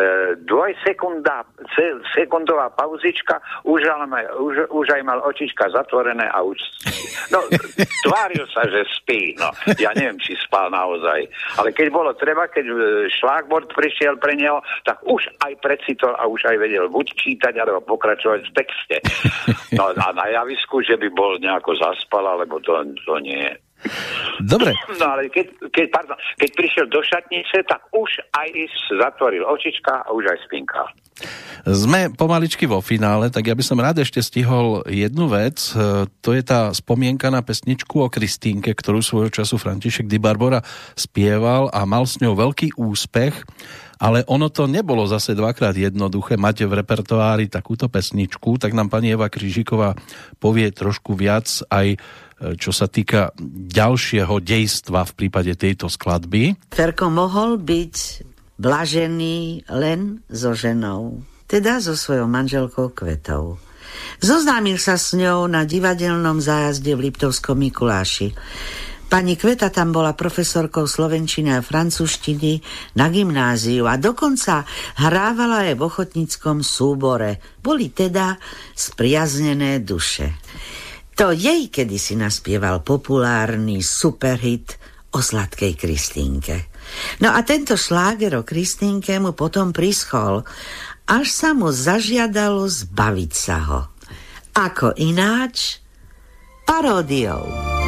[SPEAKER 6] sekundová pauzička, už aj mal očička zatvorené a už... No, tváril sa, že spí. No, ja neviem, či spal naozaj. Ale keď bolo treba, keď šlágbord prišiel pre neho, tak už aj precitol a už aj vedel buď čítať, alebo pokračovať v texte. No a na javisku, že by bol nejako zaspal, alebo to nie.
[SPEAKER 1] Dobre.
[SPEAKER 6] No ale keď prišiel do šatnice, tak už aj zatvoril očička a už aj spinkal.
[SPEAKER 1] Sme pomaličky vo finále, tak ja by som rád ešte stihol jednu vec. To je tá spomienka na pesničku o Kristínke, ktorú svojho času František Di Barbora spieval a mal s ňou veľký úspech, ale ono to nebolo zase dvakrát jednoduché mať v repertoári takúto pesničku, tak nám pani Eva Krížiková povie trošku viac aj čo sa týka ďalšieho dejstva v prípade tejto skladby.
[SPEAKER 3] Ferko mohol byť blažený len so ženou, teda so svojou manželkou Kvetou. Zoznámil sa s ňou na divadelnom zájazde v Liptovskom Mikuláši. Pani Kveta tam bola profesorkou slovenčiny a francúzštiny na gymnáziu a dokonca hrávala aj v ochotníckom súbore. Boli teda spriaznené duše. To jej kedysi naspieval populárny superhit o sladkej Kristínke. No a tento šláger o Kristínke mu potom prischol, až sa mu zažiadalo zbaviť sa ho. Ako ináč? Paródiou.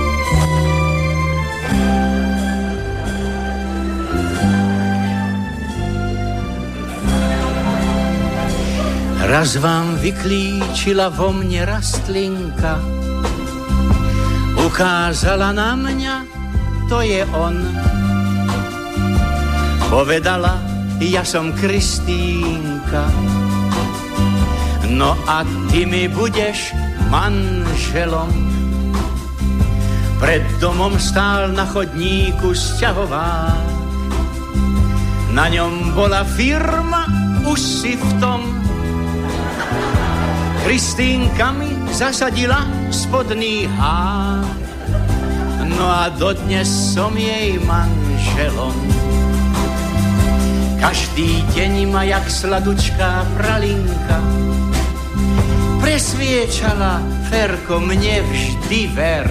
[SPEAKER 10] Raz vám vyklíčila vo mne rastlinka, ukázala na mňa, to je on. Povedala, ja som Kristínka, no a ty mi budeš manželom. Pred domom stál na chodníku sťahová, na ňom bola firma, už si v tom. Kristínka mi zasadila spodný hár, no a dodnes som jej manželom. Každý deň ma jak sladučká pralinka presviečala, Ferko, mne vždy ver.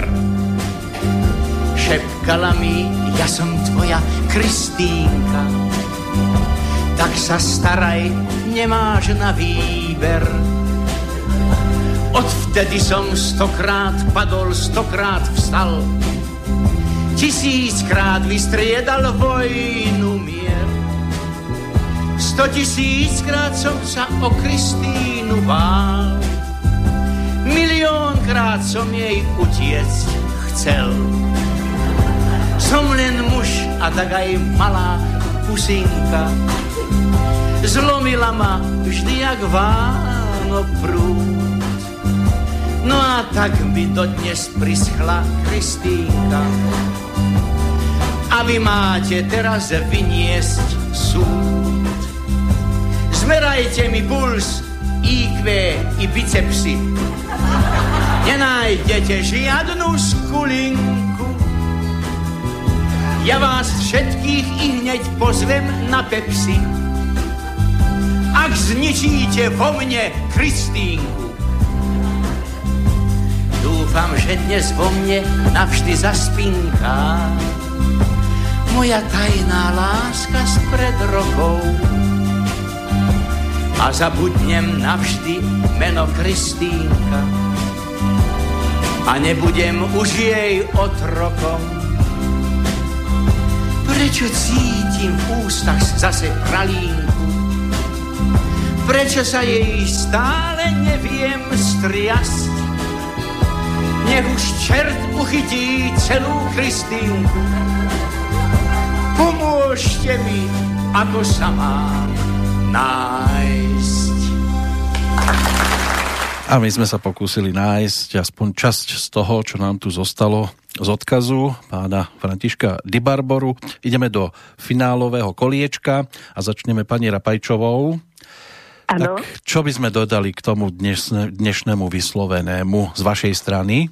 [SPEAKER 10] Šepkala mi, ja som tvoja Kristínka, tak sa staraj, nemáš na výber. Odvtedy som 100-krát padol, 100-krát vstal, 1000-krát vystriedal vojnu mier. 100 000-krát som sa o Kristínu bál, 1 000 000-krát som jej utiecť chcel. Som len muž a tak aj malá pusinka, zlomila ma vždy jak Váno prúd. No a tak mi dodnes prischla Kristínka a vy máte teraz vyniesť súd. Zmerajte mi puls, IQ i bicepsy, nenájdete žiadnu skulinku. Ja vás všetkých i hneď pozvem na Pepsi, ak zničíte vo mne Kristínku. Dúfam, že dnes vo mne navždy zaspinká moja tajná láska spred rokov a zabudnem navždy meno Kristínka a nebudem už jej otrokom. Prečo cítim v ústach zase pralínku? Prečo sa jej stále neviem striasť? Nech už čert uchytí celú Kristínku. Pomôžte mi, ako sa mám nájsť.
[SPEAKER 1] A my sme sa pokúsili nájsť aspoň časť z toho, čo nám tu zostalo z odkazu pána Františka Di Barboru. Ideme do finálového koliečka a začneme pani Rapajčovou.
[SPEAKER 8] Ano.
[SPEAKER 1] Tak čo by sme dodali k tomu dnešnému vyslovenému z vašej strany?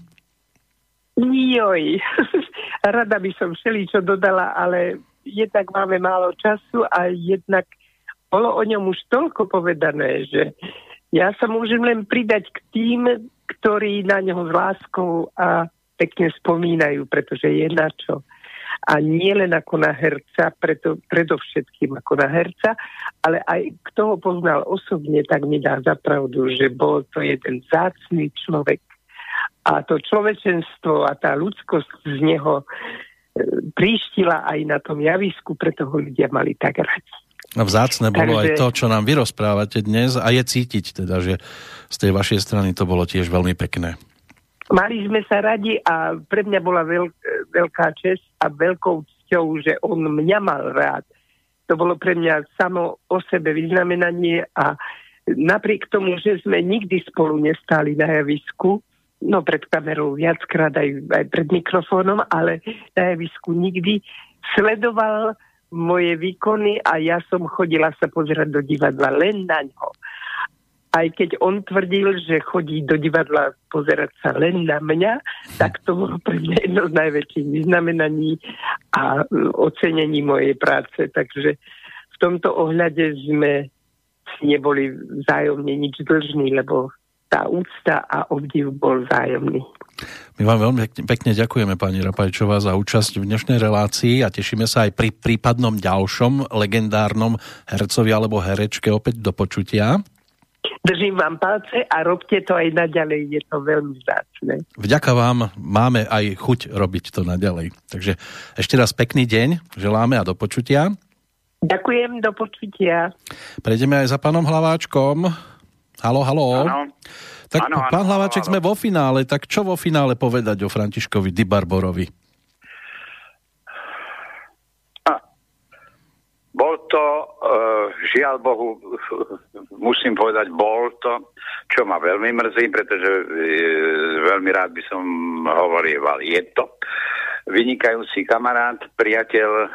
[SPEAKER 8] Joj, rada by som všeličo dodala, ale jednak máme málo času a jednak bolo o ňom už toľko povedané, že ja sa môžem len pridať k tým, ktorí na ňoho s láskou a pekne spomínajú, pretože je na čo. A nie len ako na herca, predovšetkým ako na herca, ale aj kto ho poznal osobne, tak mi dá za pravdu, že bol to jeden vzácny človek A to človečenstvo a tá ľudskosť z neho príštila aj na tom javisku, preto ho ľudia mali tak radi.
[SPEAKER 1] A vzácne bolo aj to, čo nám vy rozprávate dnes a je cítiť teda, že z tej vašej strany to bolo tiež veľmi pekné.
[SPEAKER 8] Mali sme sa radi a pre mňa bola veľká česť a veľkou cťou, že on mňa mal rád. To bolo pre mňa samo o sebe vyznamenanie a napriek tomu, že sme nikdy spolu nestáli na javisku, no pred kamerou viackrát aj pred mikrofónom, ale na javisku nikdy, sledoval moje výkony a ja som chodila sa pozerať do divadla len na ňo. Aj keď on tvrdil, že chodí do divadla pozerať sa len na mňa, tak to bolo pre mňa jedno z najväčších vyznamenaní a ocenení mojej práce. Takže v tomto ohľade sme neboli vzájomne nič dlžní, lebo tá úcta a obdiv bol vzájomný.
[SPEAKER 1] My vám veľmi pekne ďakujeme, pani Rapajčová, za účasť v dnešnej relácii a tešíme sa aj pri prípadnom ďalšom legendárnom hercovi alebo herečke opäť do počutia.
[SPEAKER 8] Držím vám palce a robte to aj naďalej, je to veľmi vzácne.
[SPEAKER 1] Vďaka vám máme aj chuť robiť to naďalej. Takže ešte raz pekný deň, želáme a do počutia.
[SPEAKER 8] Ďakujem, do počutia.
[SPEAKER 1] Prejdeme aj za pánom Hlaváčkom. Haló.
[SPEAKER 6] Áno.
[SPEAKER 1] Tak ano, pán Hlaváček, sme vo finále, tak čo vo finále povedať o Františkovi Dibarborovi?
[SPEAKER 6] Bol to, žiaľ Bohu, musím povedať, bol to, čo ma veľmi mrzí, pretože veľmi rád by som hovorieval, je to vynikajúci kamarát, priateľ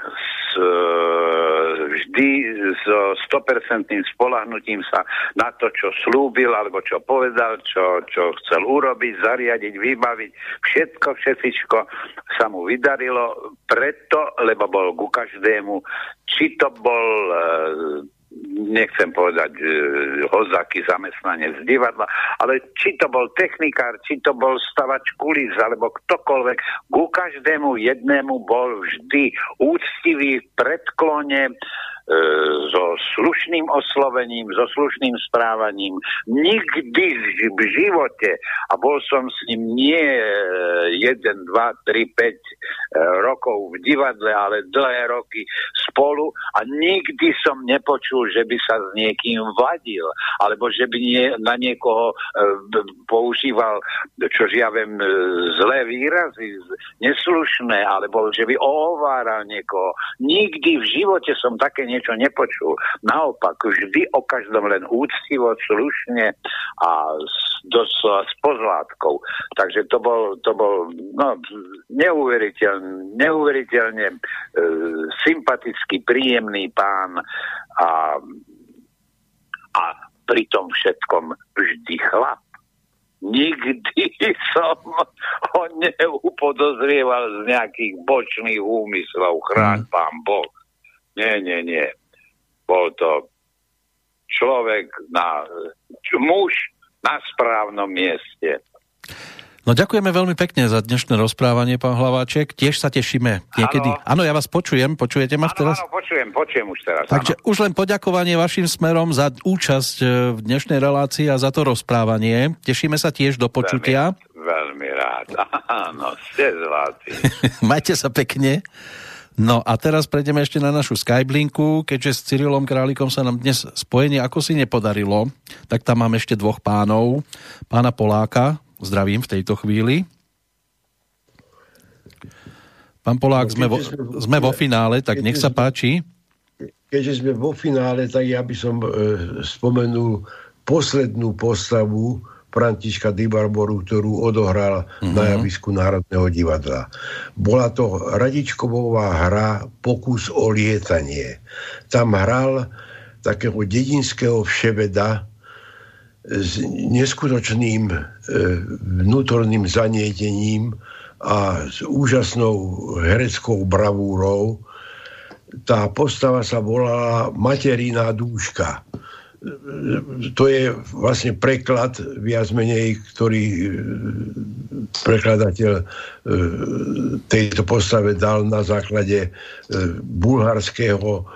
[SPEAKER 6] vždy so 100% spoľahnutím sa na to, čo slúbil, alebo čo povedal, čo chcel urobiť, zariadiť, vybaviť. Všetko sa mu vydarilo preto, lebo bol ku každému, či to bol nechcem povedať hozaký zamestnanec z divadla, ale či to bol technikár, či to bol stavač kulís, alebo ktokoľvek, ku každému jednému bol vždy úctivý v predklone, so slušným oslovením, so slušným správaním. Nikdy v živote, a bol som s ním nie 1, 2, 3, 5 rokov v divadle, ale dlhé roky spolu a nikdy som nepočul, že by sa s niekým vadil, alebo že by na niekoho používal, čo ja viem, zlé výrazy, neslušné, alebo že by ohováral niekoho. Nikdy v živote som také niečo nepočul. Naopak, vždy o každom len úctivo, slušne a s pozlátkou. Takže to bol neuveriteľne sympatický, príjemný pán a pri tom všetkom vždy chlap. Nikdy som ho neupodozrieval z nejakých bočných úmyslov. Chráň pán Boh. Nie. Bol to človek, muž na správnom mieste.
[SPEAKER 1] No ďakujeme veľmi pekne za dnešné rozprávanie, pán Hlaváček. Tiež sa tešíme niekedy. Áno, ja vás počujem. Počujete ma teraz?
[SPEAKER 6] Áno, počujem už teraz.
[SPEAKER 1] Takže už len poďakovanie vašim smerom za účasť v dnešnej relácii a za to rozprávanie. Tešíme sa tiež do počutia.
[SPEAKER 6] Veľmi rád. Áno, ste zlatí.
[SPEAKER 1] Majte sa pekne. No a teraz prejdeme ešte na našu Skyblinku, keďže s Cyrilom Králikom sa nám dnes spojenie ako si nepodarilo, tak tam máme ešte dvoch pánov. Pána Poláka, zdravím v tejto chvíli. Pán Polák, sme vo finále, tak nech sa páči.
[SPEAKER 5] Keďže sme vo finále, tak ja by som spomenul poslednú postavu Františka Dibarboru, ktorú odohral na javisku Národného divadla. Bola to Radičkovová hra Pokus o lietanie. Tam hral takého dedinského vševeda s neskutočným vnútorným zanietením a s úžasnou hereckou bravúrou. Tá postava sa volala Materiná dúška. To je vlastne preklad viac menej, ktorý prekladateľ tejto postave dal na základe bulharského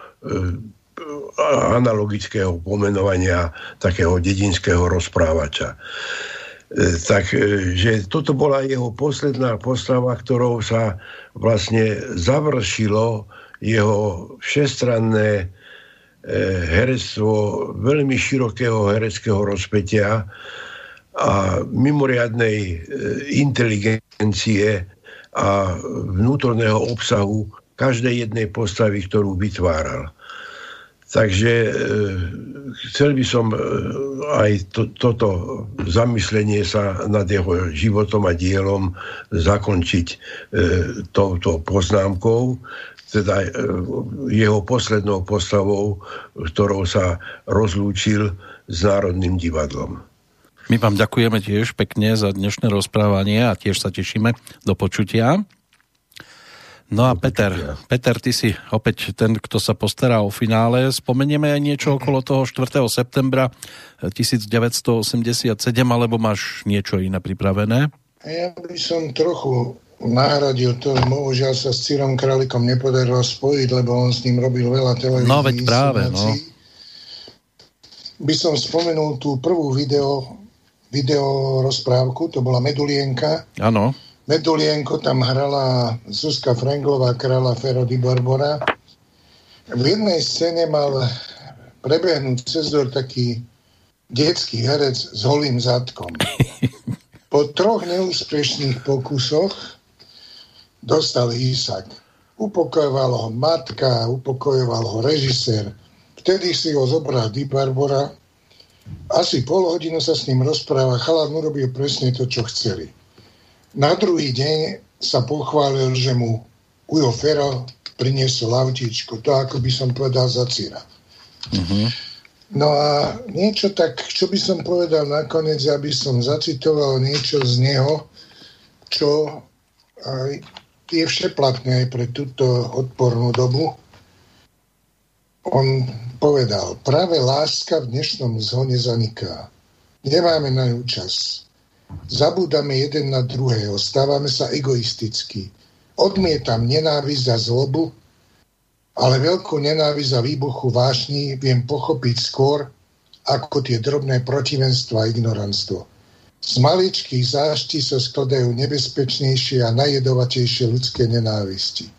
[SPEAKER 5] analogického pomenovania takého dedinského rozprávača. Takže toto bola jeho posledná postava, ktorou sa vlastne završilo jeho všestranné herectvo veľmi širokého hereckého rozpätia a mimoriadnej inteligencie a vnútorného obsahu každej jednej postavy, ktorú vytváral. Takže chcel by som aj toto zamyslenie sa nad jeho životom a dielom zakončiť touto poznámkou, teda jeho poslednou postavou, ktorou sa rozlúčil s Národným divadlom.
[SPEAKER 1] My vám ďakujeme tiež pekne za dnešné rozprávanie a tiež sa tešíme do počutia. No a Peter, ty si opäť ten, kto sa postará o finále. Spomenieme aj niečo okolo toho 4. septembra 1987, alebo máš niečo iné pripravené?
[SPEAKER 4] Ja by som trochu nahradil to, bohužiaľ sa s Círom Králikom nepodarilo spojiť, lebo on s ním robil veľa televízií.
[SPEAKER 1] No veď práve, no.
[SPEAKER 4] By som spomenul tú prvú video rozprávku, to bola Medulienka.
[SPEAKER 1] Áno.
[SPEAKER 4] Medulienko tam hrala Zuzka Frenglová, kráľa Fero di Borbora. V jednej scéne mal prebehnúť cez dvor taký detský herec s holým zadkom. Po 3 neúspešných pokusoch dostal Ísak. Upokojoval ho matka, upokojoval ho režisér. Vtedy si ho zobral di Barbora. Asi pol hodinu sa s ním rozpráva. Chalan urobil presne to, čo chceli. Na druhý deň sa pochválil, že mu Ujo Fero priniesol autíčko. To, ako by som povedal, za Círa. No a niečo tak, čo by som povedal nakoniec, aby som zacitoval niečo z neho, čo je všeplatné aj pre túto odpornú dobu. On povedal, práve láska v dnešnom zhone zaniká. Nemáme na ňu čas. Zabúdame jeden na druhého, stávame sa egoistickí. Odmietam nenávisť a zlobu, ale veľkú nenávisť a výbuchu vášni viem pochopiť skôr, ako tie drobné protivenstva a ignoranstvo. Z maličkých záští sa skladajú nebezpečnejšie a najjedovatejšie ľudské nenávisti.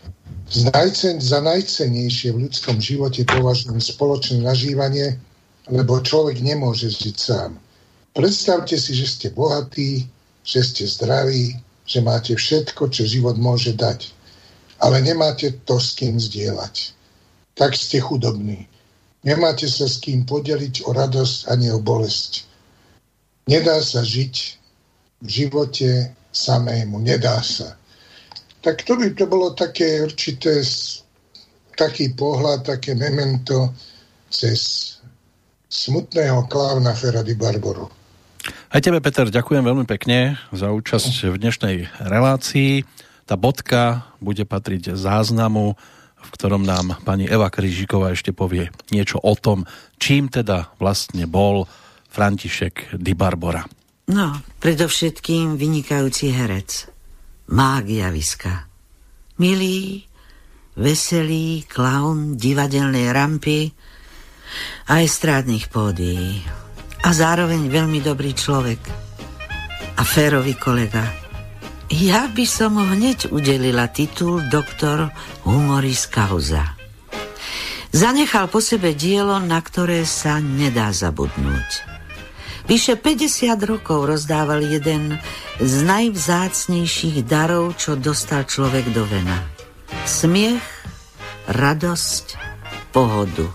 [SPEAKER 4] Za najcennejšie v ľudskom živote považujem spoločné nažívanie, lebo človek nemôže žiť sám. Predstavte si, že ste bohatí, že ste zdraví, že máte všetko, čo život môže dať. Ale nemáte to s kým zdieľať. Tak ste chudobní. Nemáte sa s kým podeliť o radosť ani o bolesť. Nedá sa žiť v živote samému. Nedá sa. Tak to by to bolo také určité, taký pohľad, také memento cez smutného klauna Fera di Barboru.
[SPEAKER 1] Aj tebe, Peter, ďakujem veľmi pekne za účasť v dnešnej relácii. Tá bodka bude patriť záznamu, v ktorom nám pani Eva Krížiková ešte povie niečo o tom, čím teda vlastne bol František di Barbora.
[SPEAKER 3] No, predovšetkým vynikajúci herec. Mák javiska. Milý, veselý klaun divadelnej rampy a estrádnych pódií. A zároveň veľmi dobrý človek. A férový kolega. Ja by som mu hneď udelila titul doktor humoris causa. Zanechal po sebe dielo, na ktoré sa nedá zabudnúť. Vyše 50 rokov rozdával jeden z najvzácnejších darov, čo dostal človek do vena. Smiech, radosť, pohodu.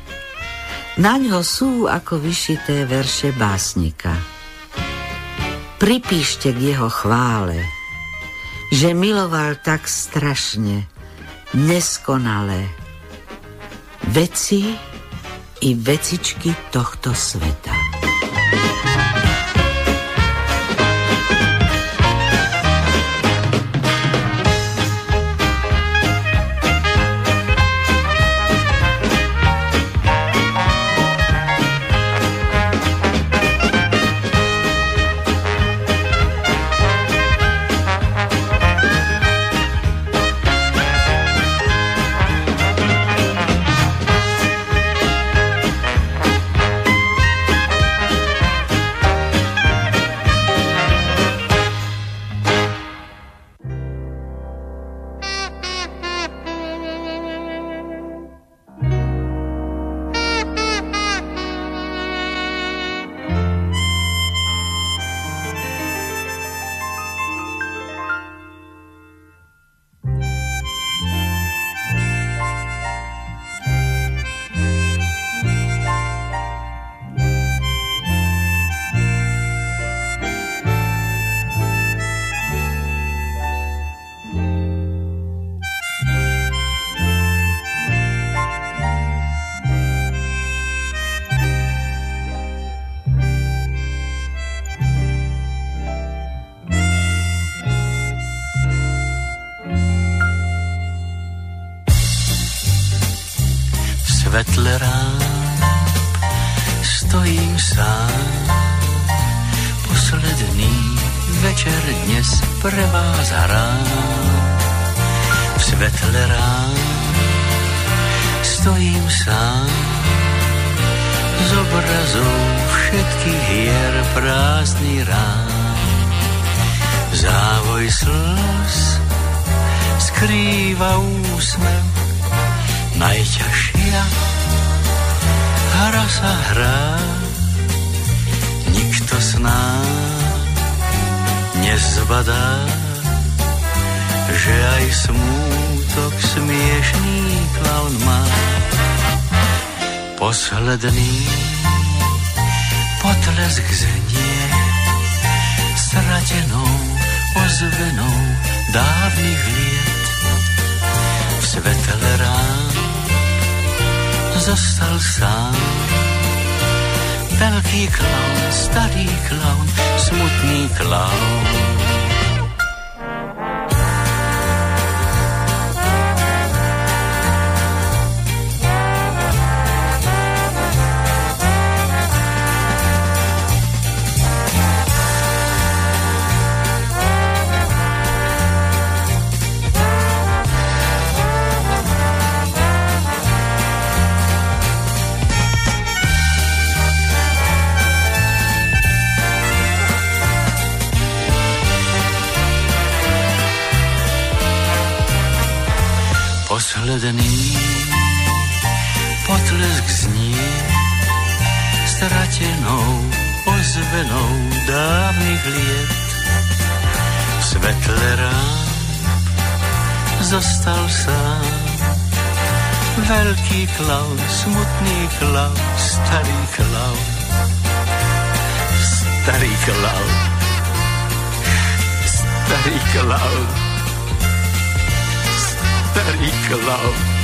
[SPEAKER 3] Naňho sú ako vyšité verše básnika. Pripíšte k jeho chvále, že miloval tak strašne, neskonale veci i vecičky tohto sveta.
[SPEAKER 11] svetle rán stojím sám. Posledný večer dnes pre vás hrám. V svetle rán stojím sám. Z obrazov všetkých hier prázdny rám. Závoj slz skrýva úsmev, najťažšia hra sa hrá. Nikto s nám nezbadá, že aj smútok smiešný klaun má. Posledný potlesk znie stratenou ozvenou dávnych liet. V svetle rán zostal sám. Veľký klaun, starý klaun, smutný klaun. Posledný potlesk znie stratenou ozvenou dávnych liet. V svetle rán zostal sám. Veľký klaun, smutný klaun, starý klaun. Starý klaun. Starý klaun. Starý klaun.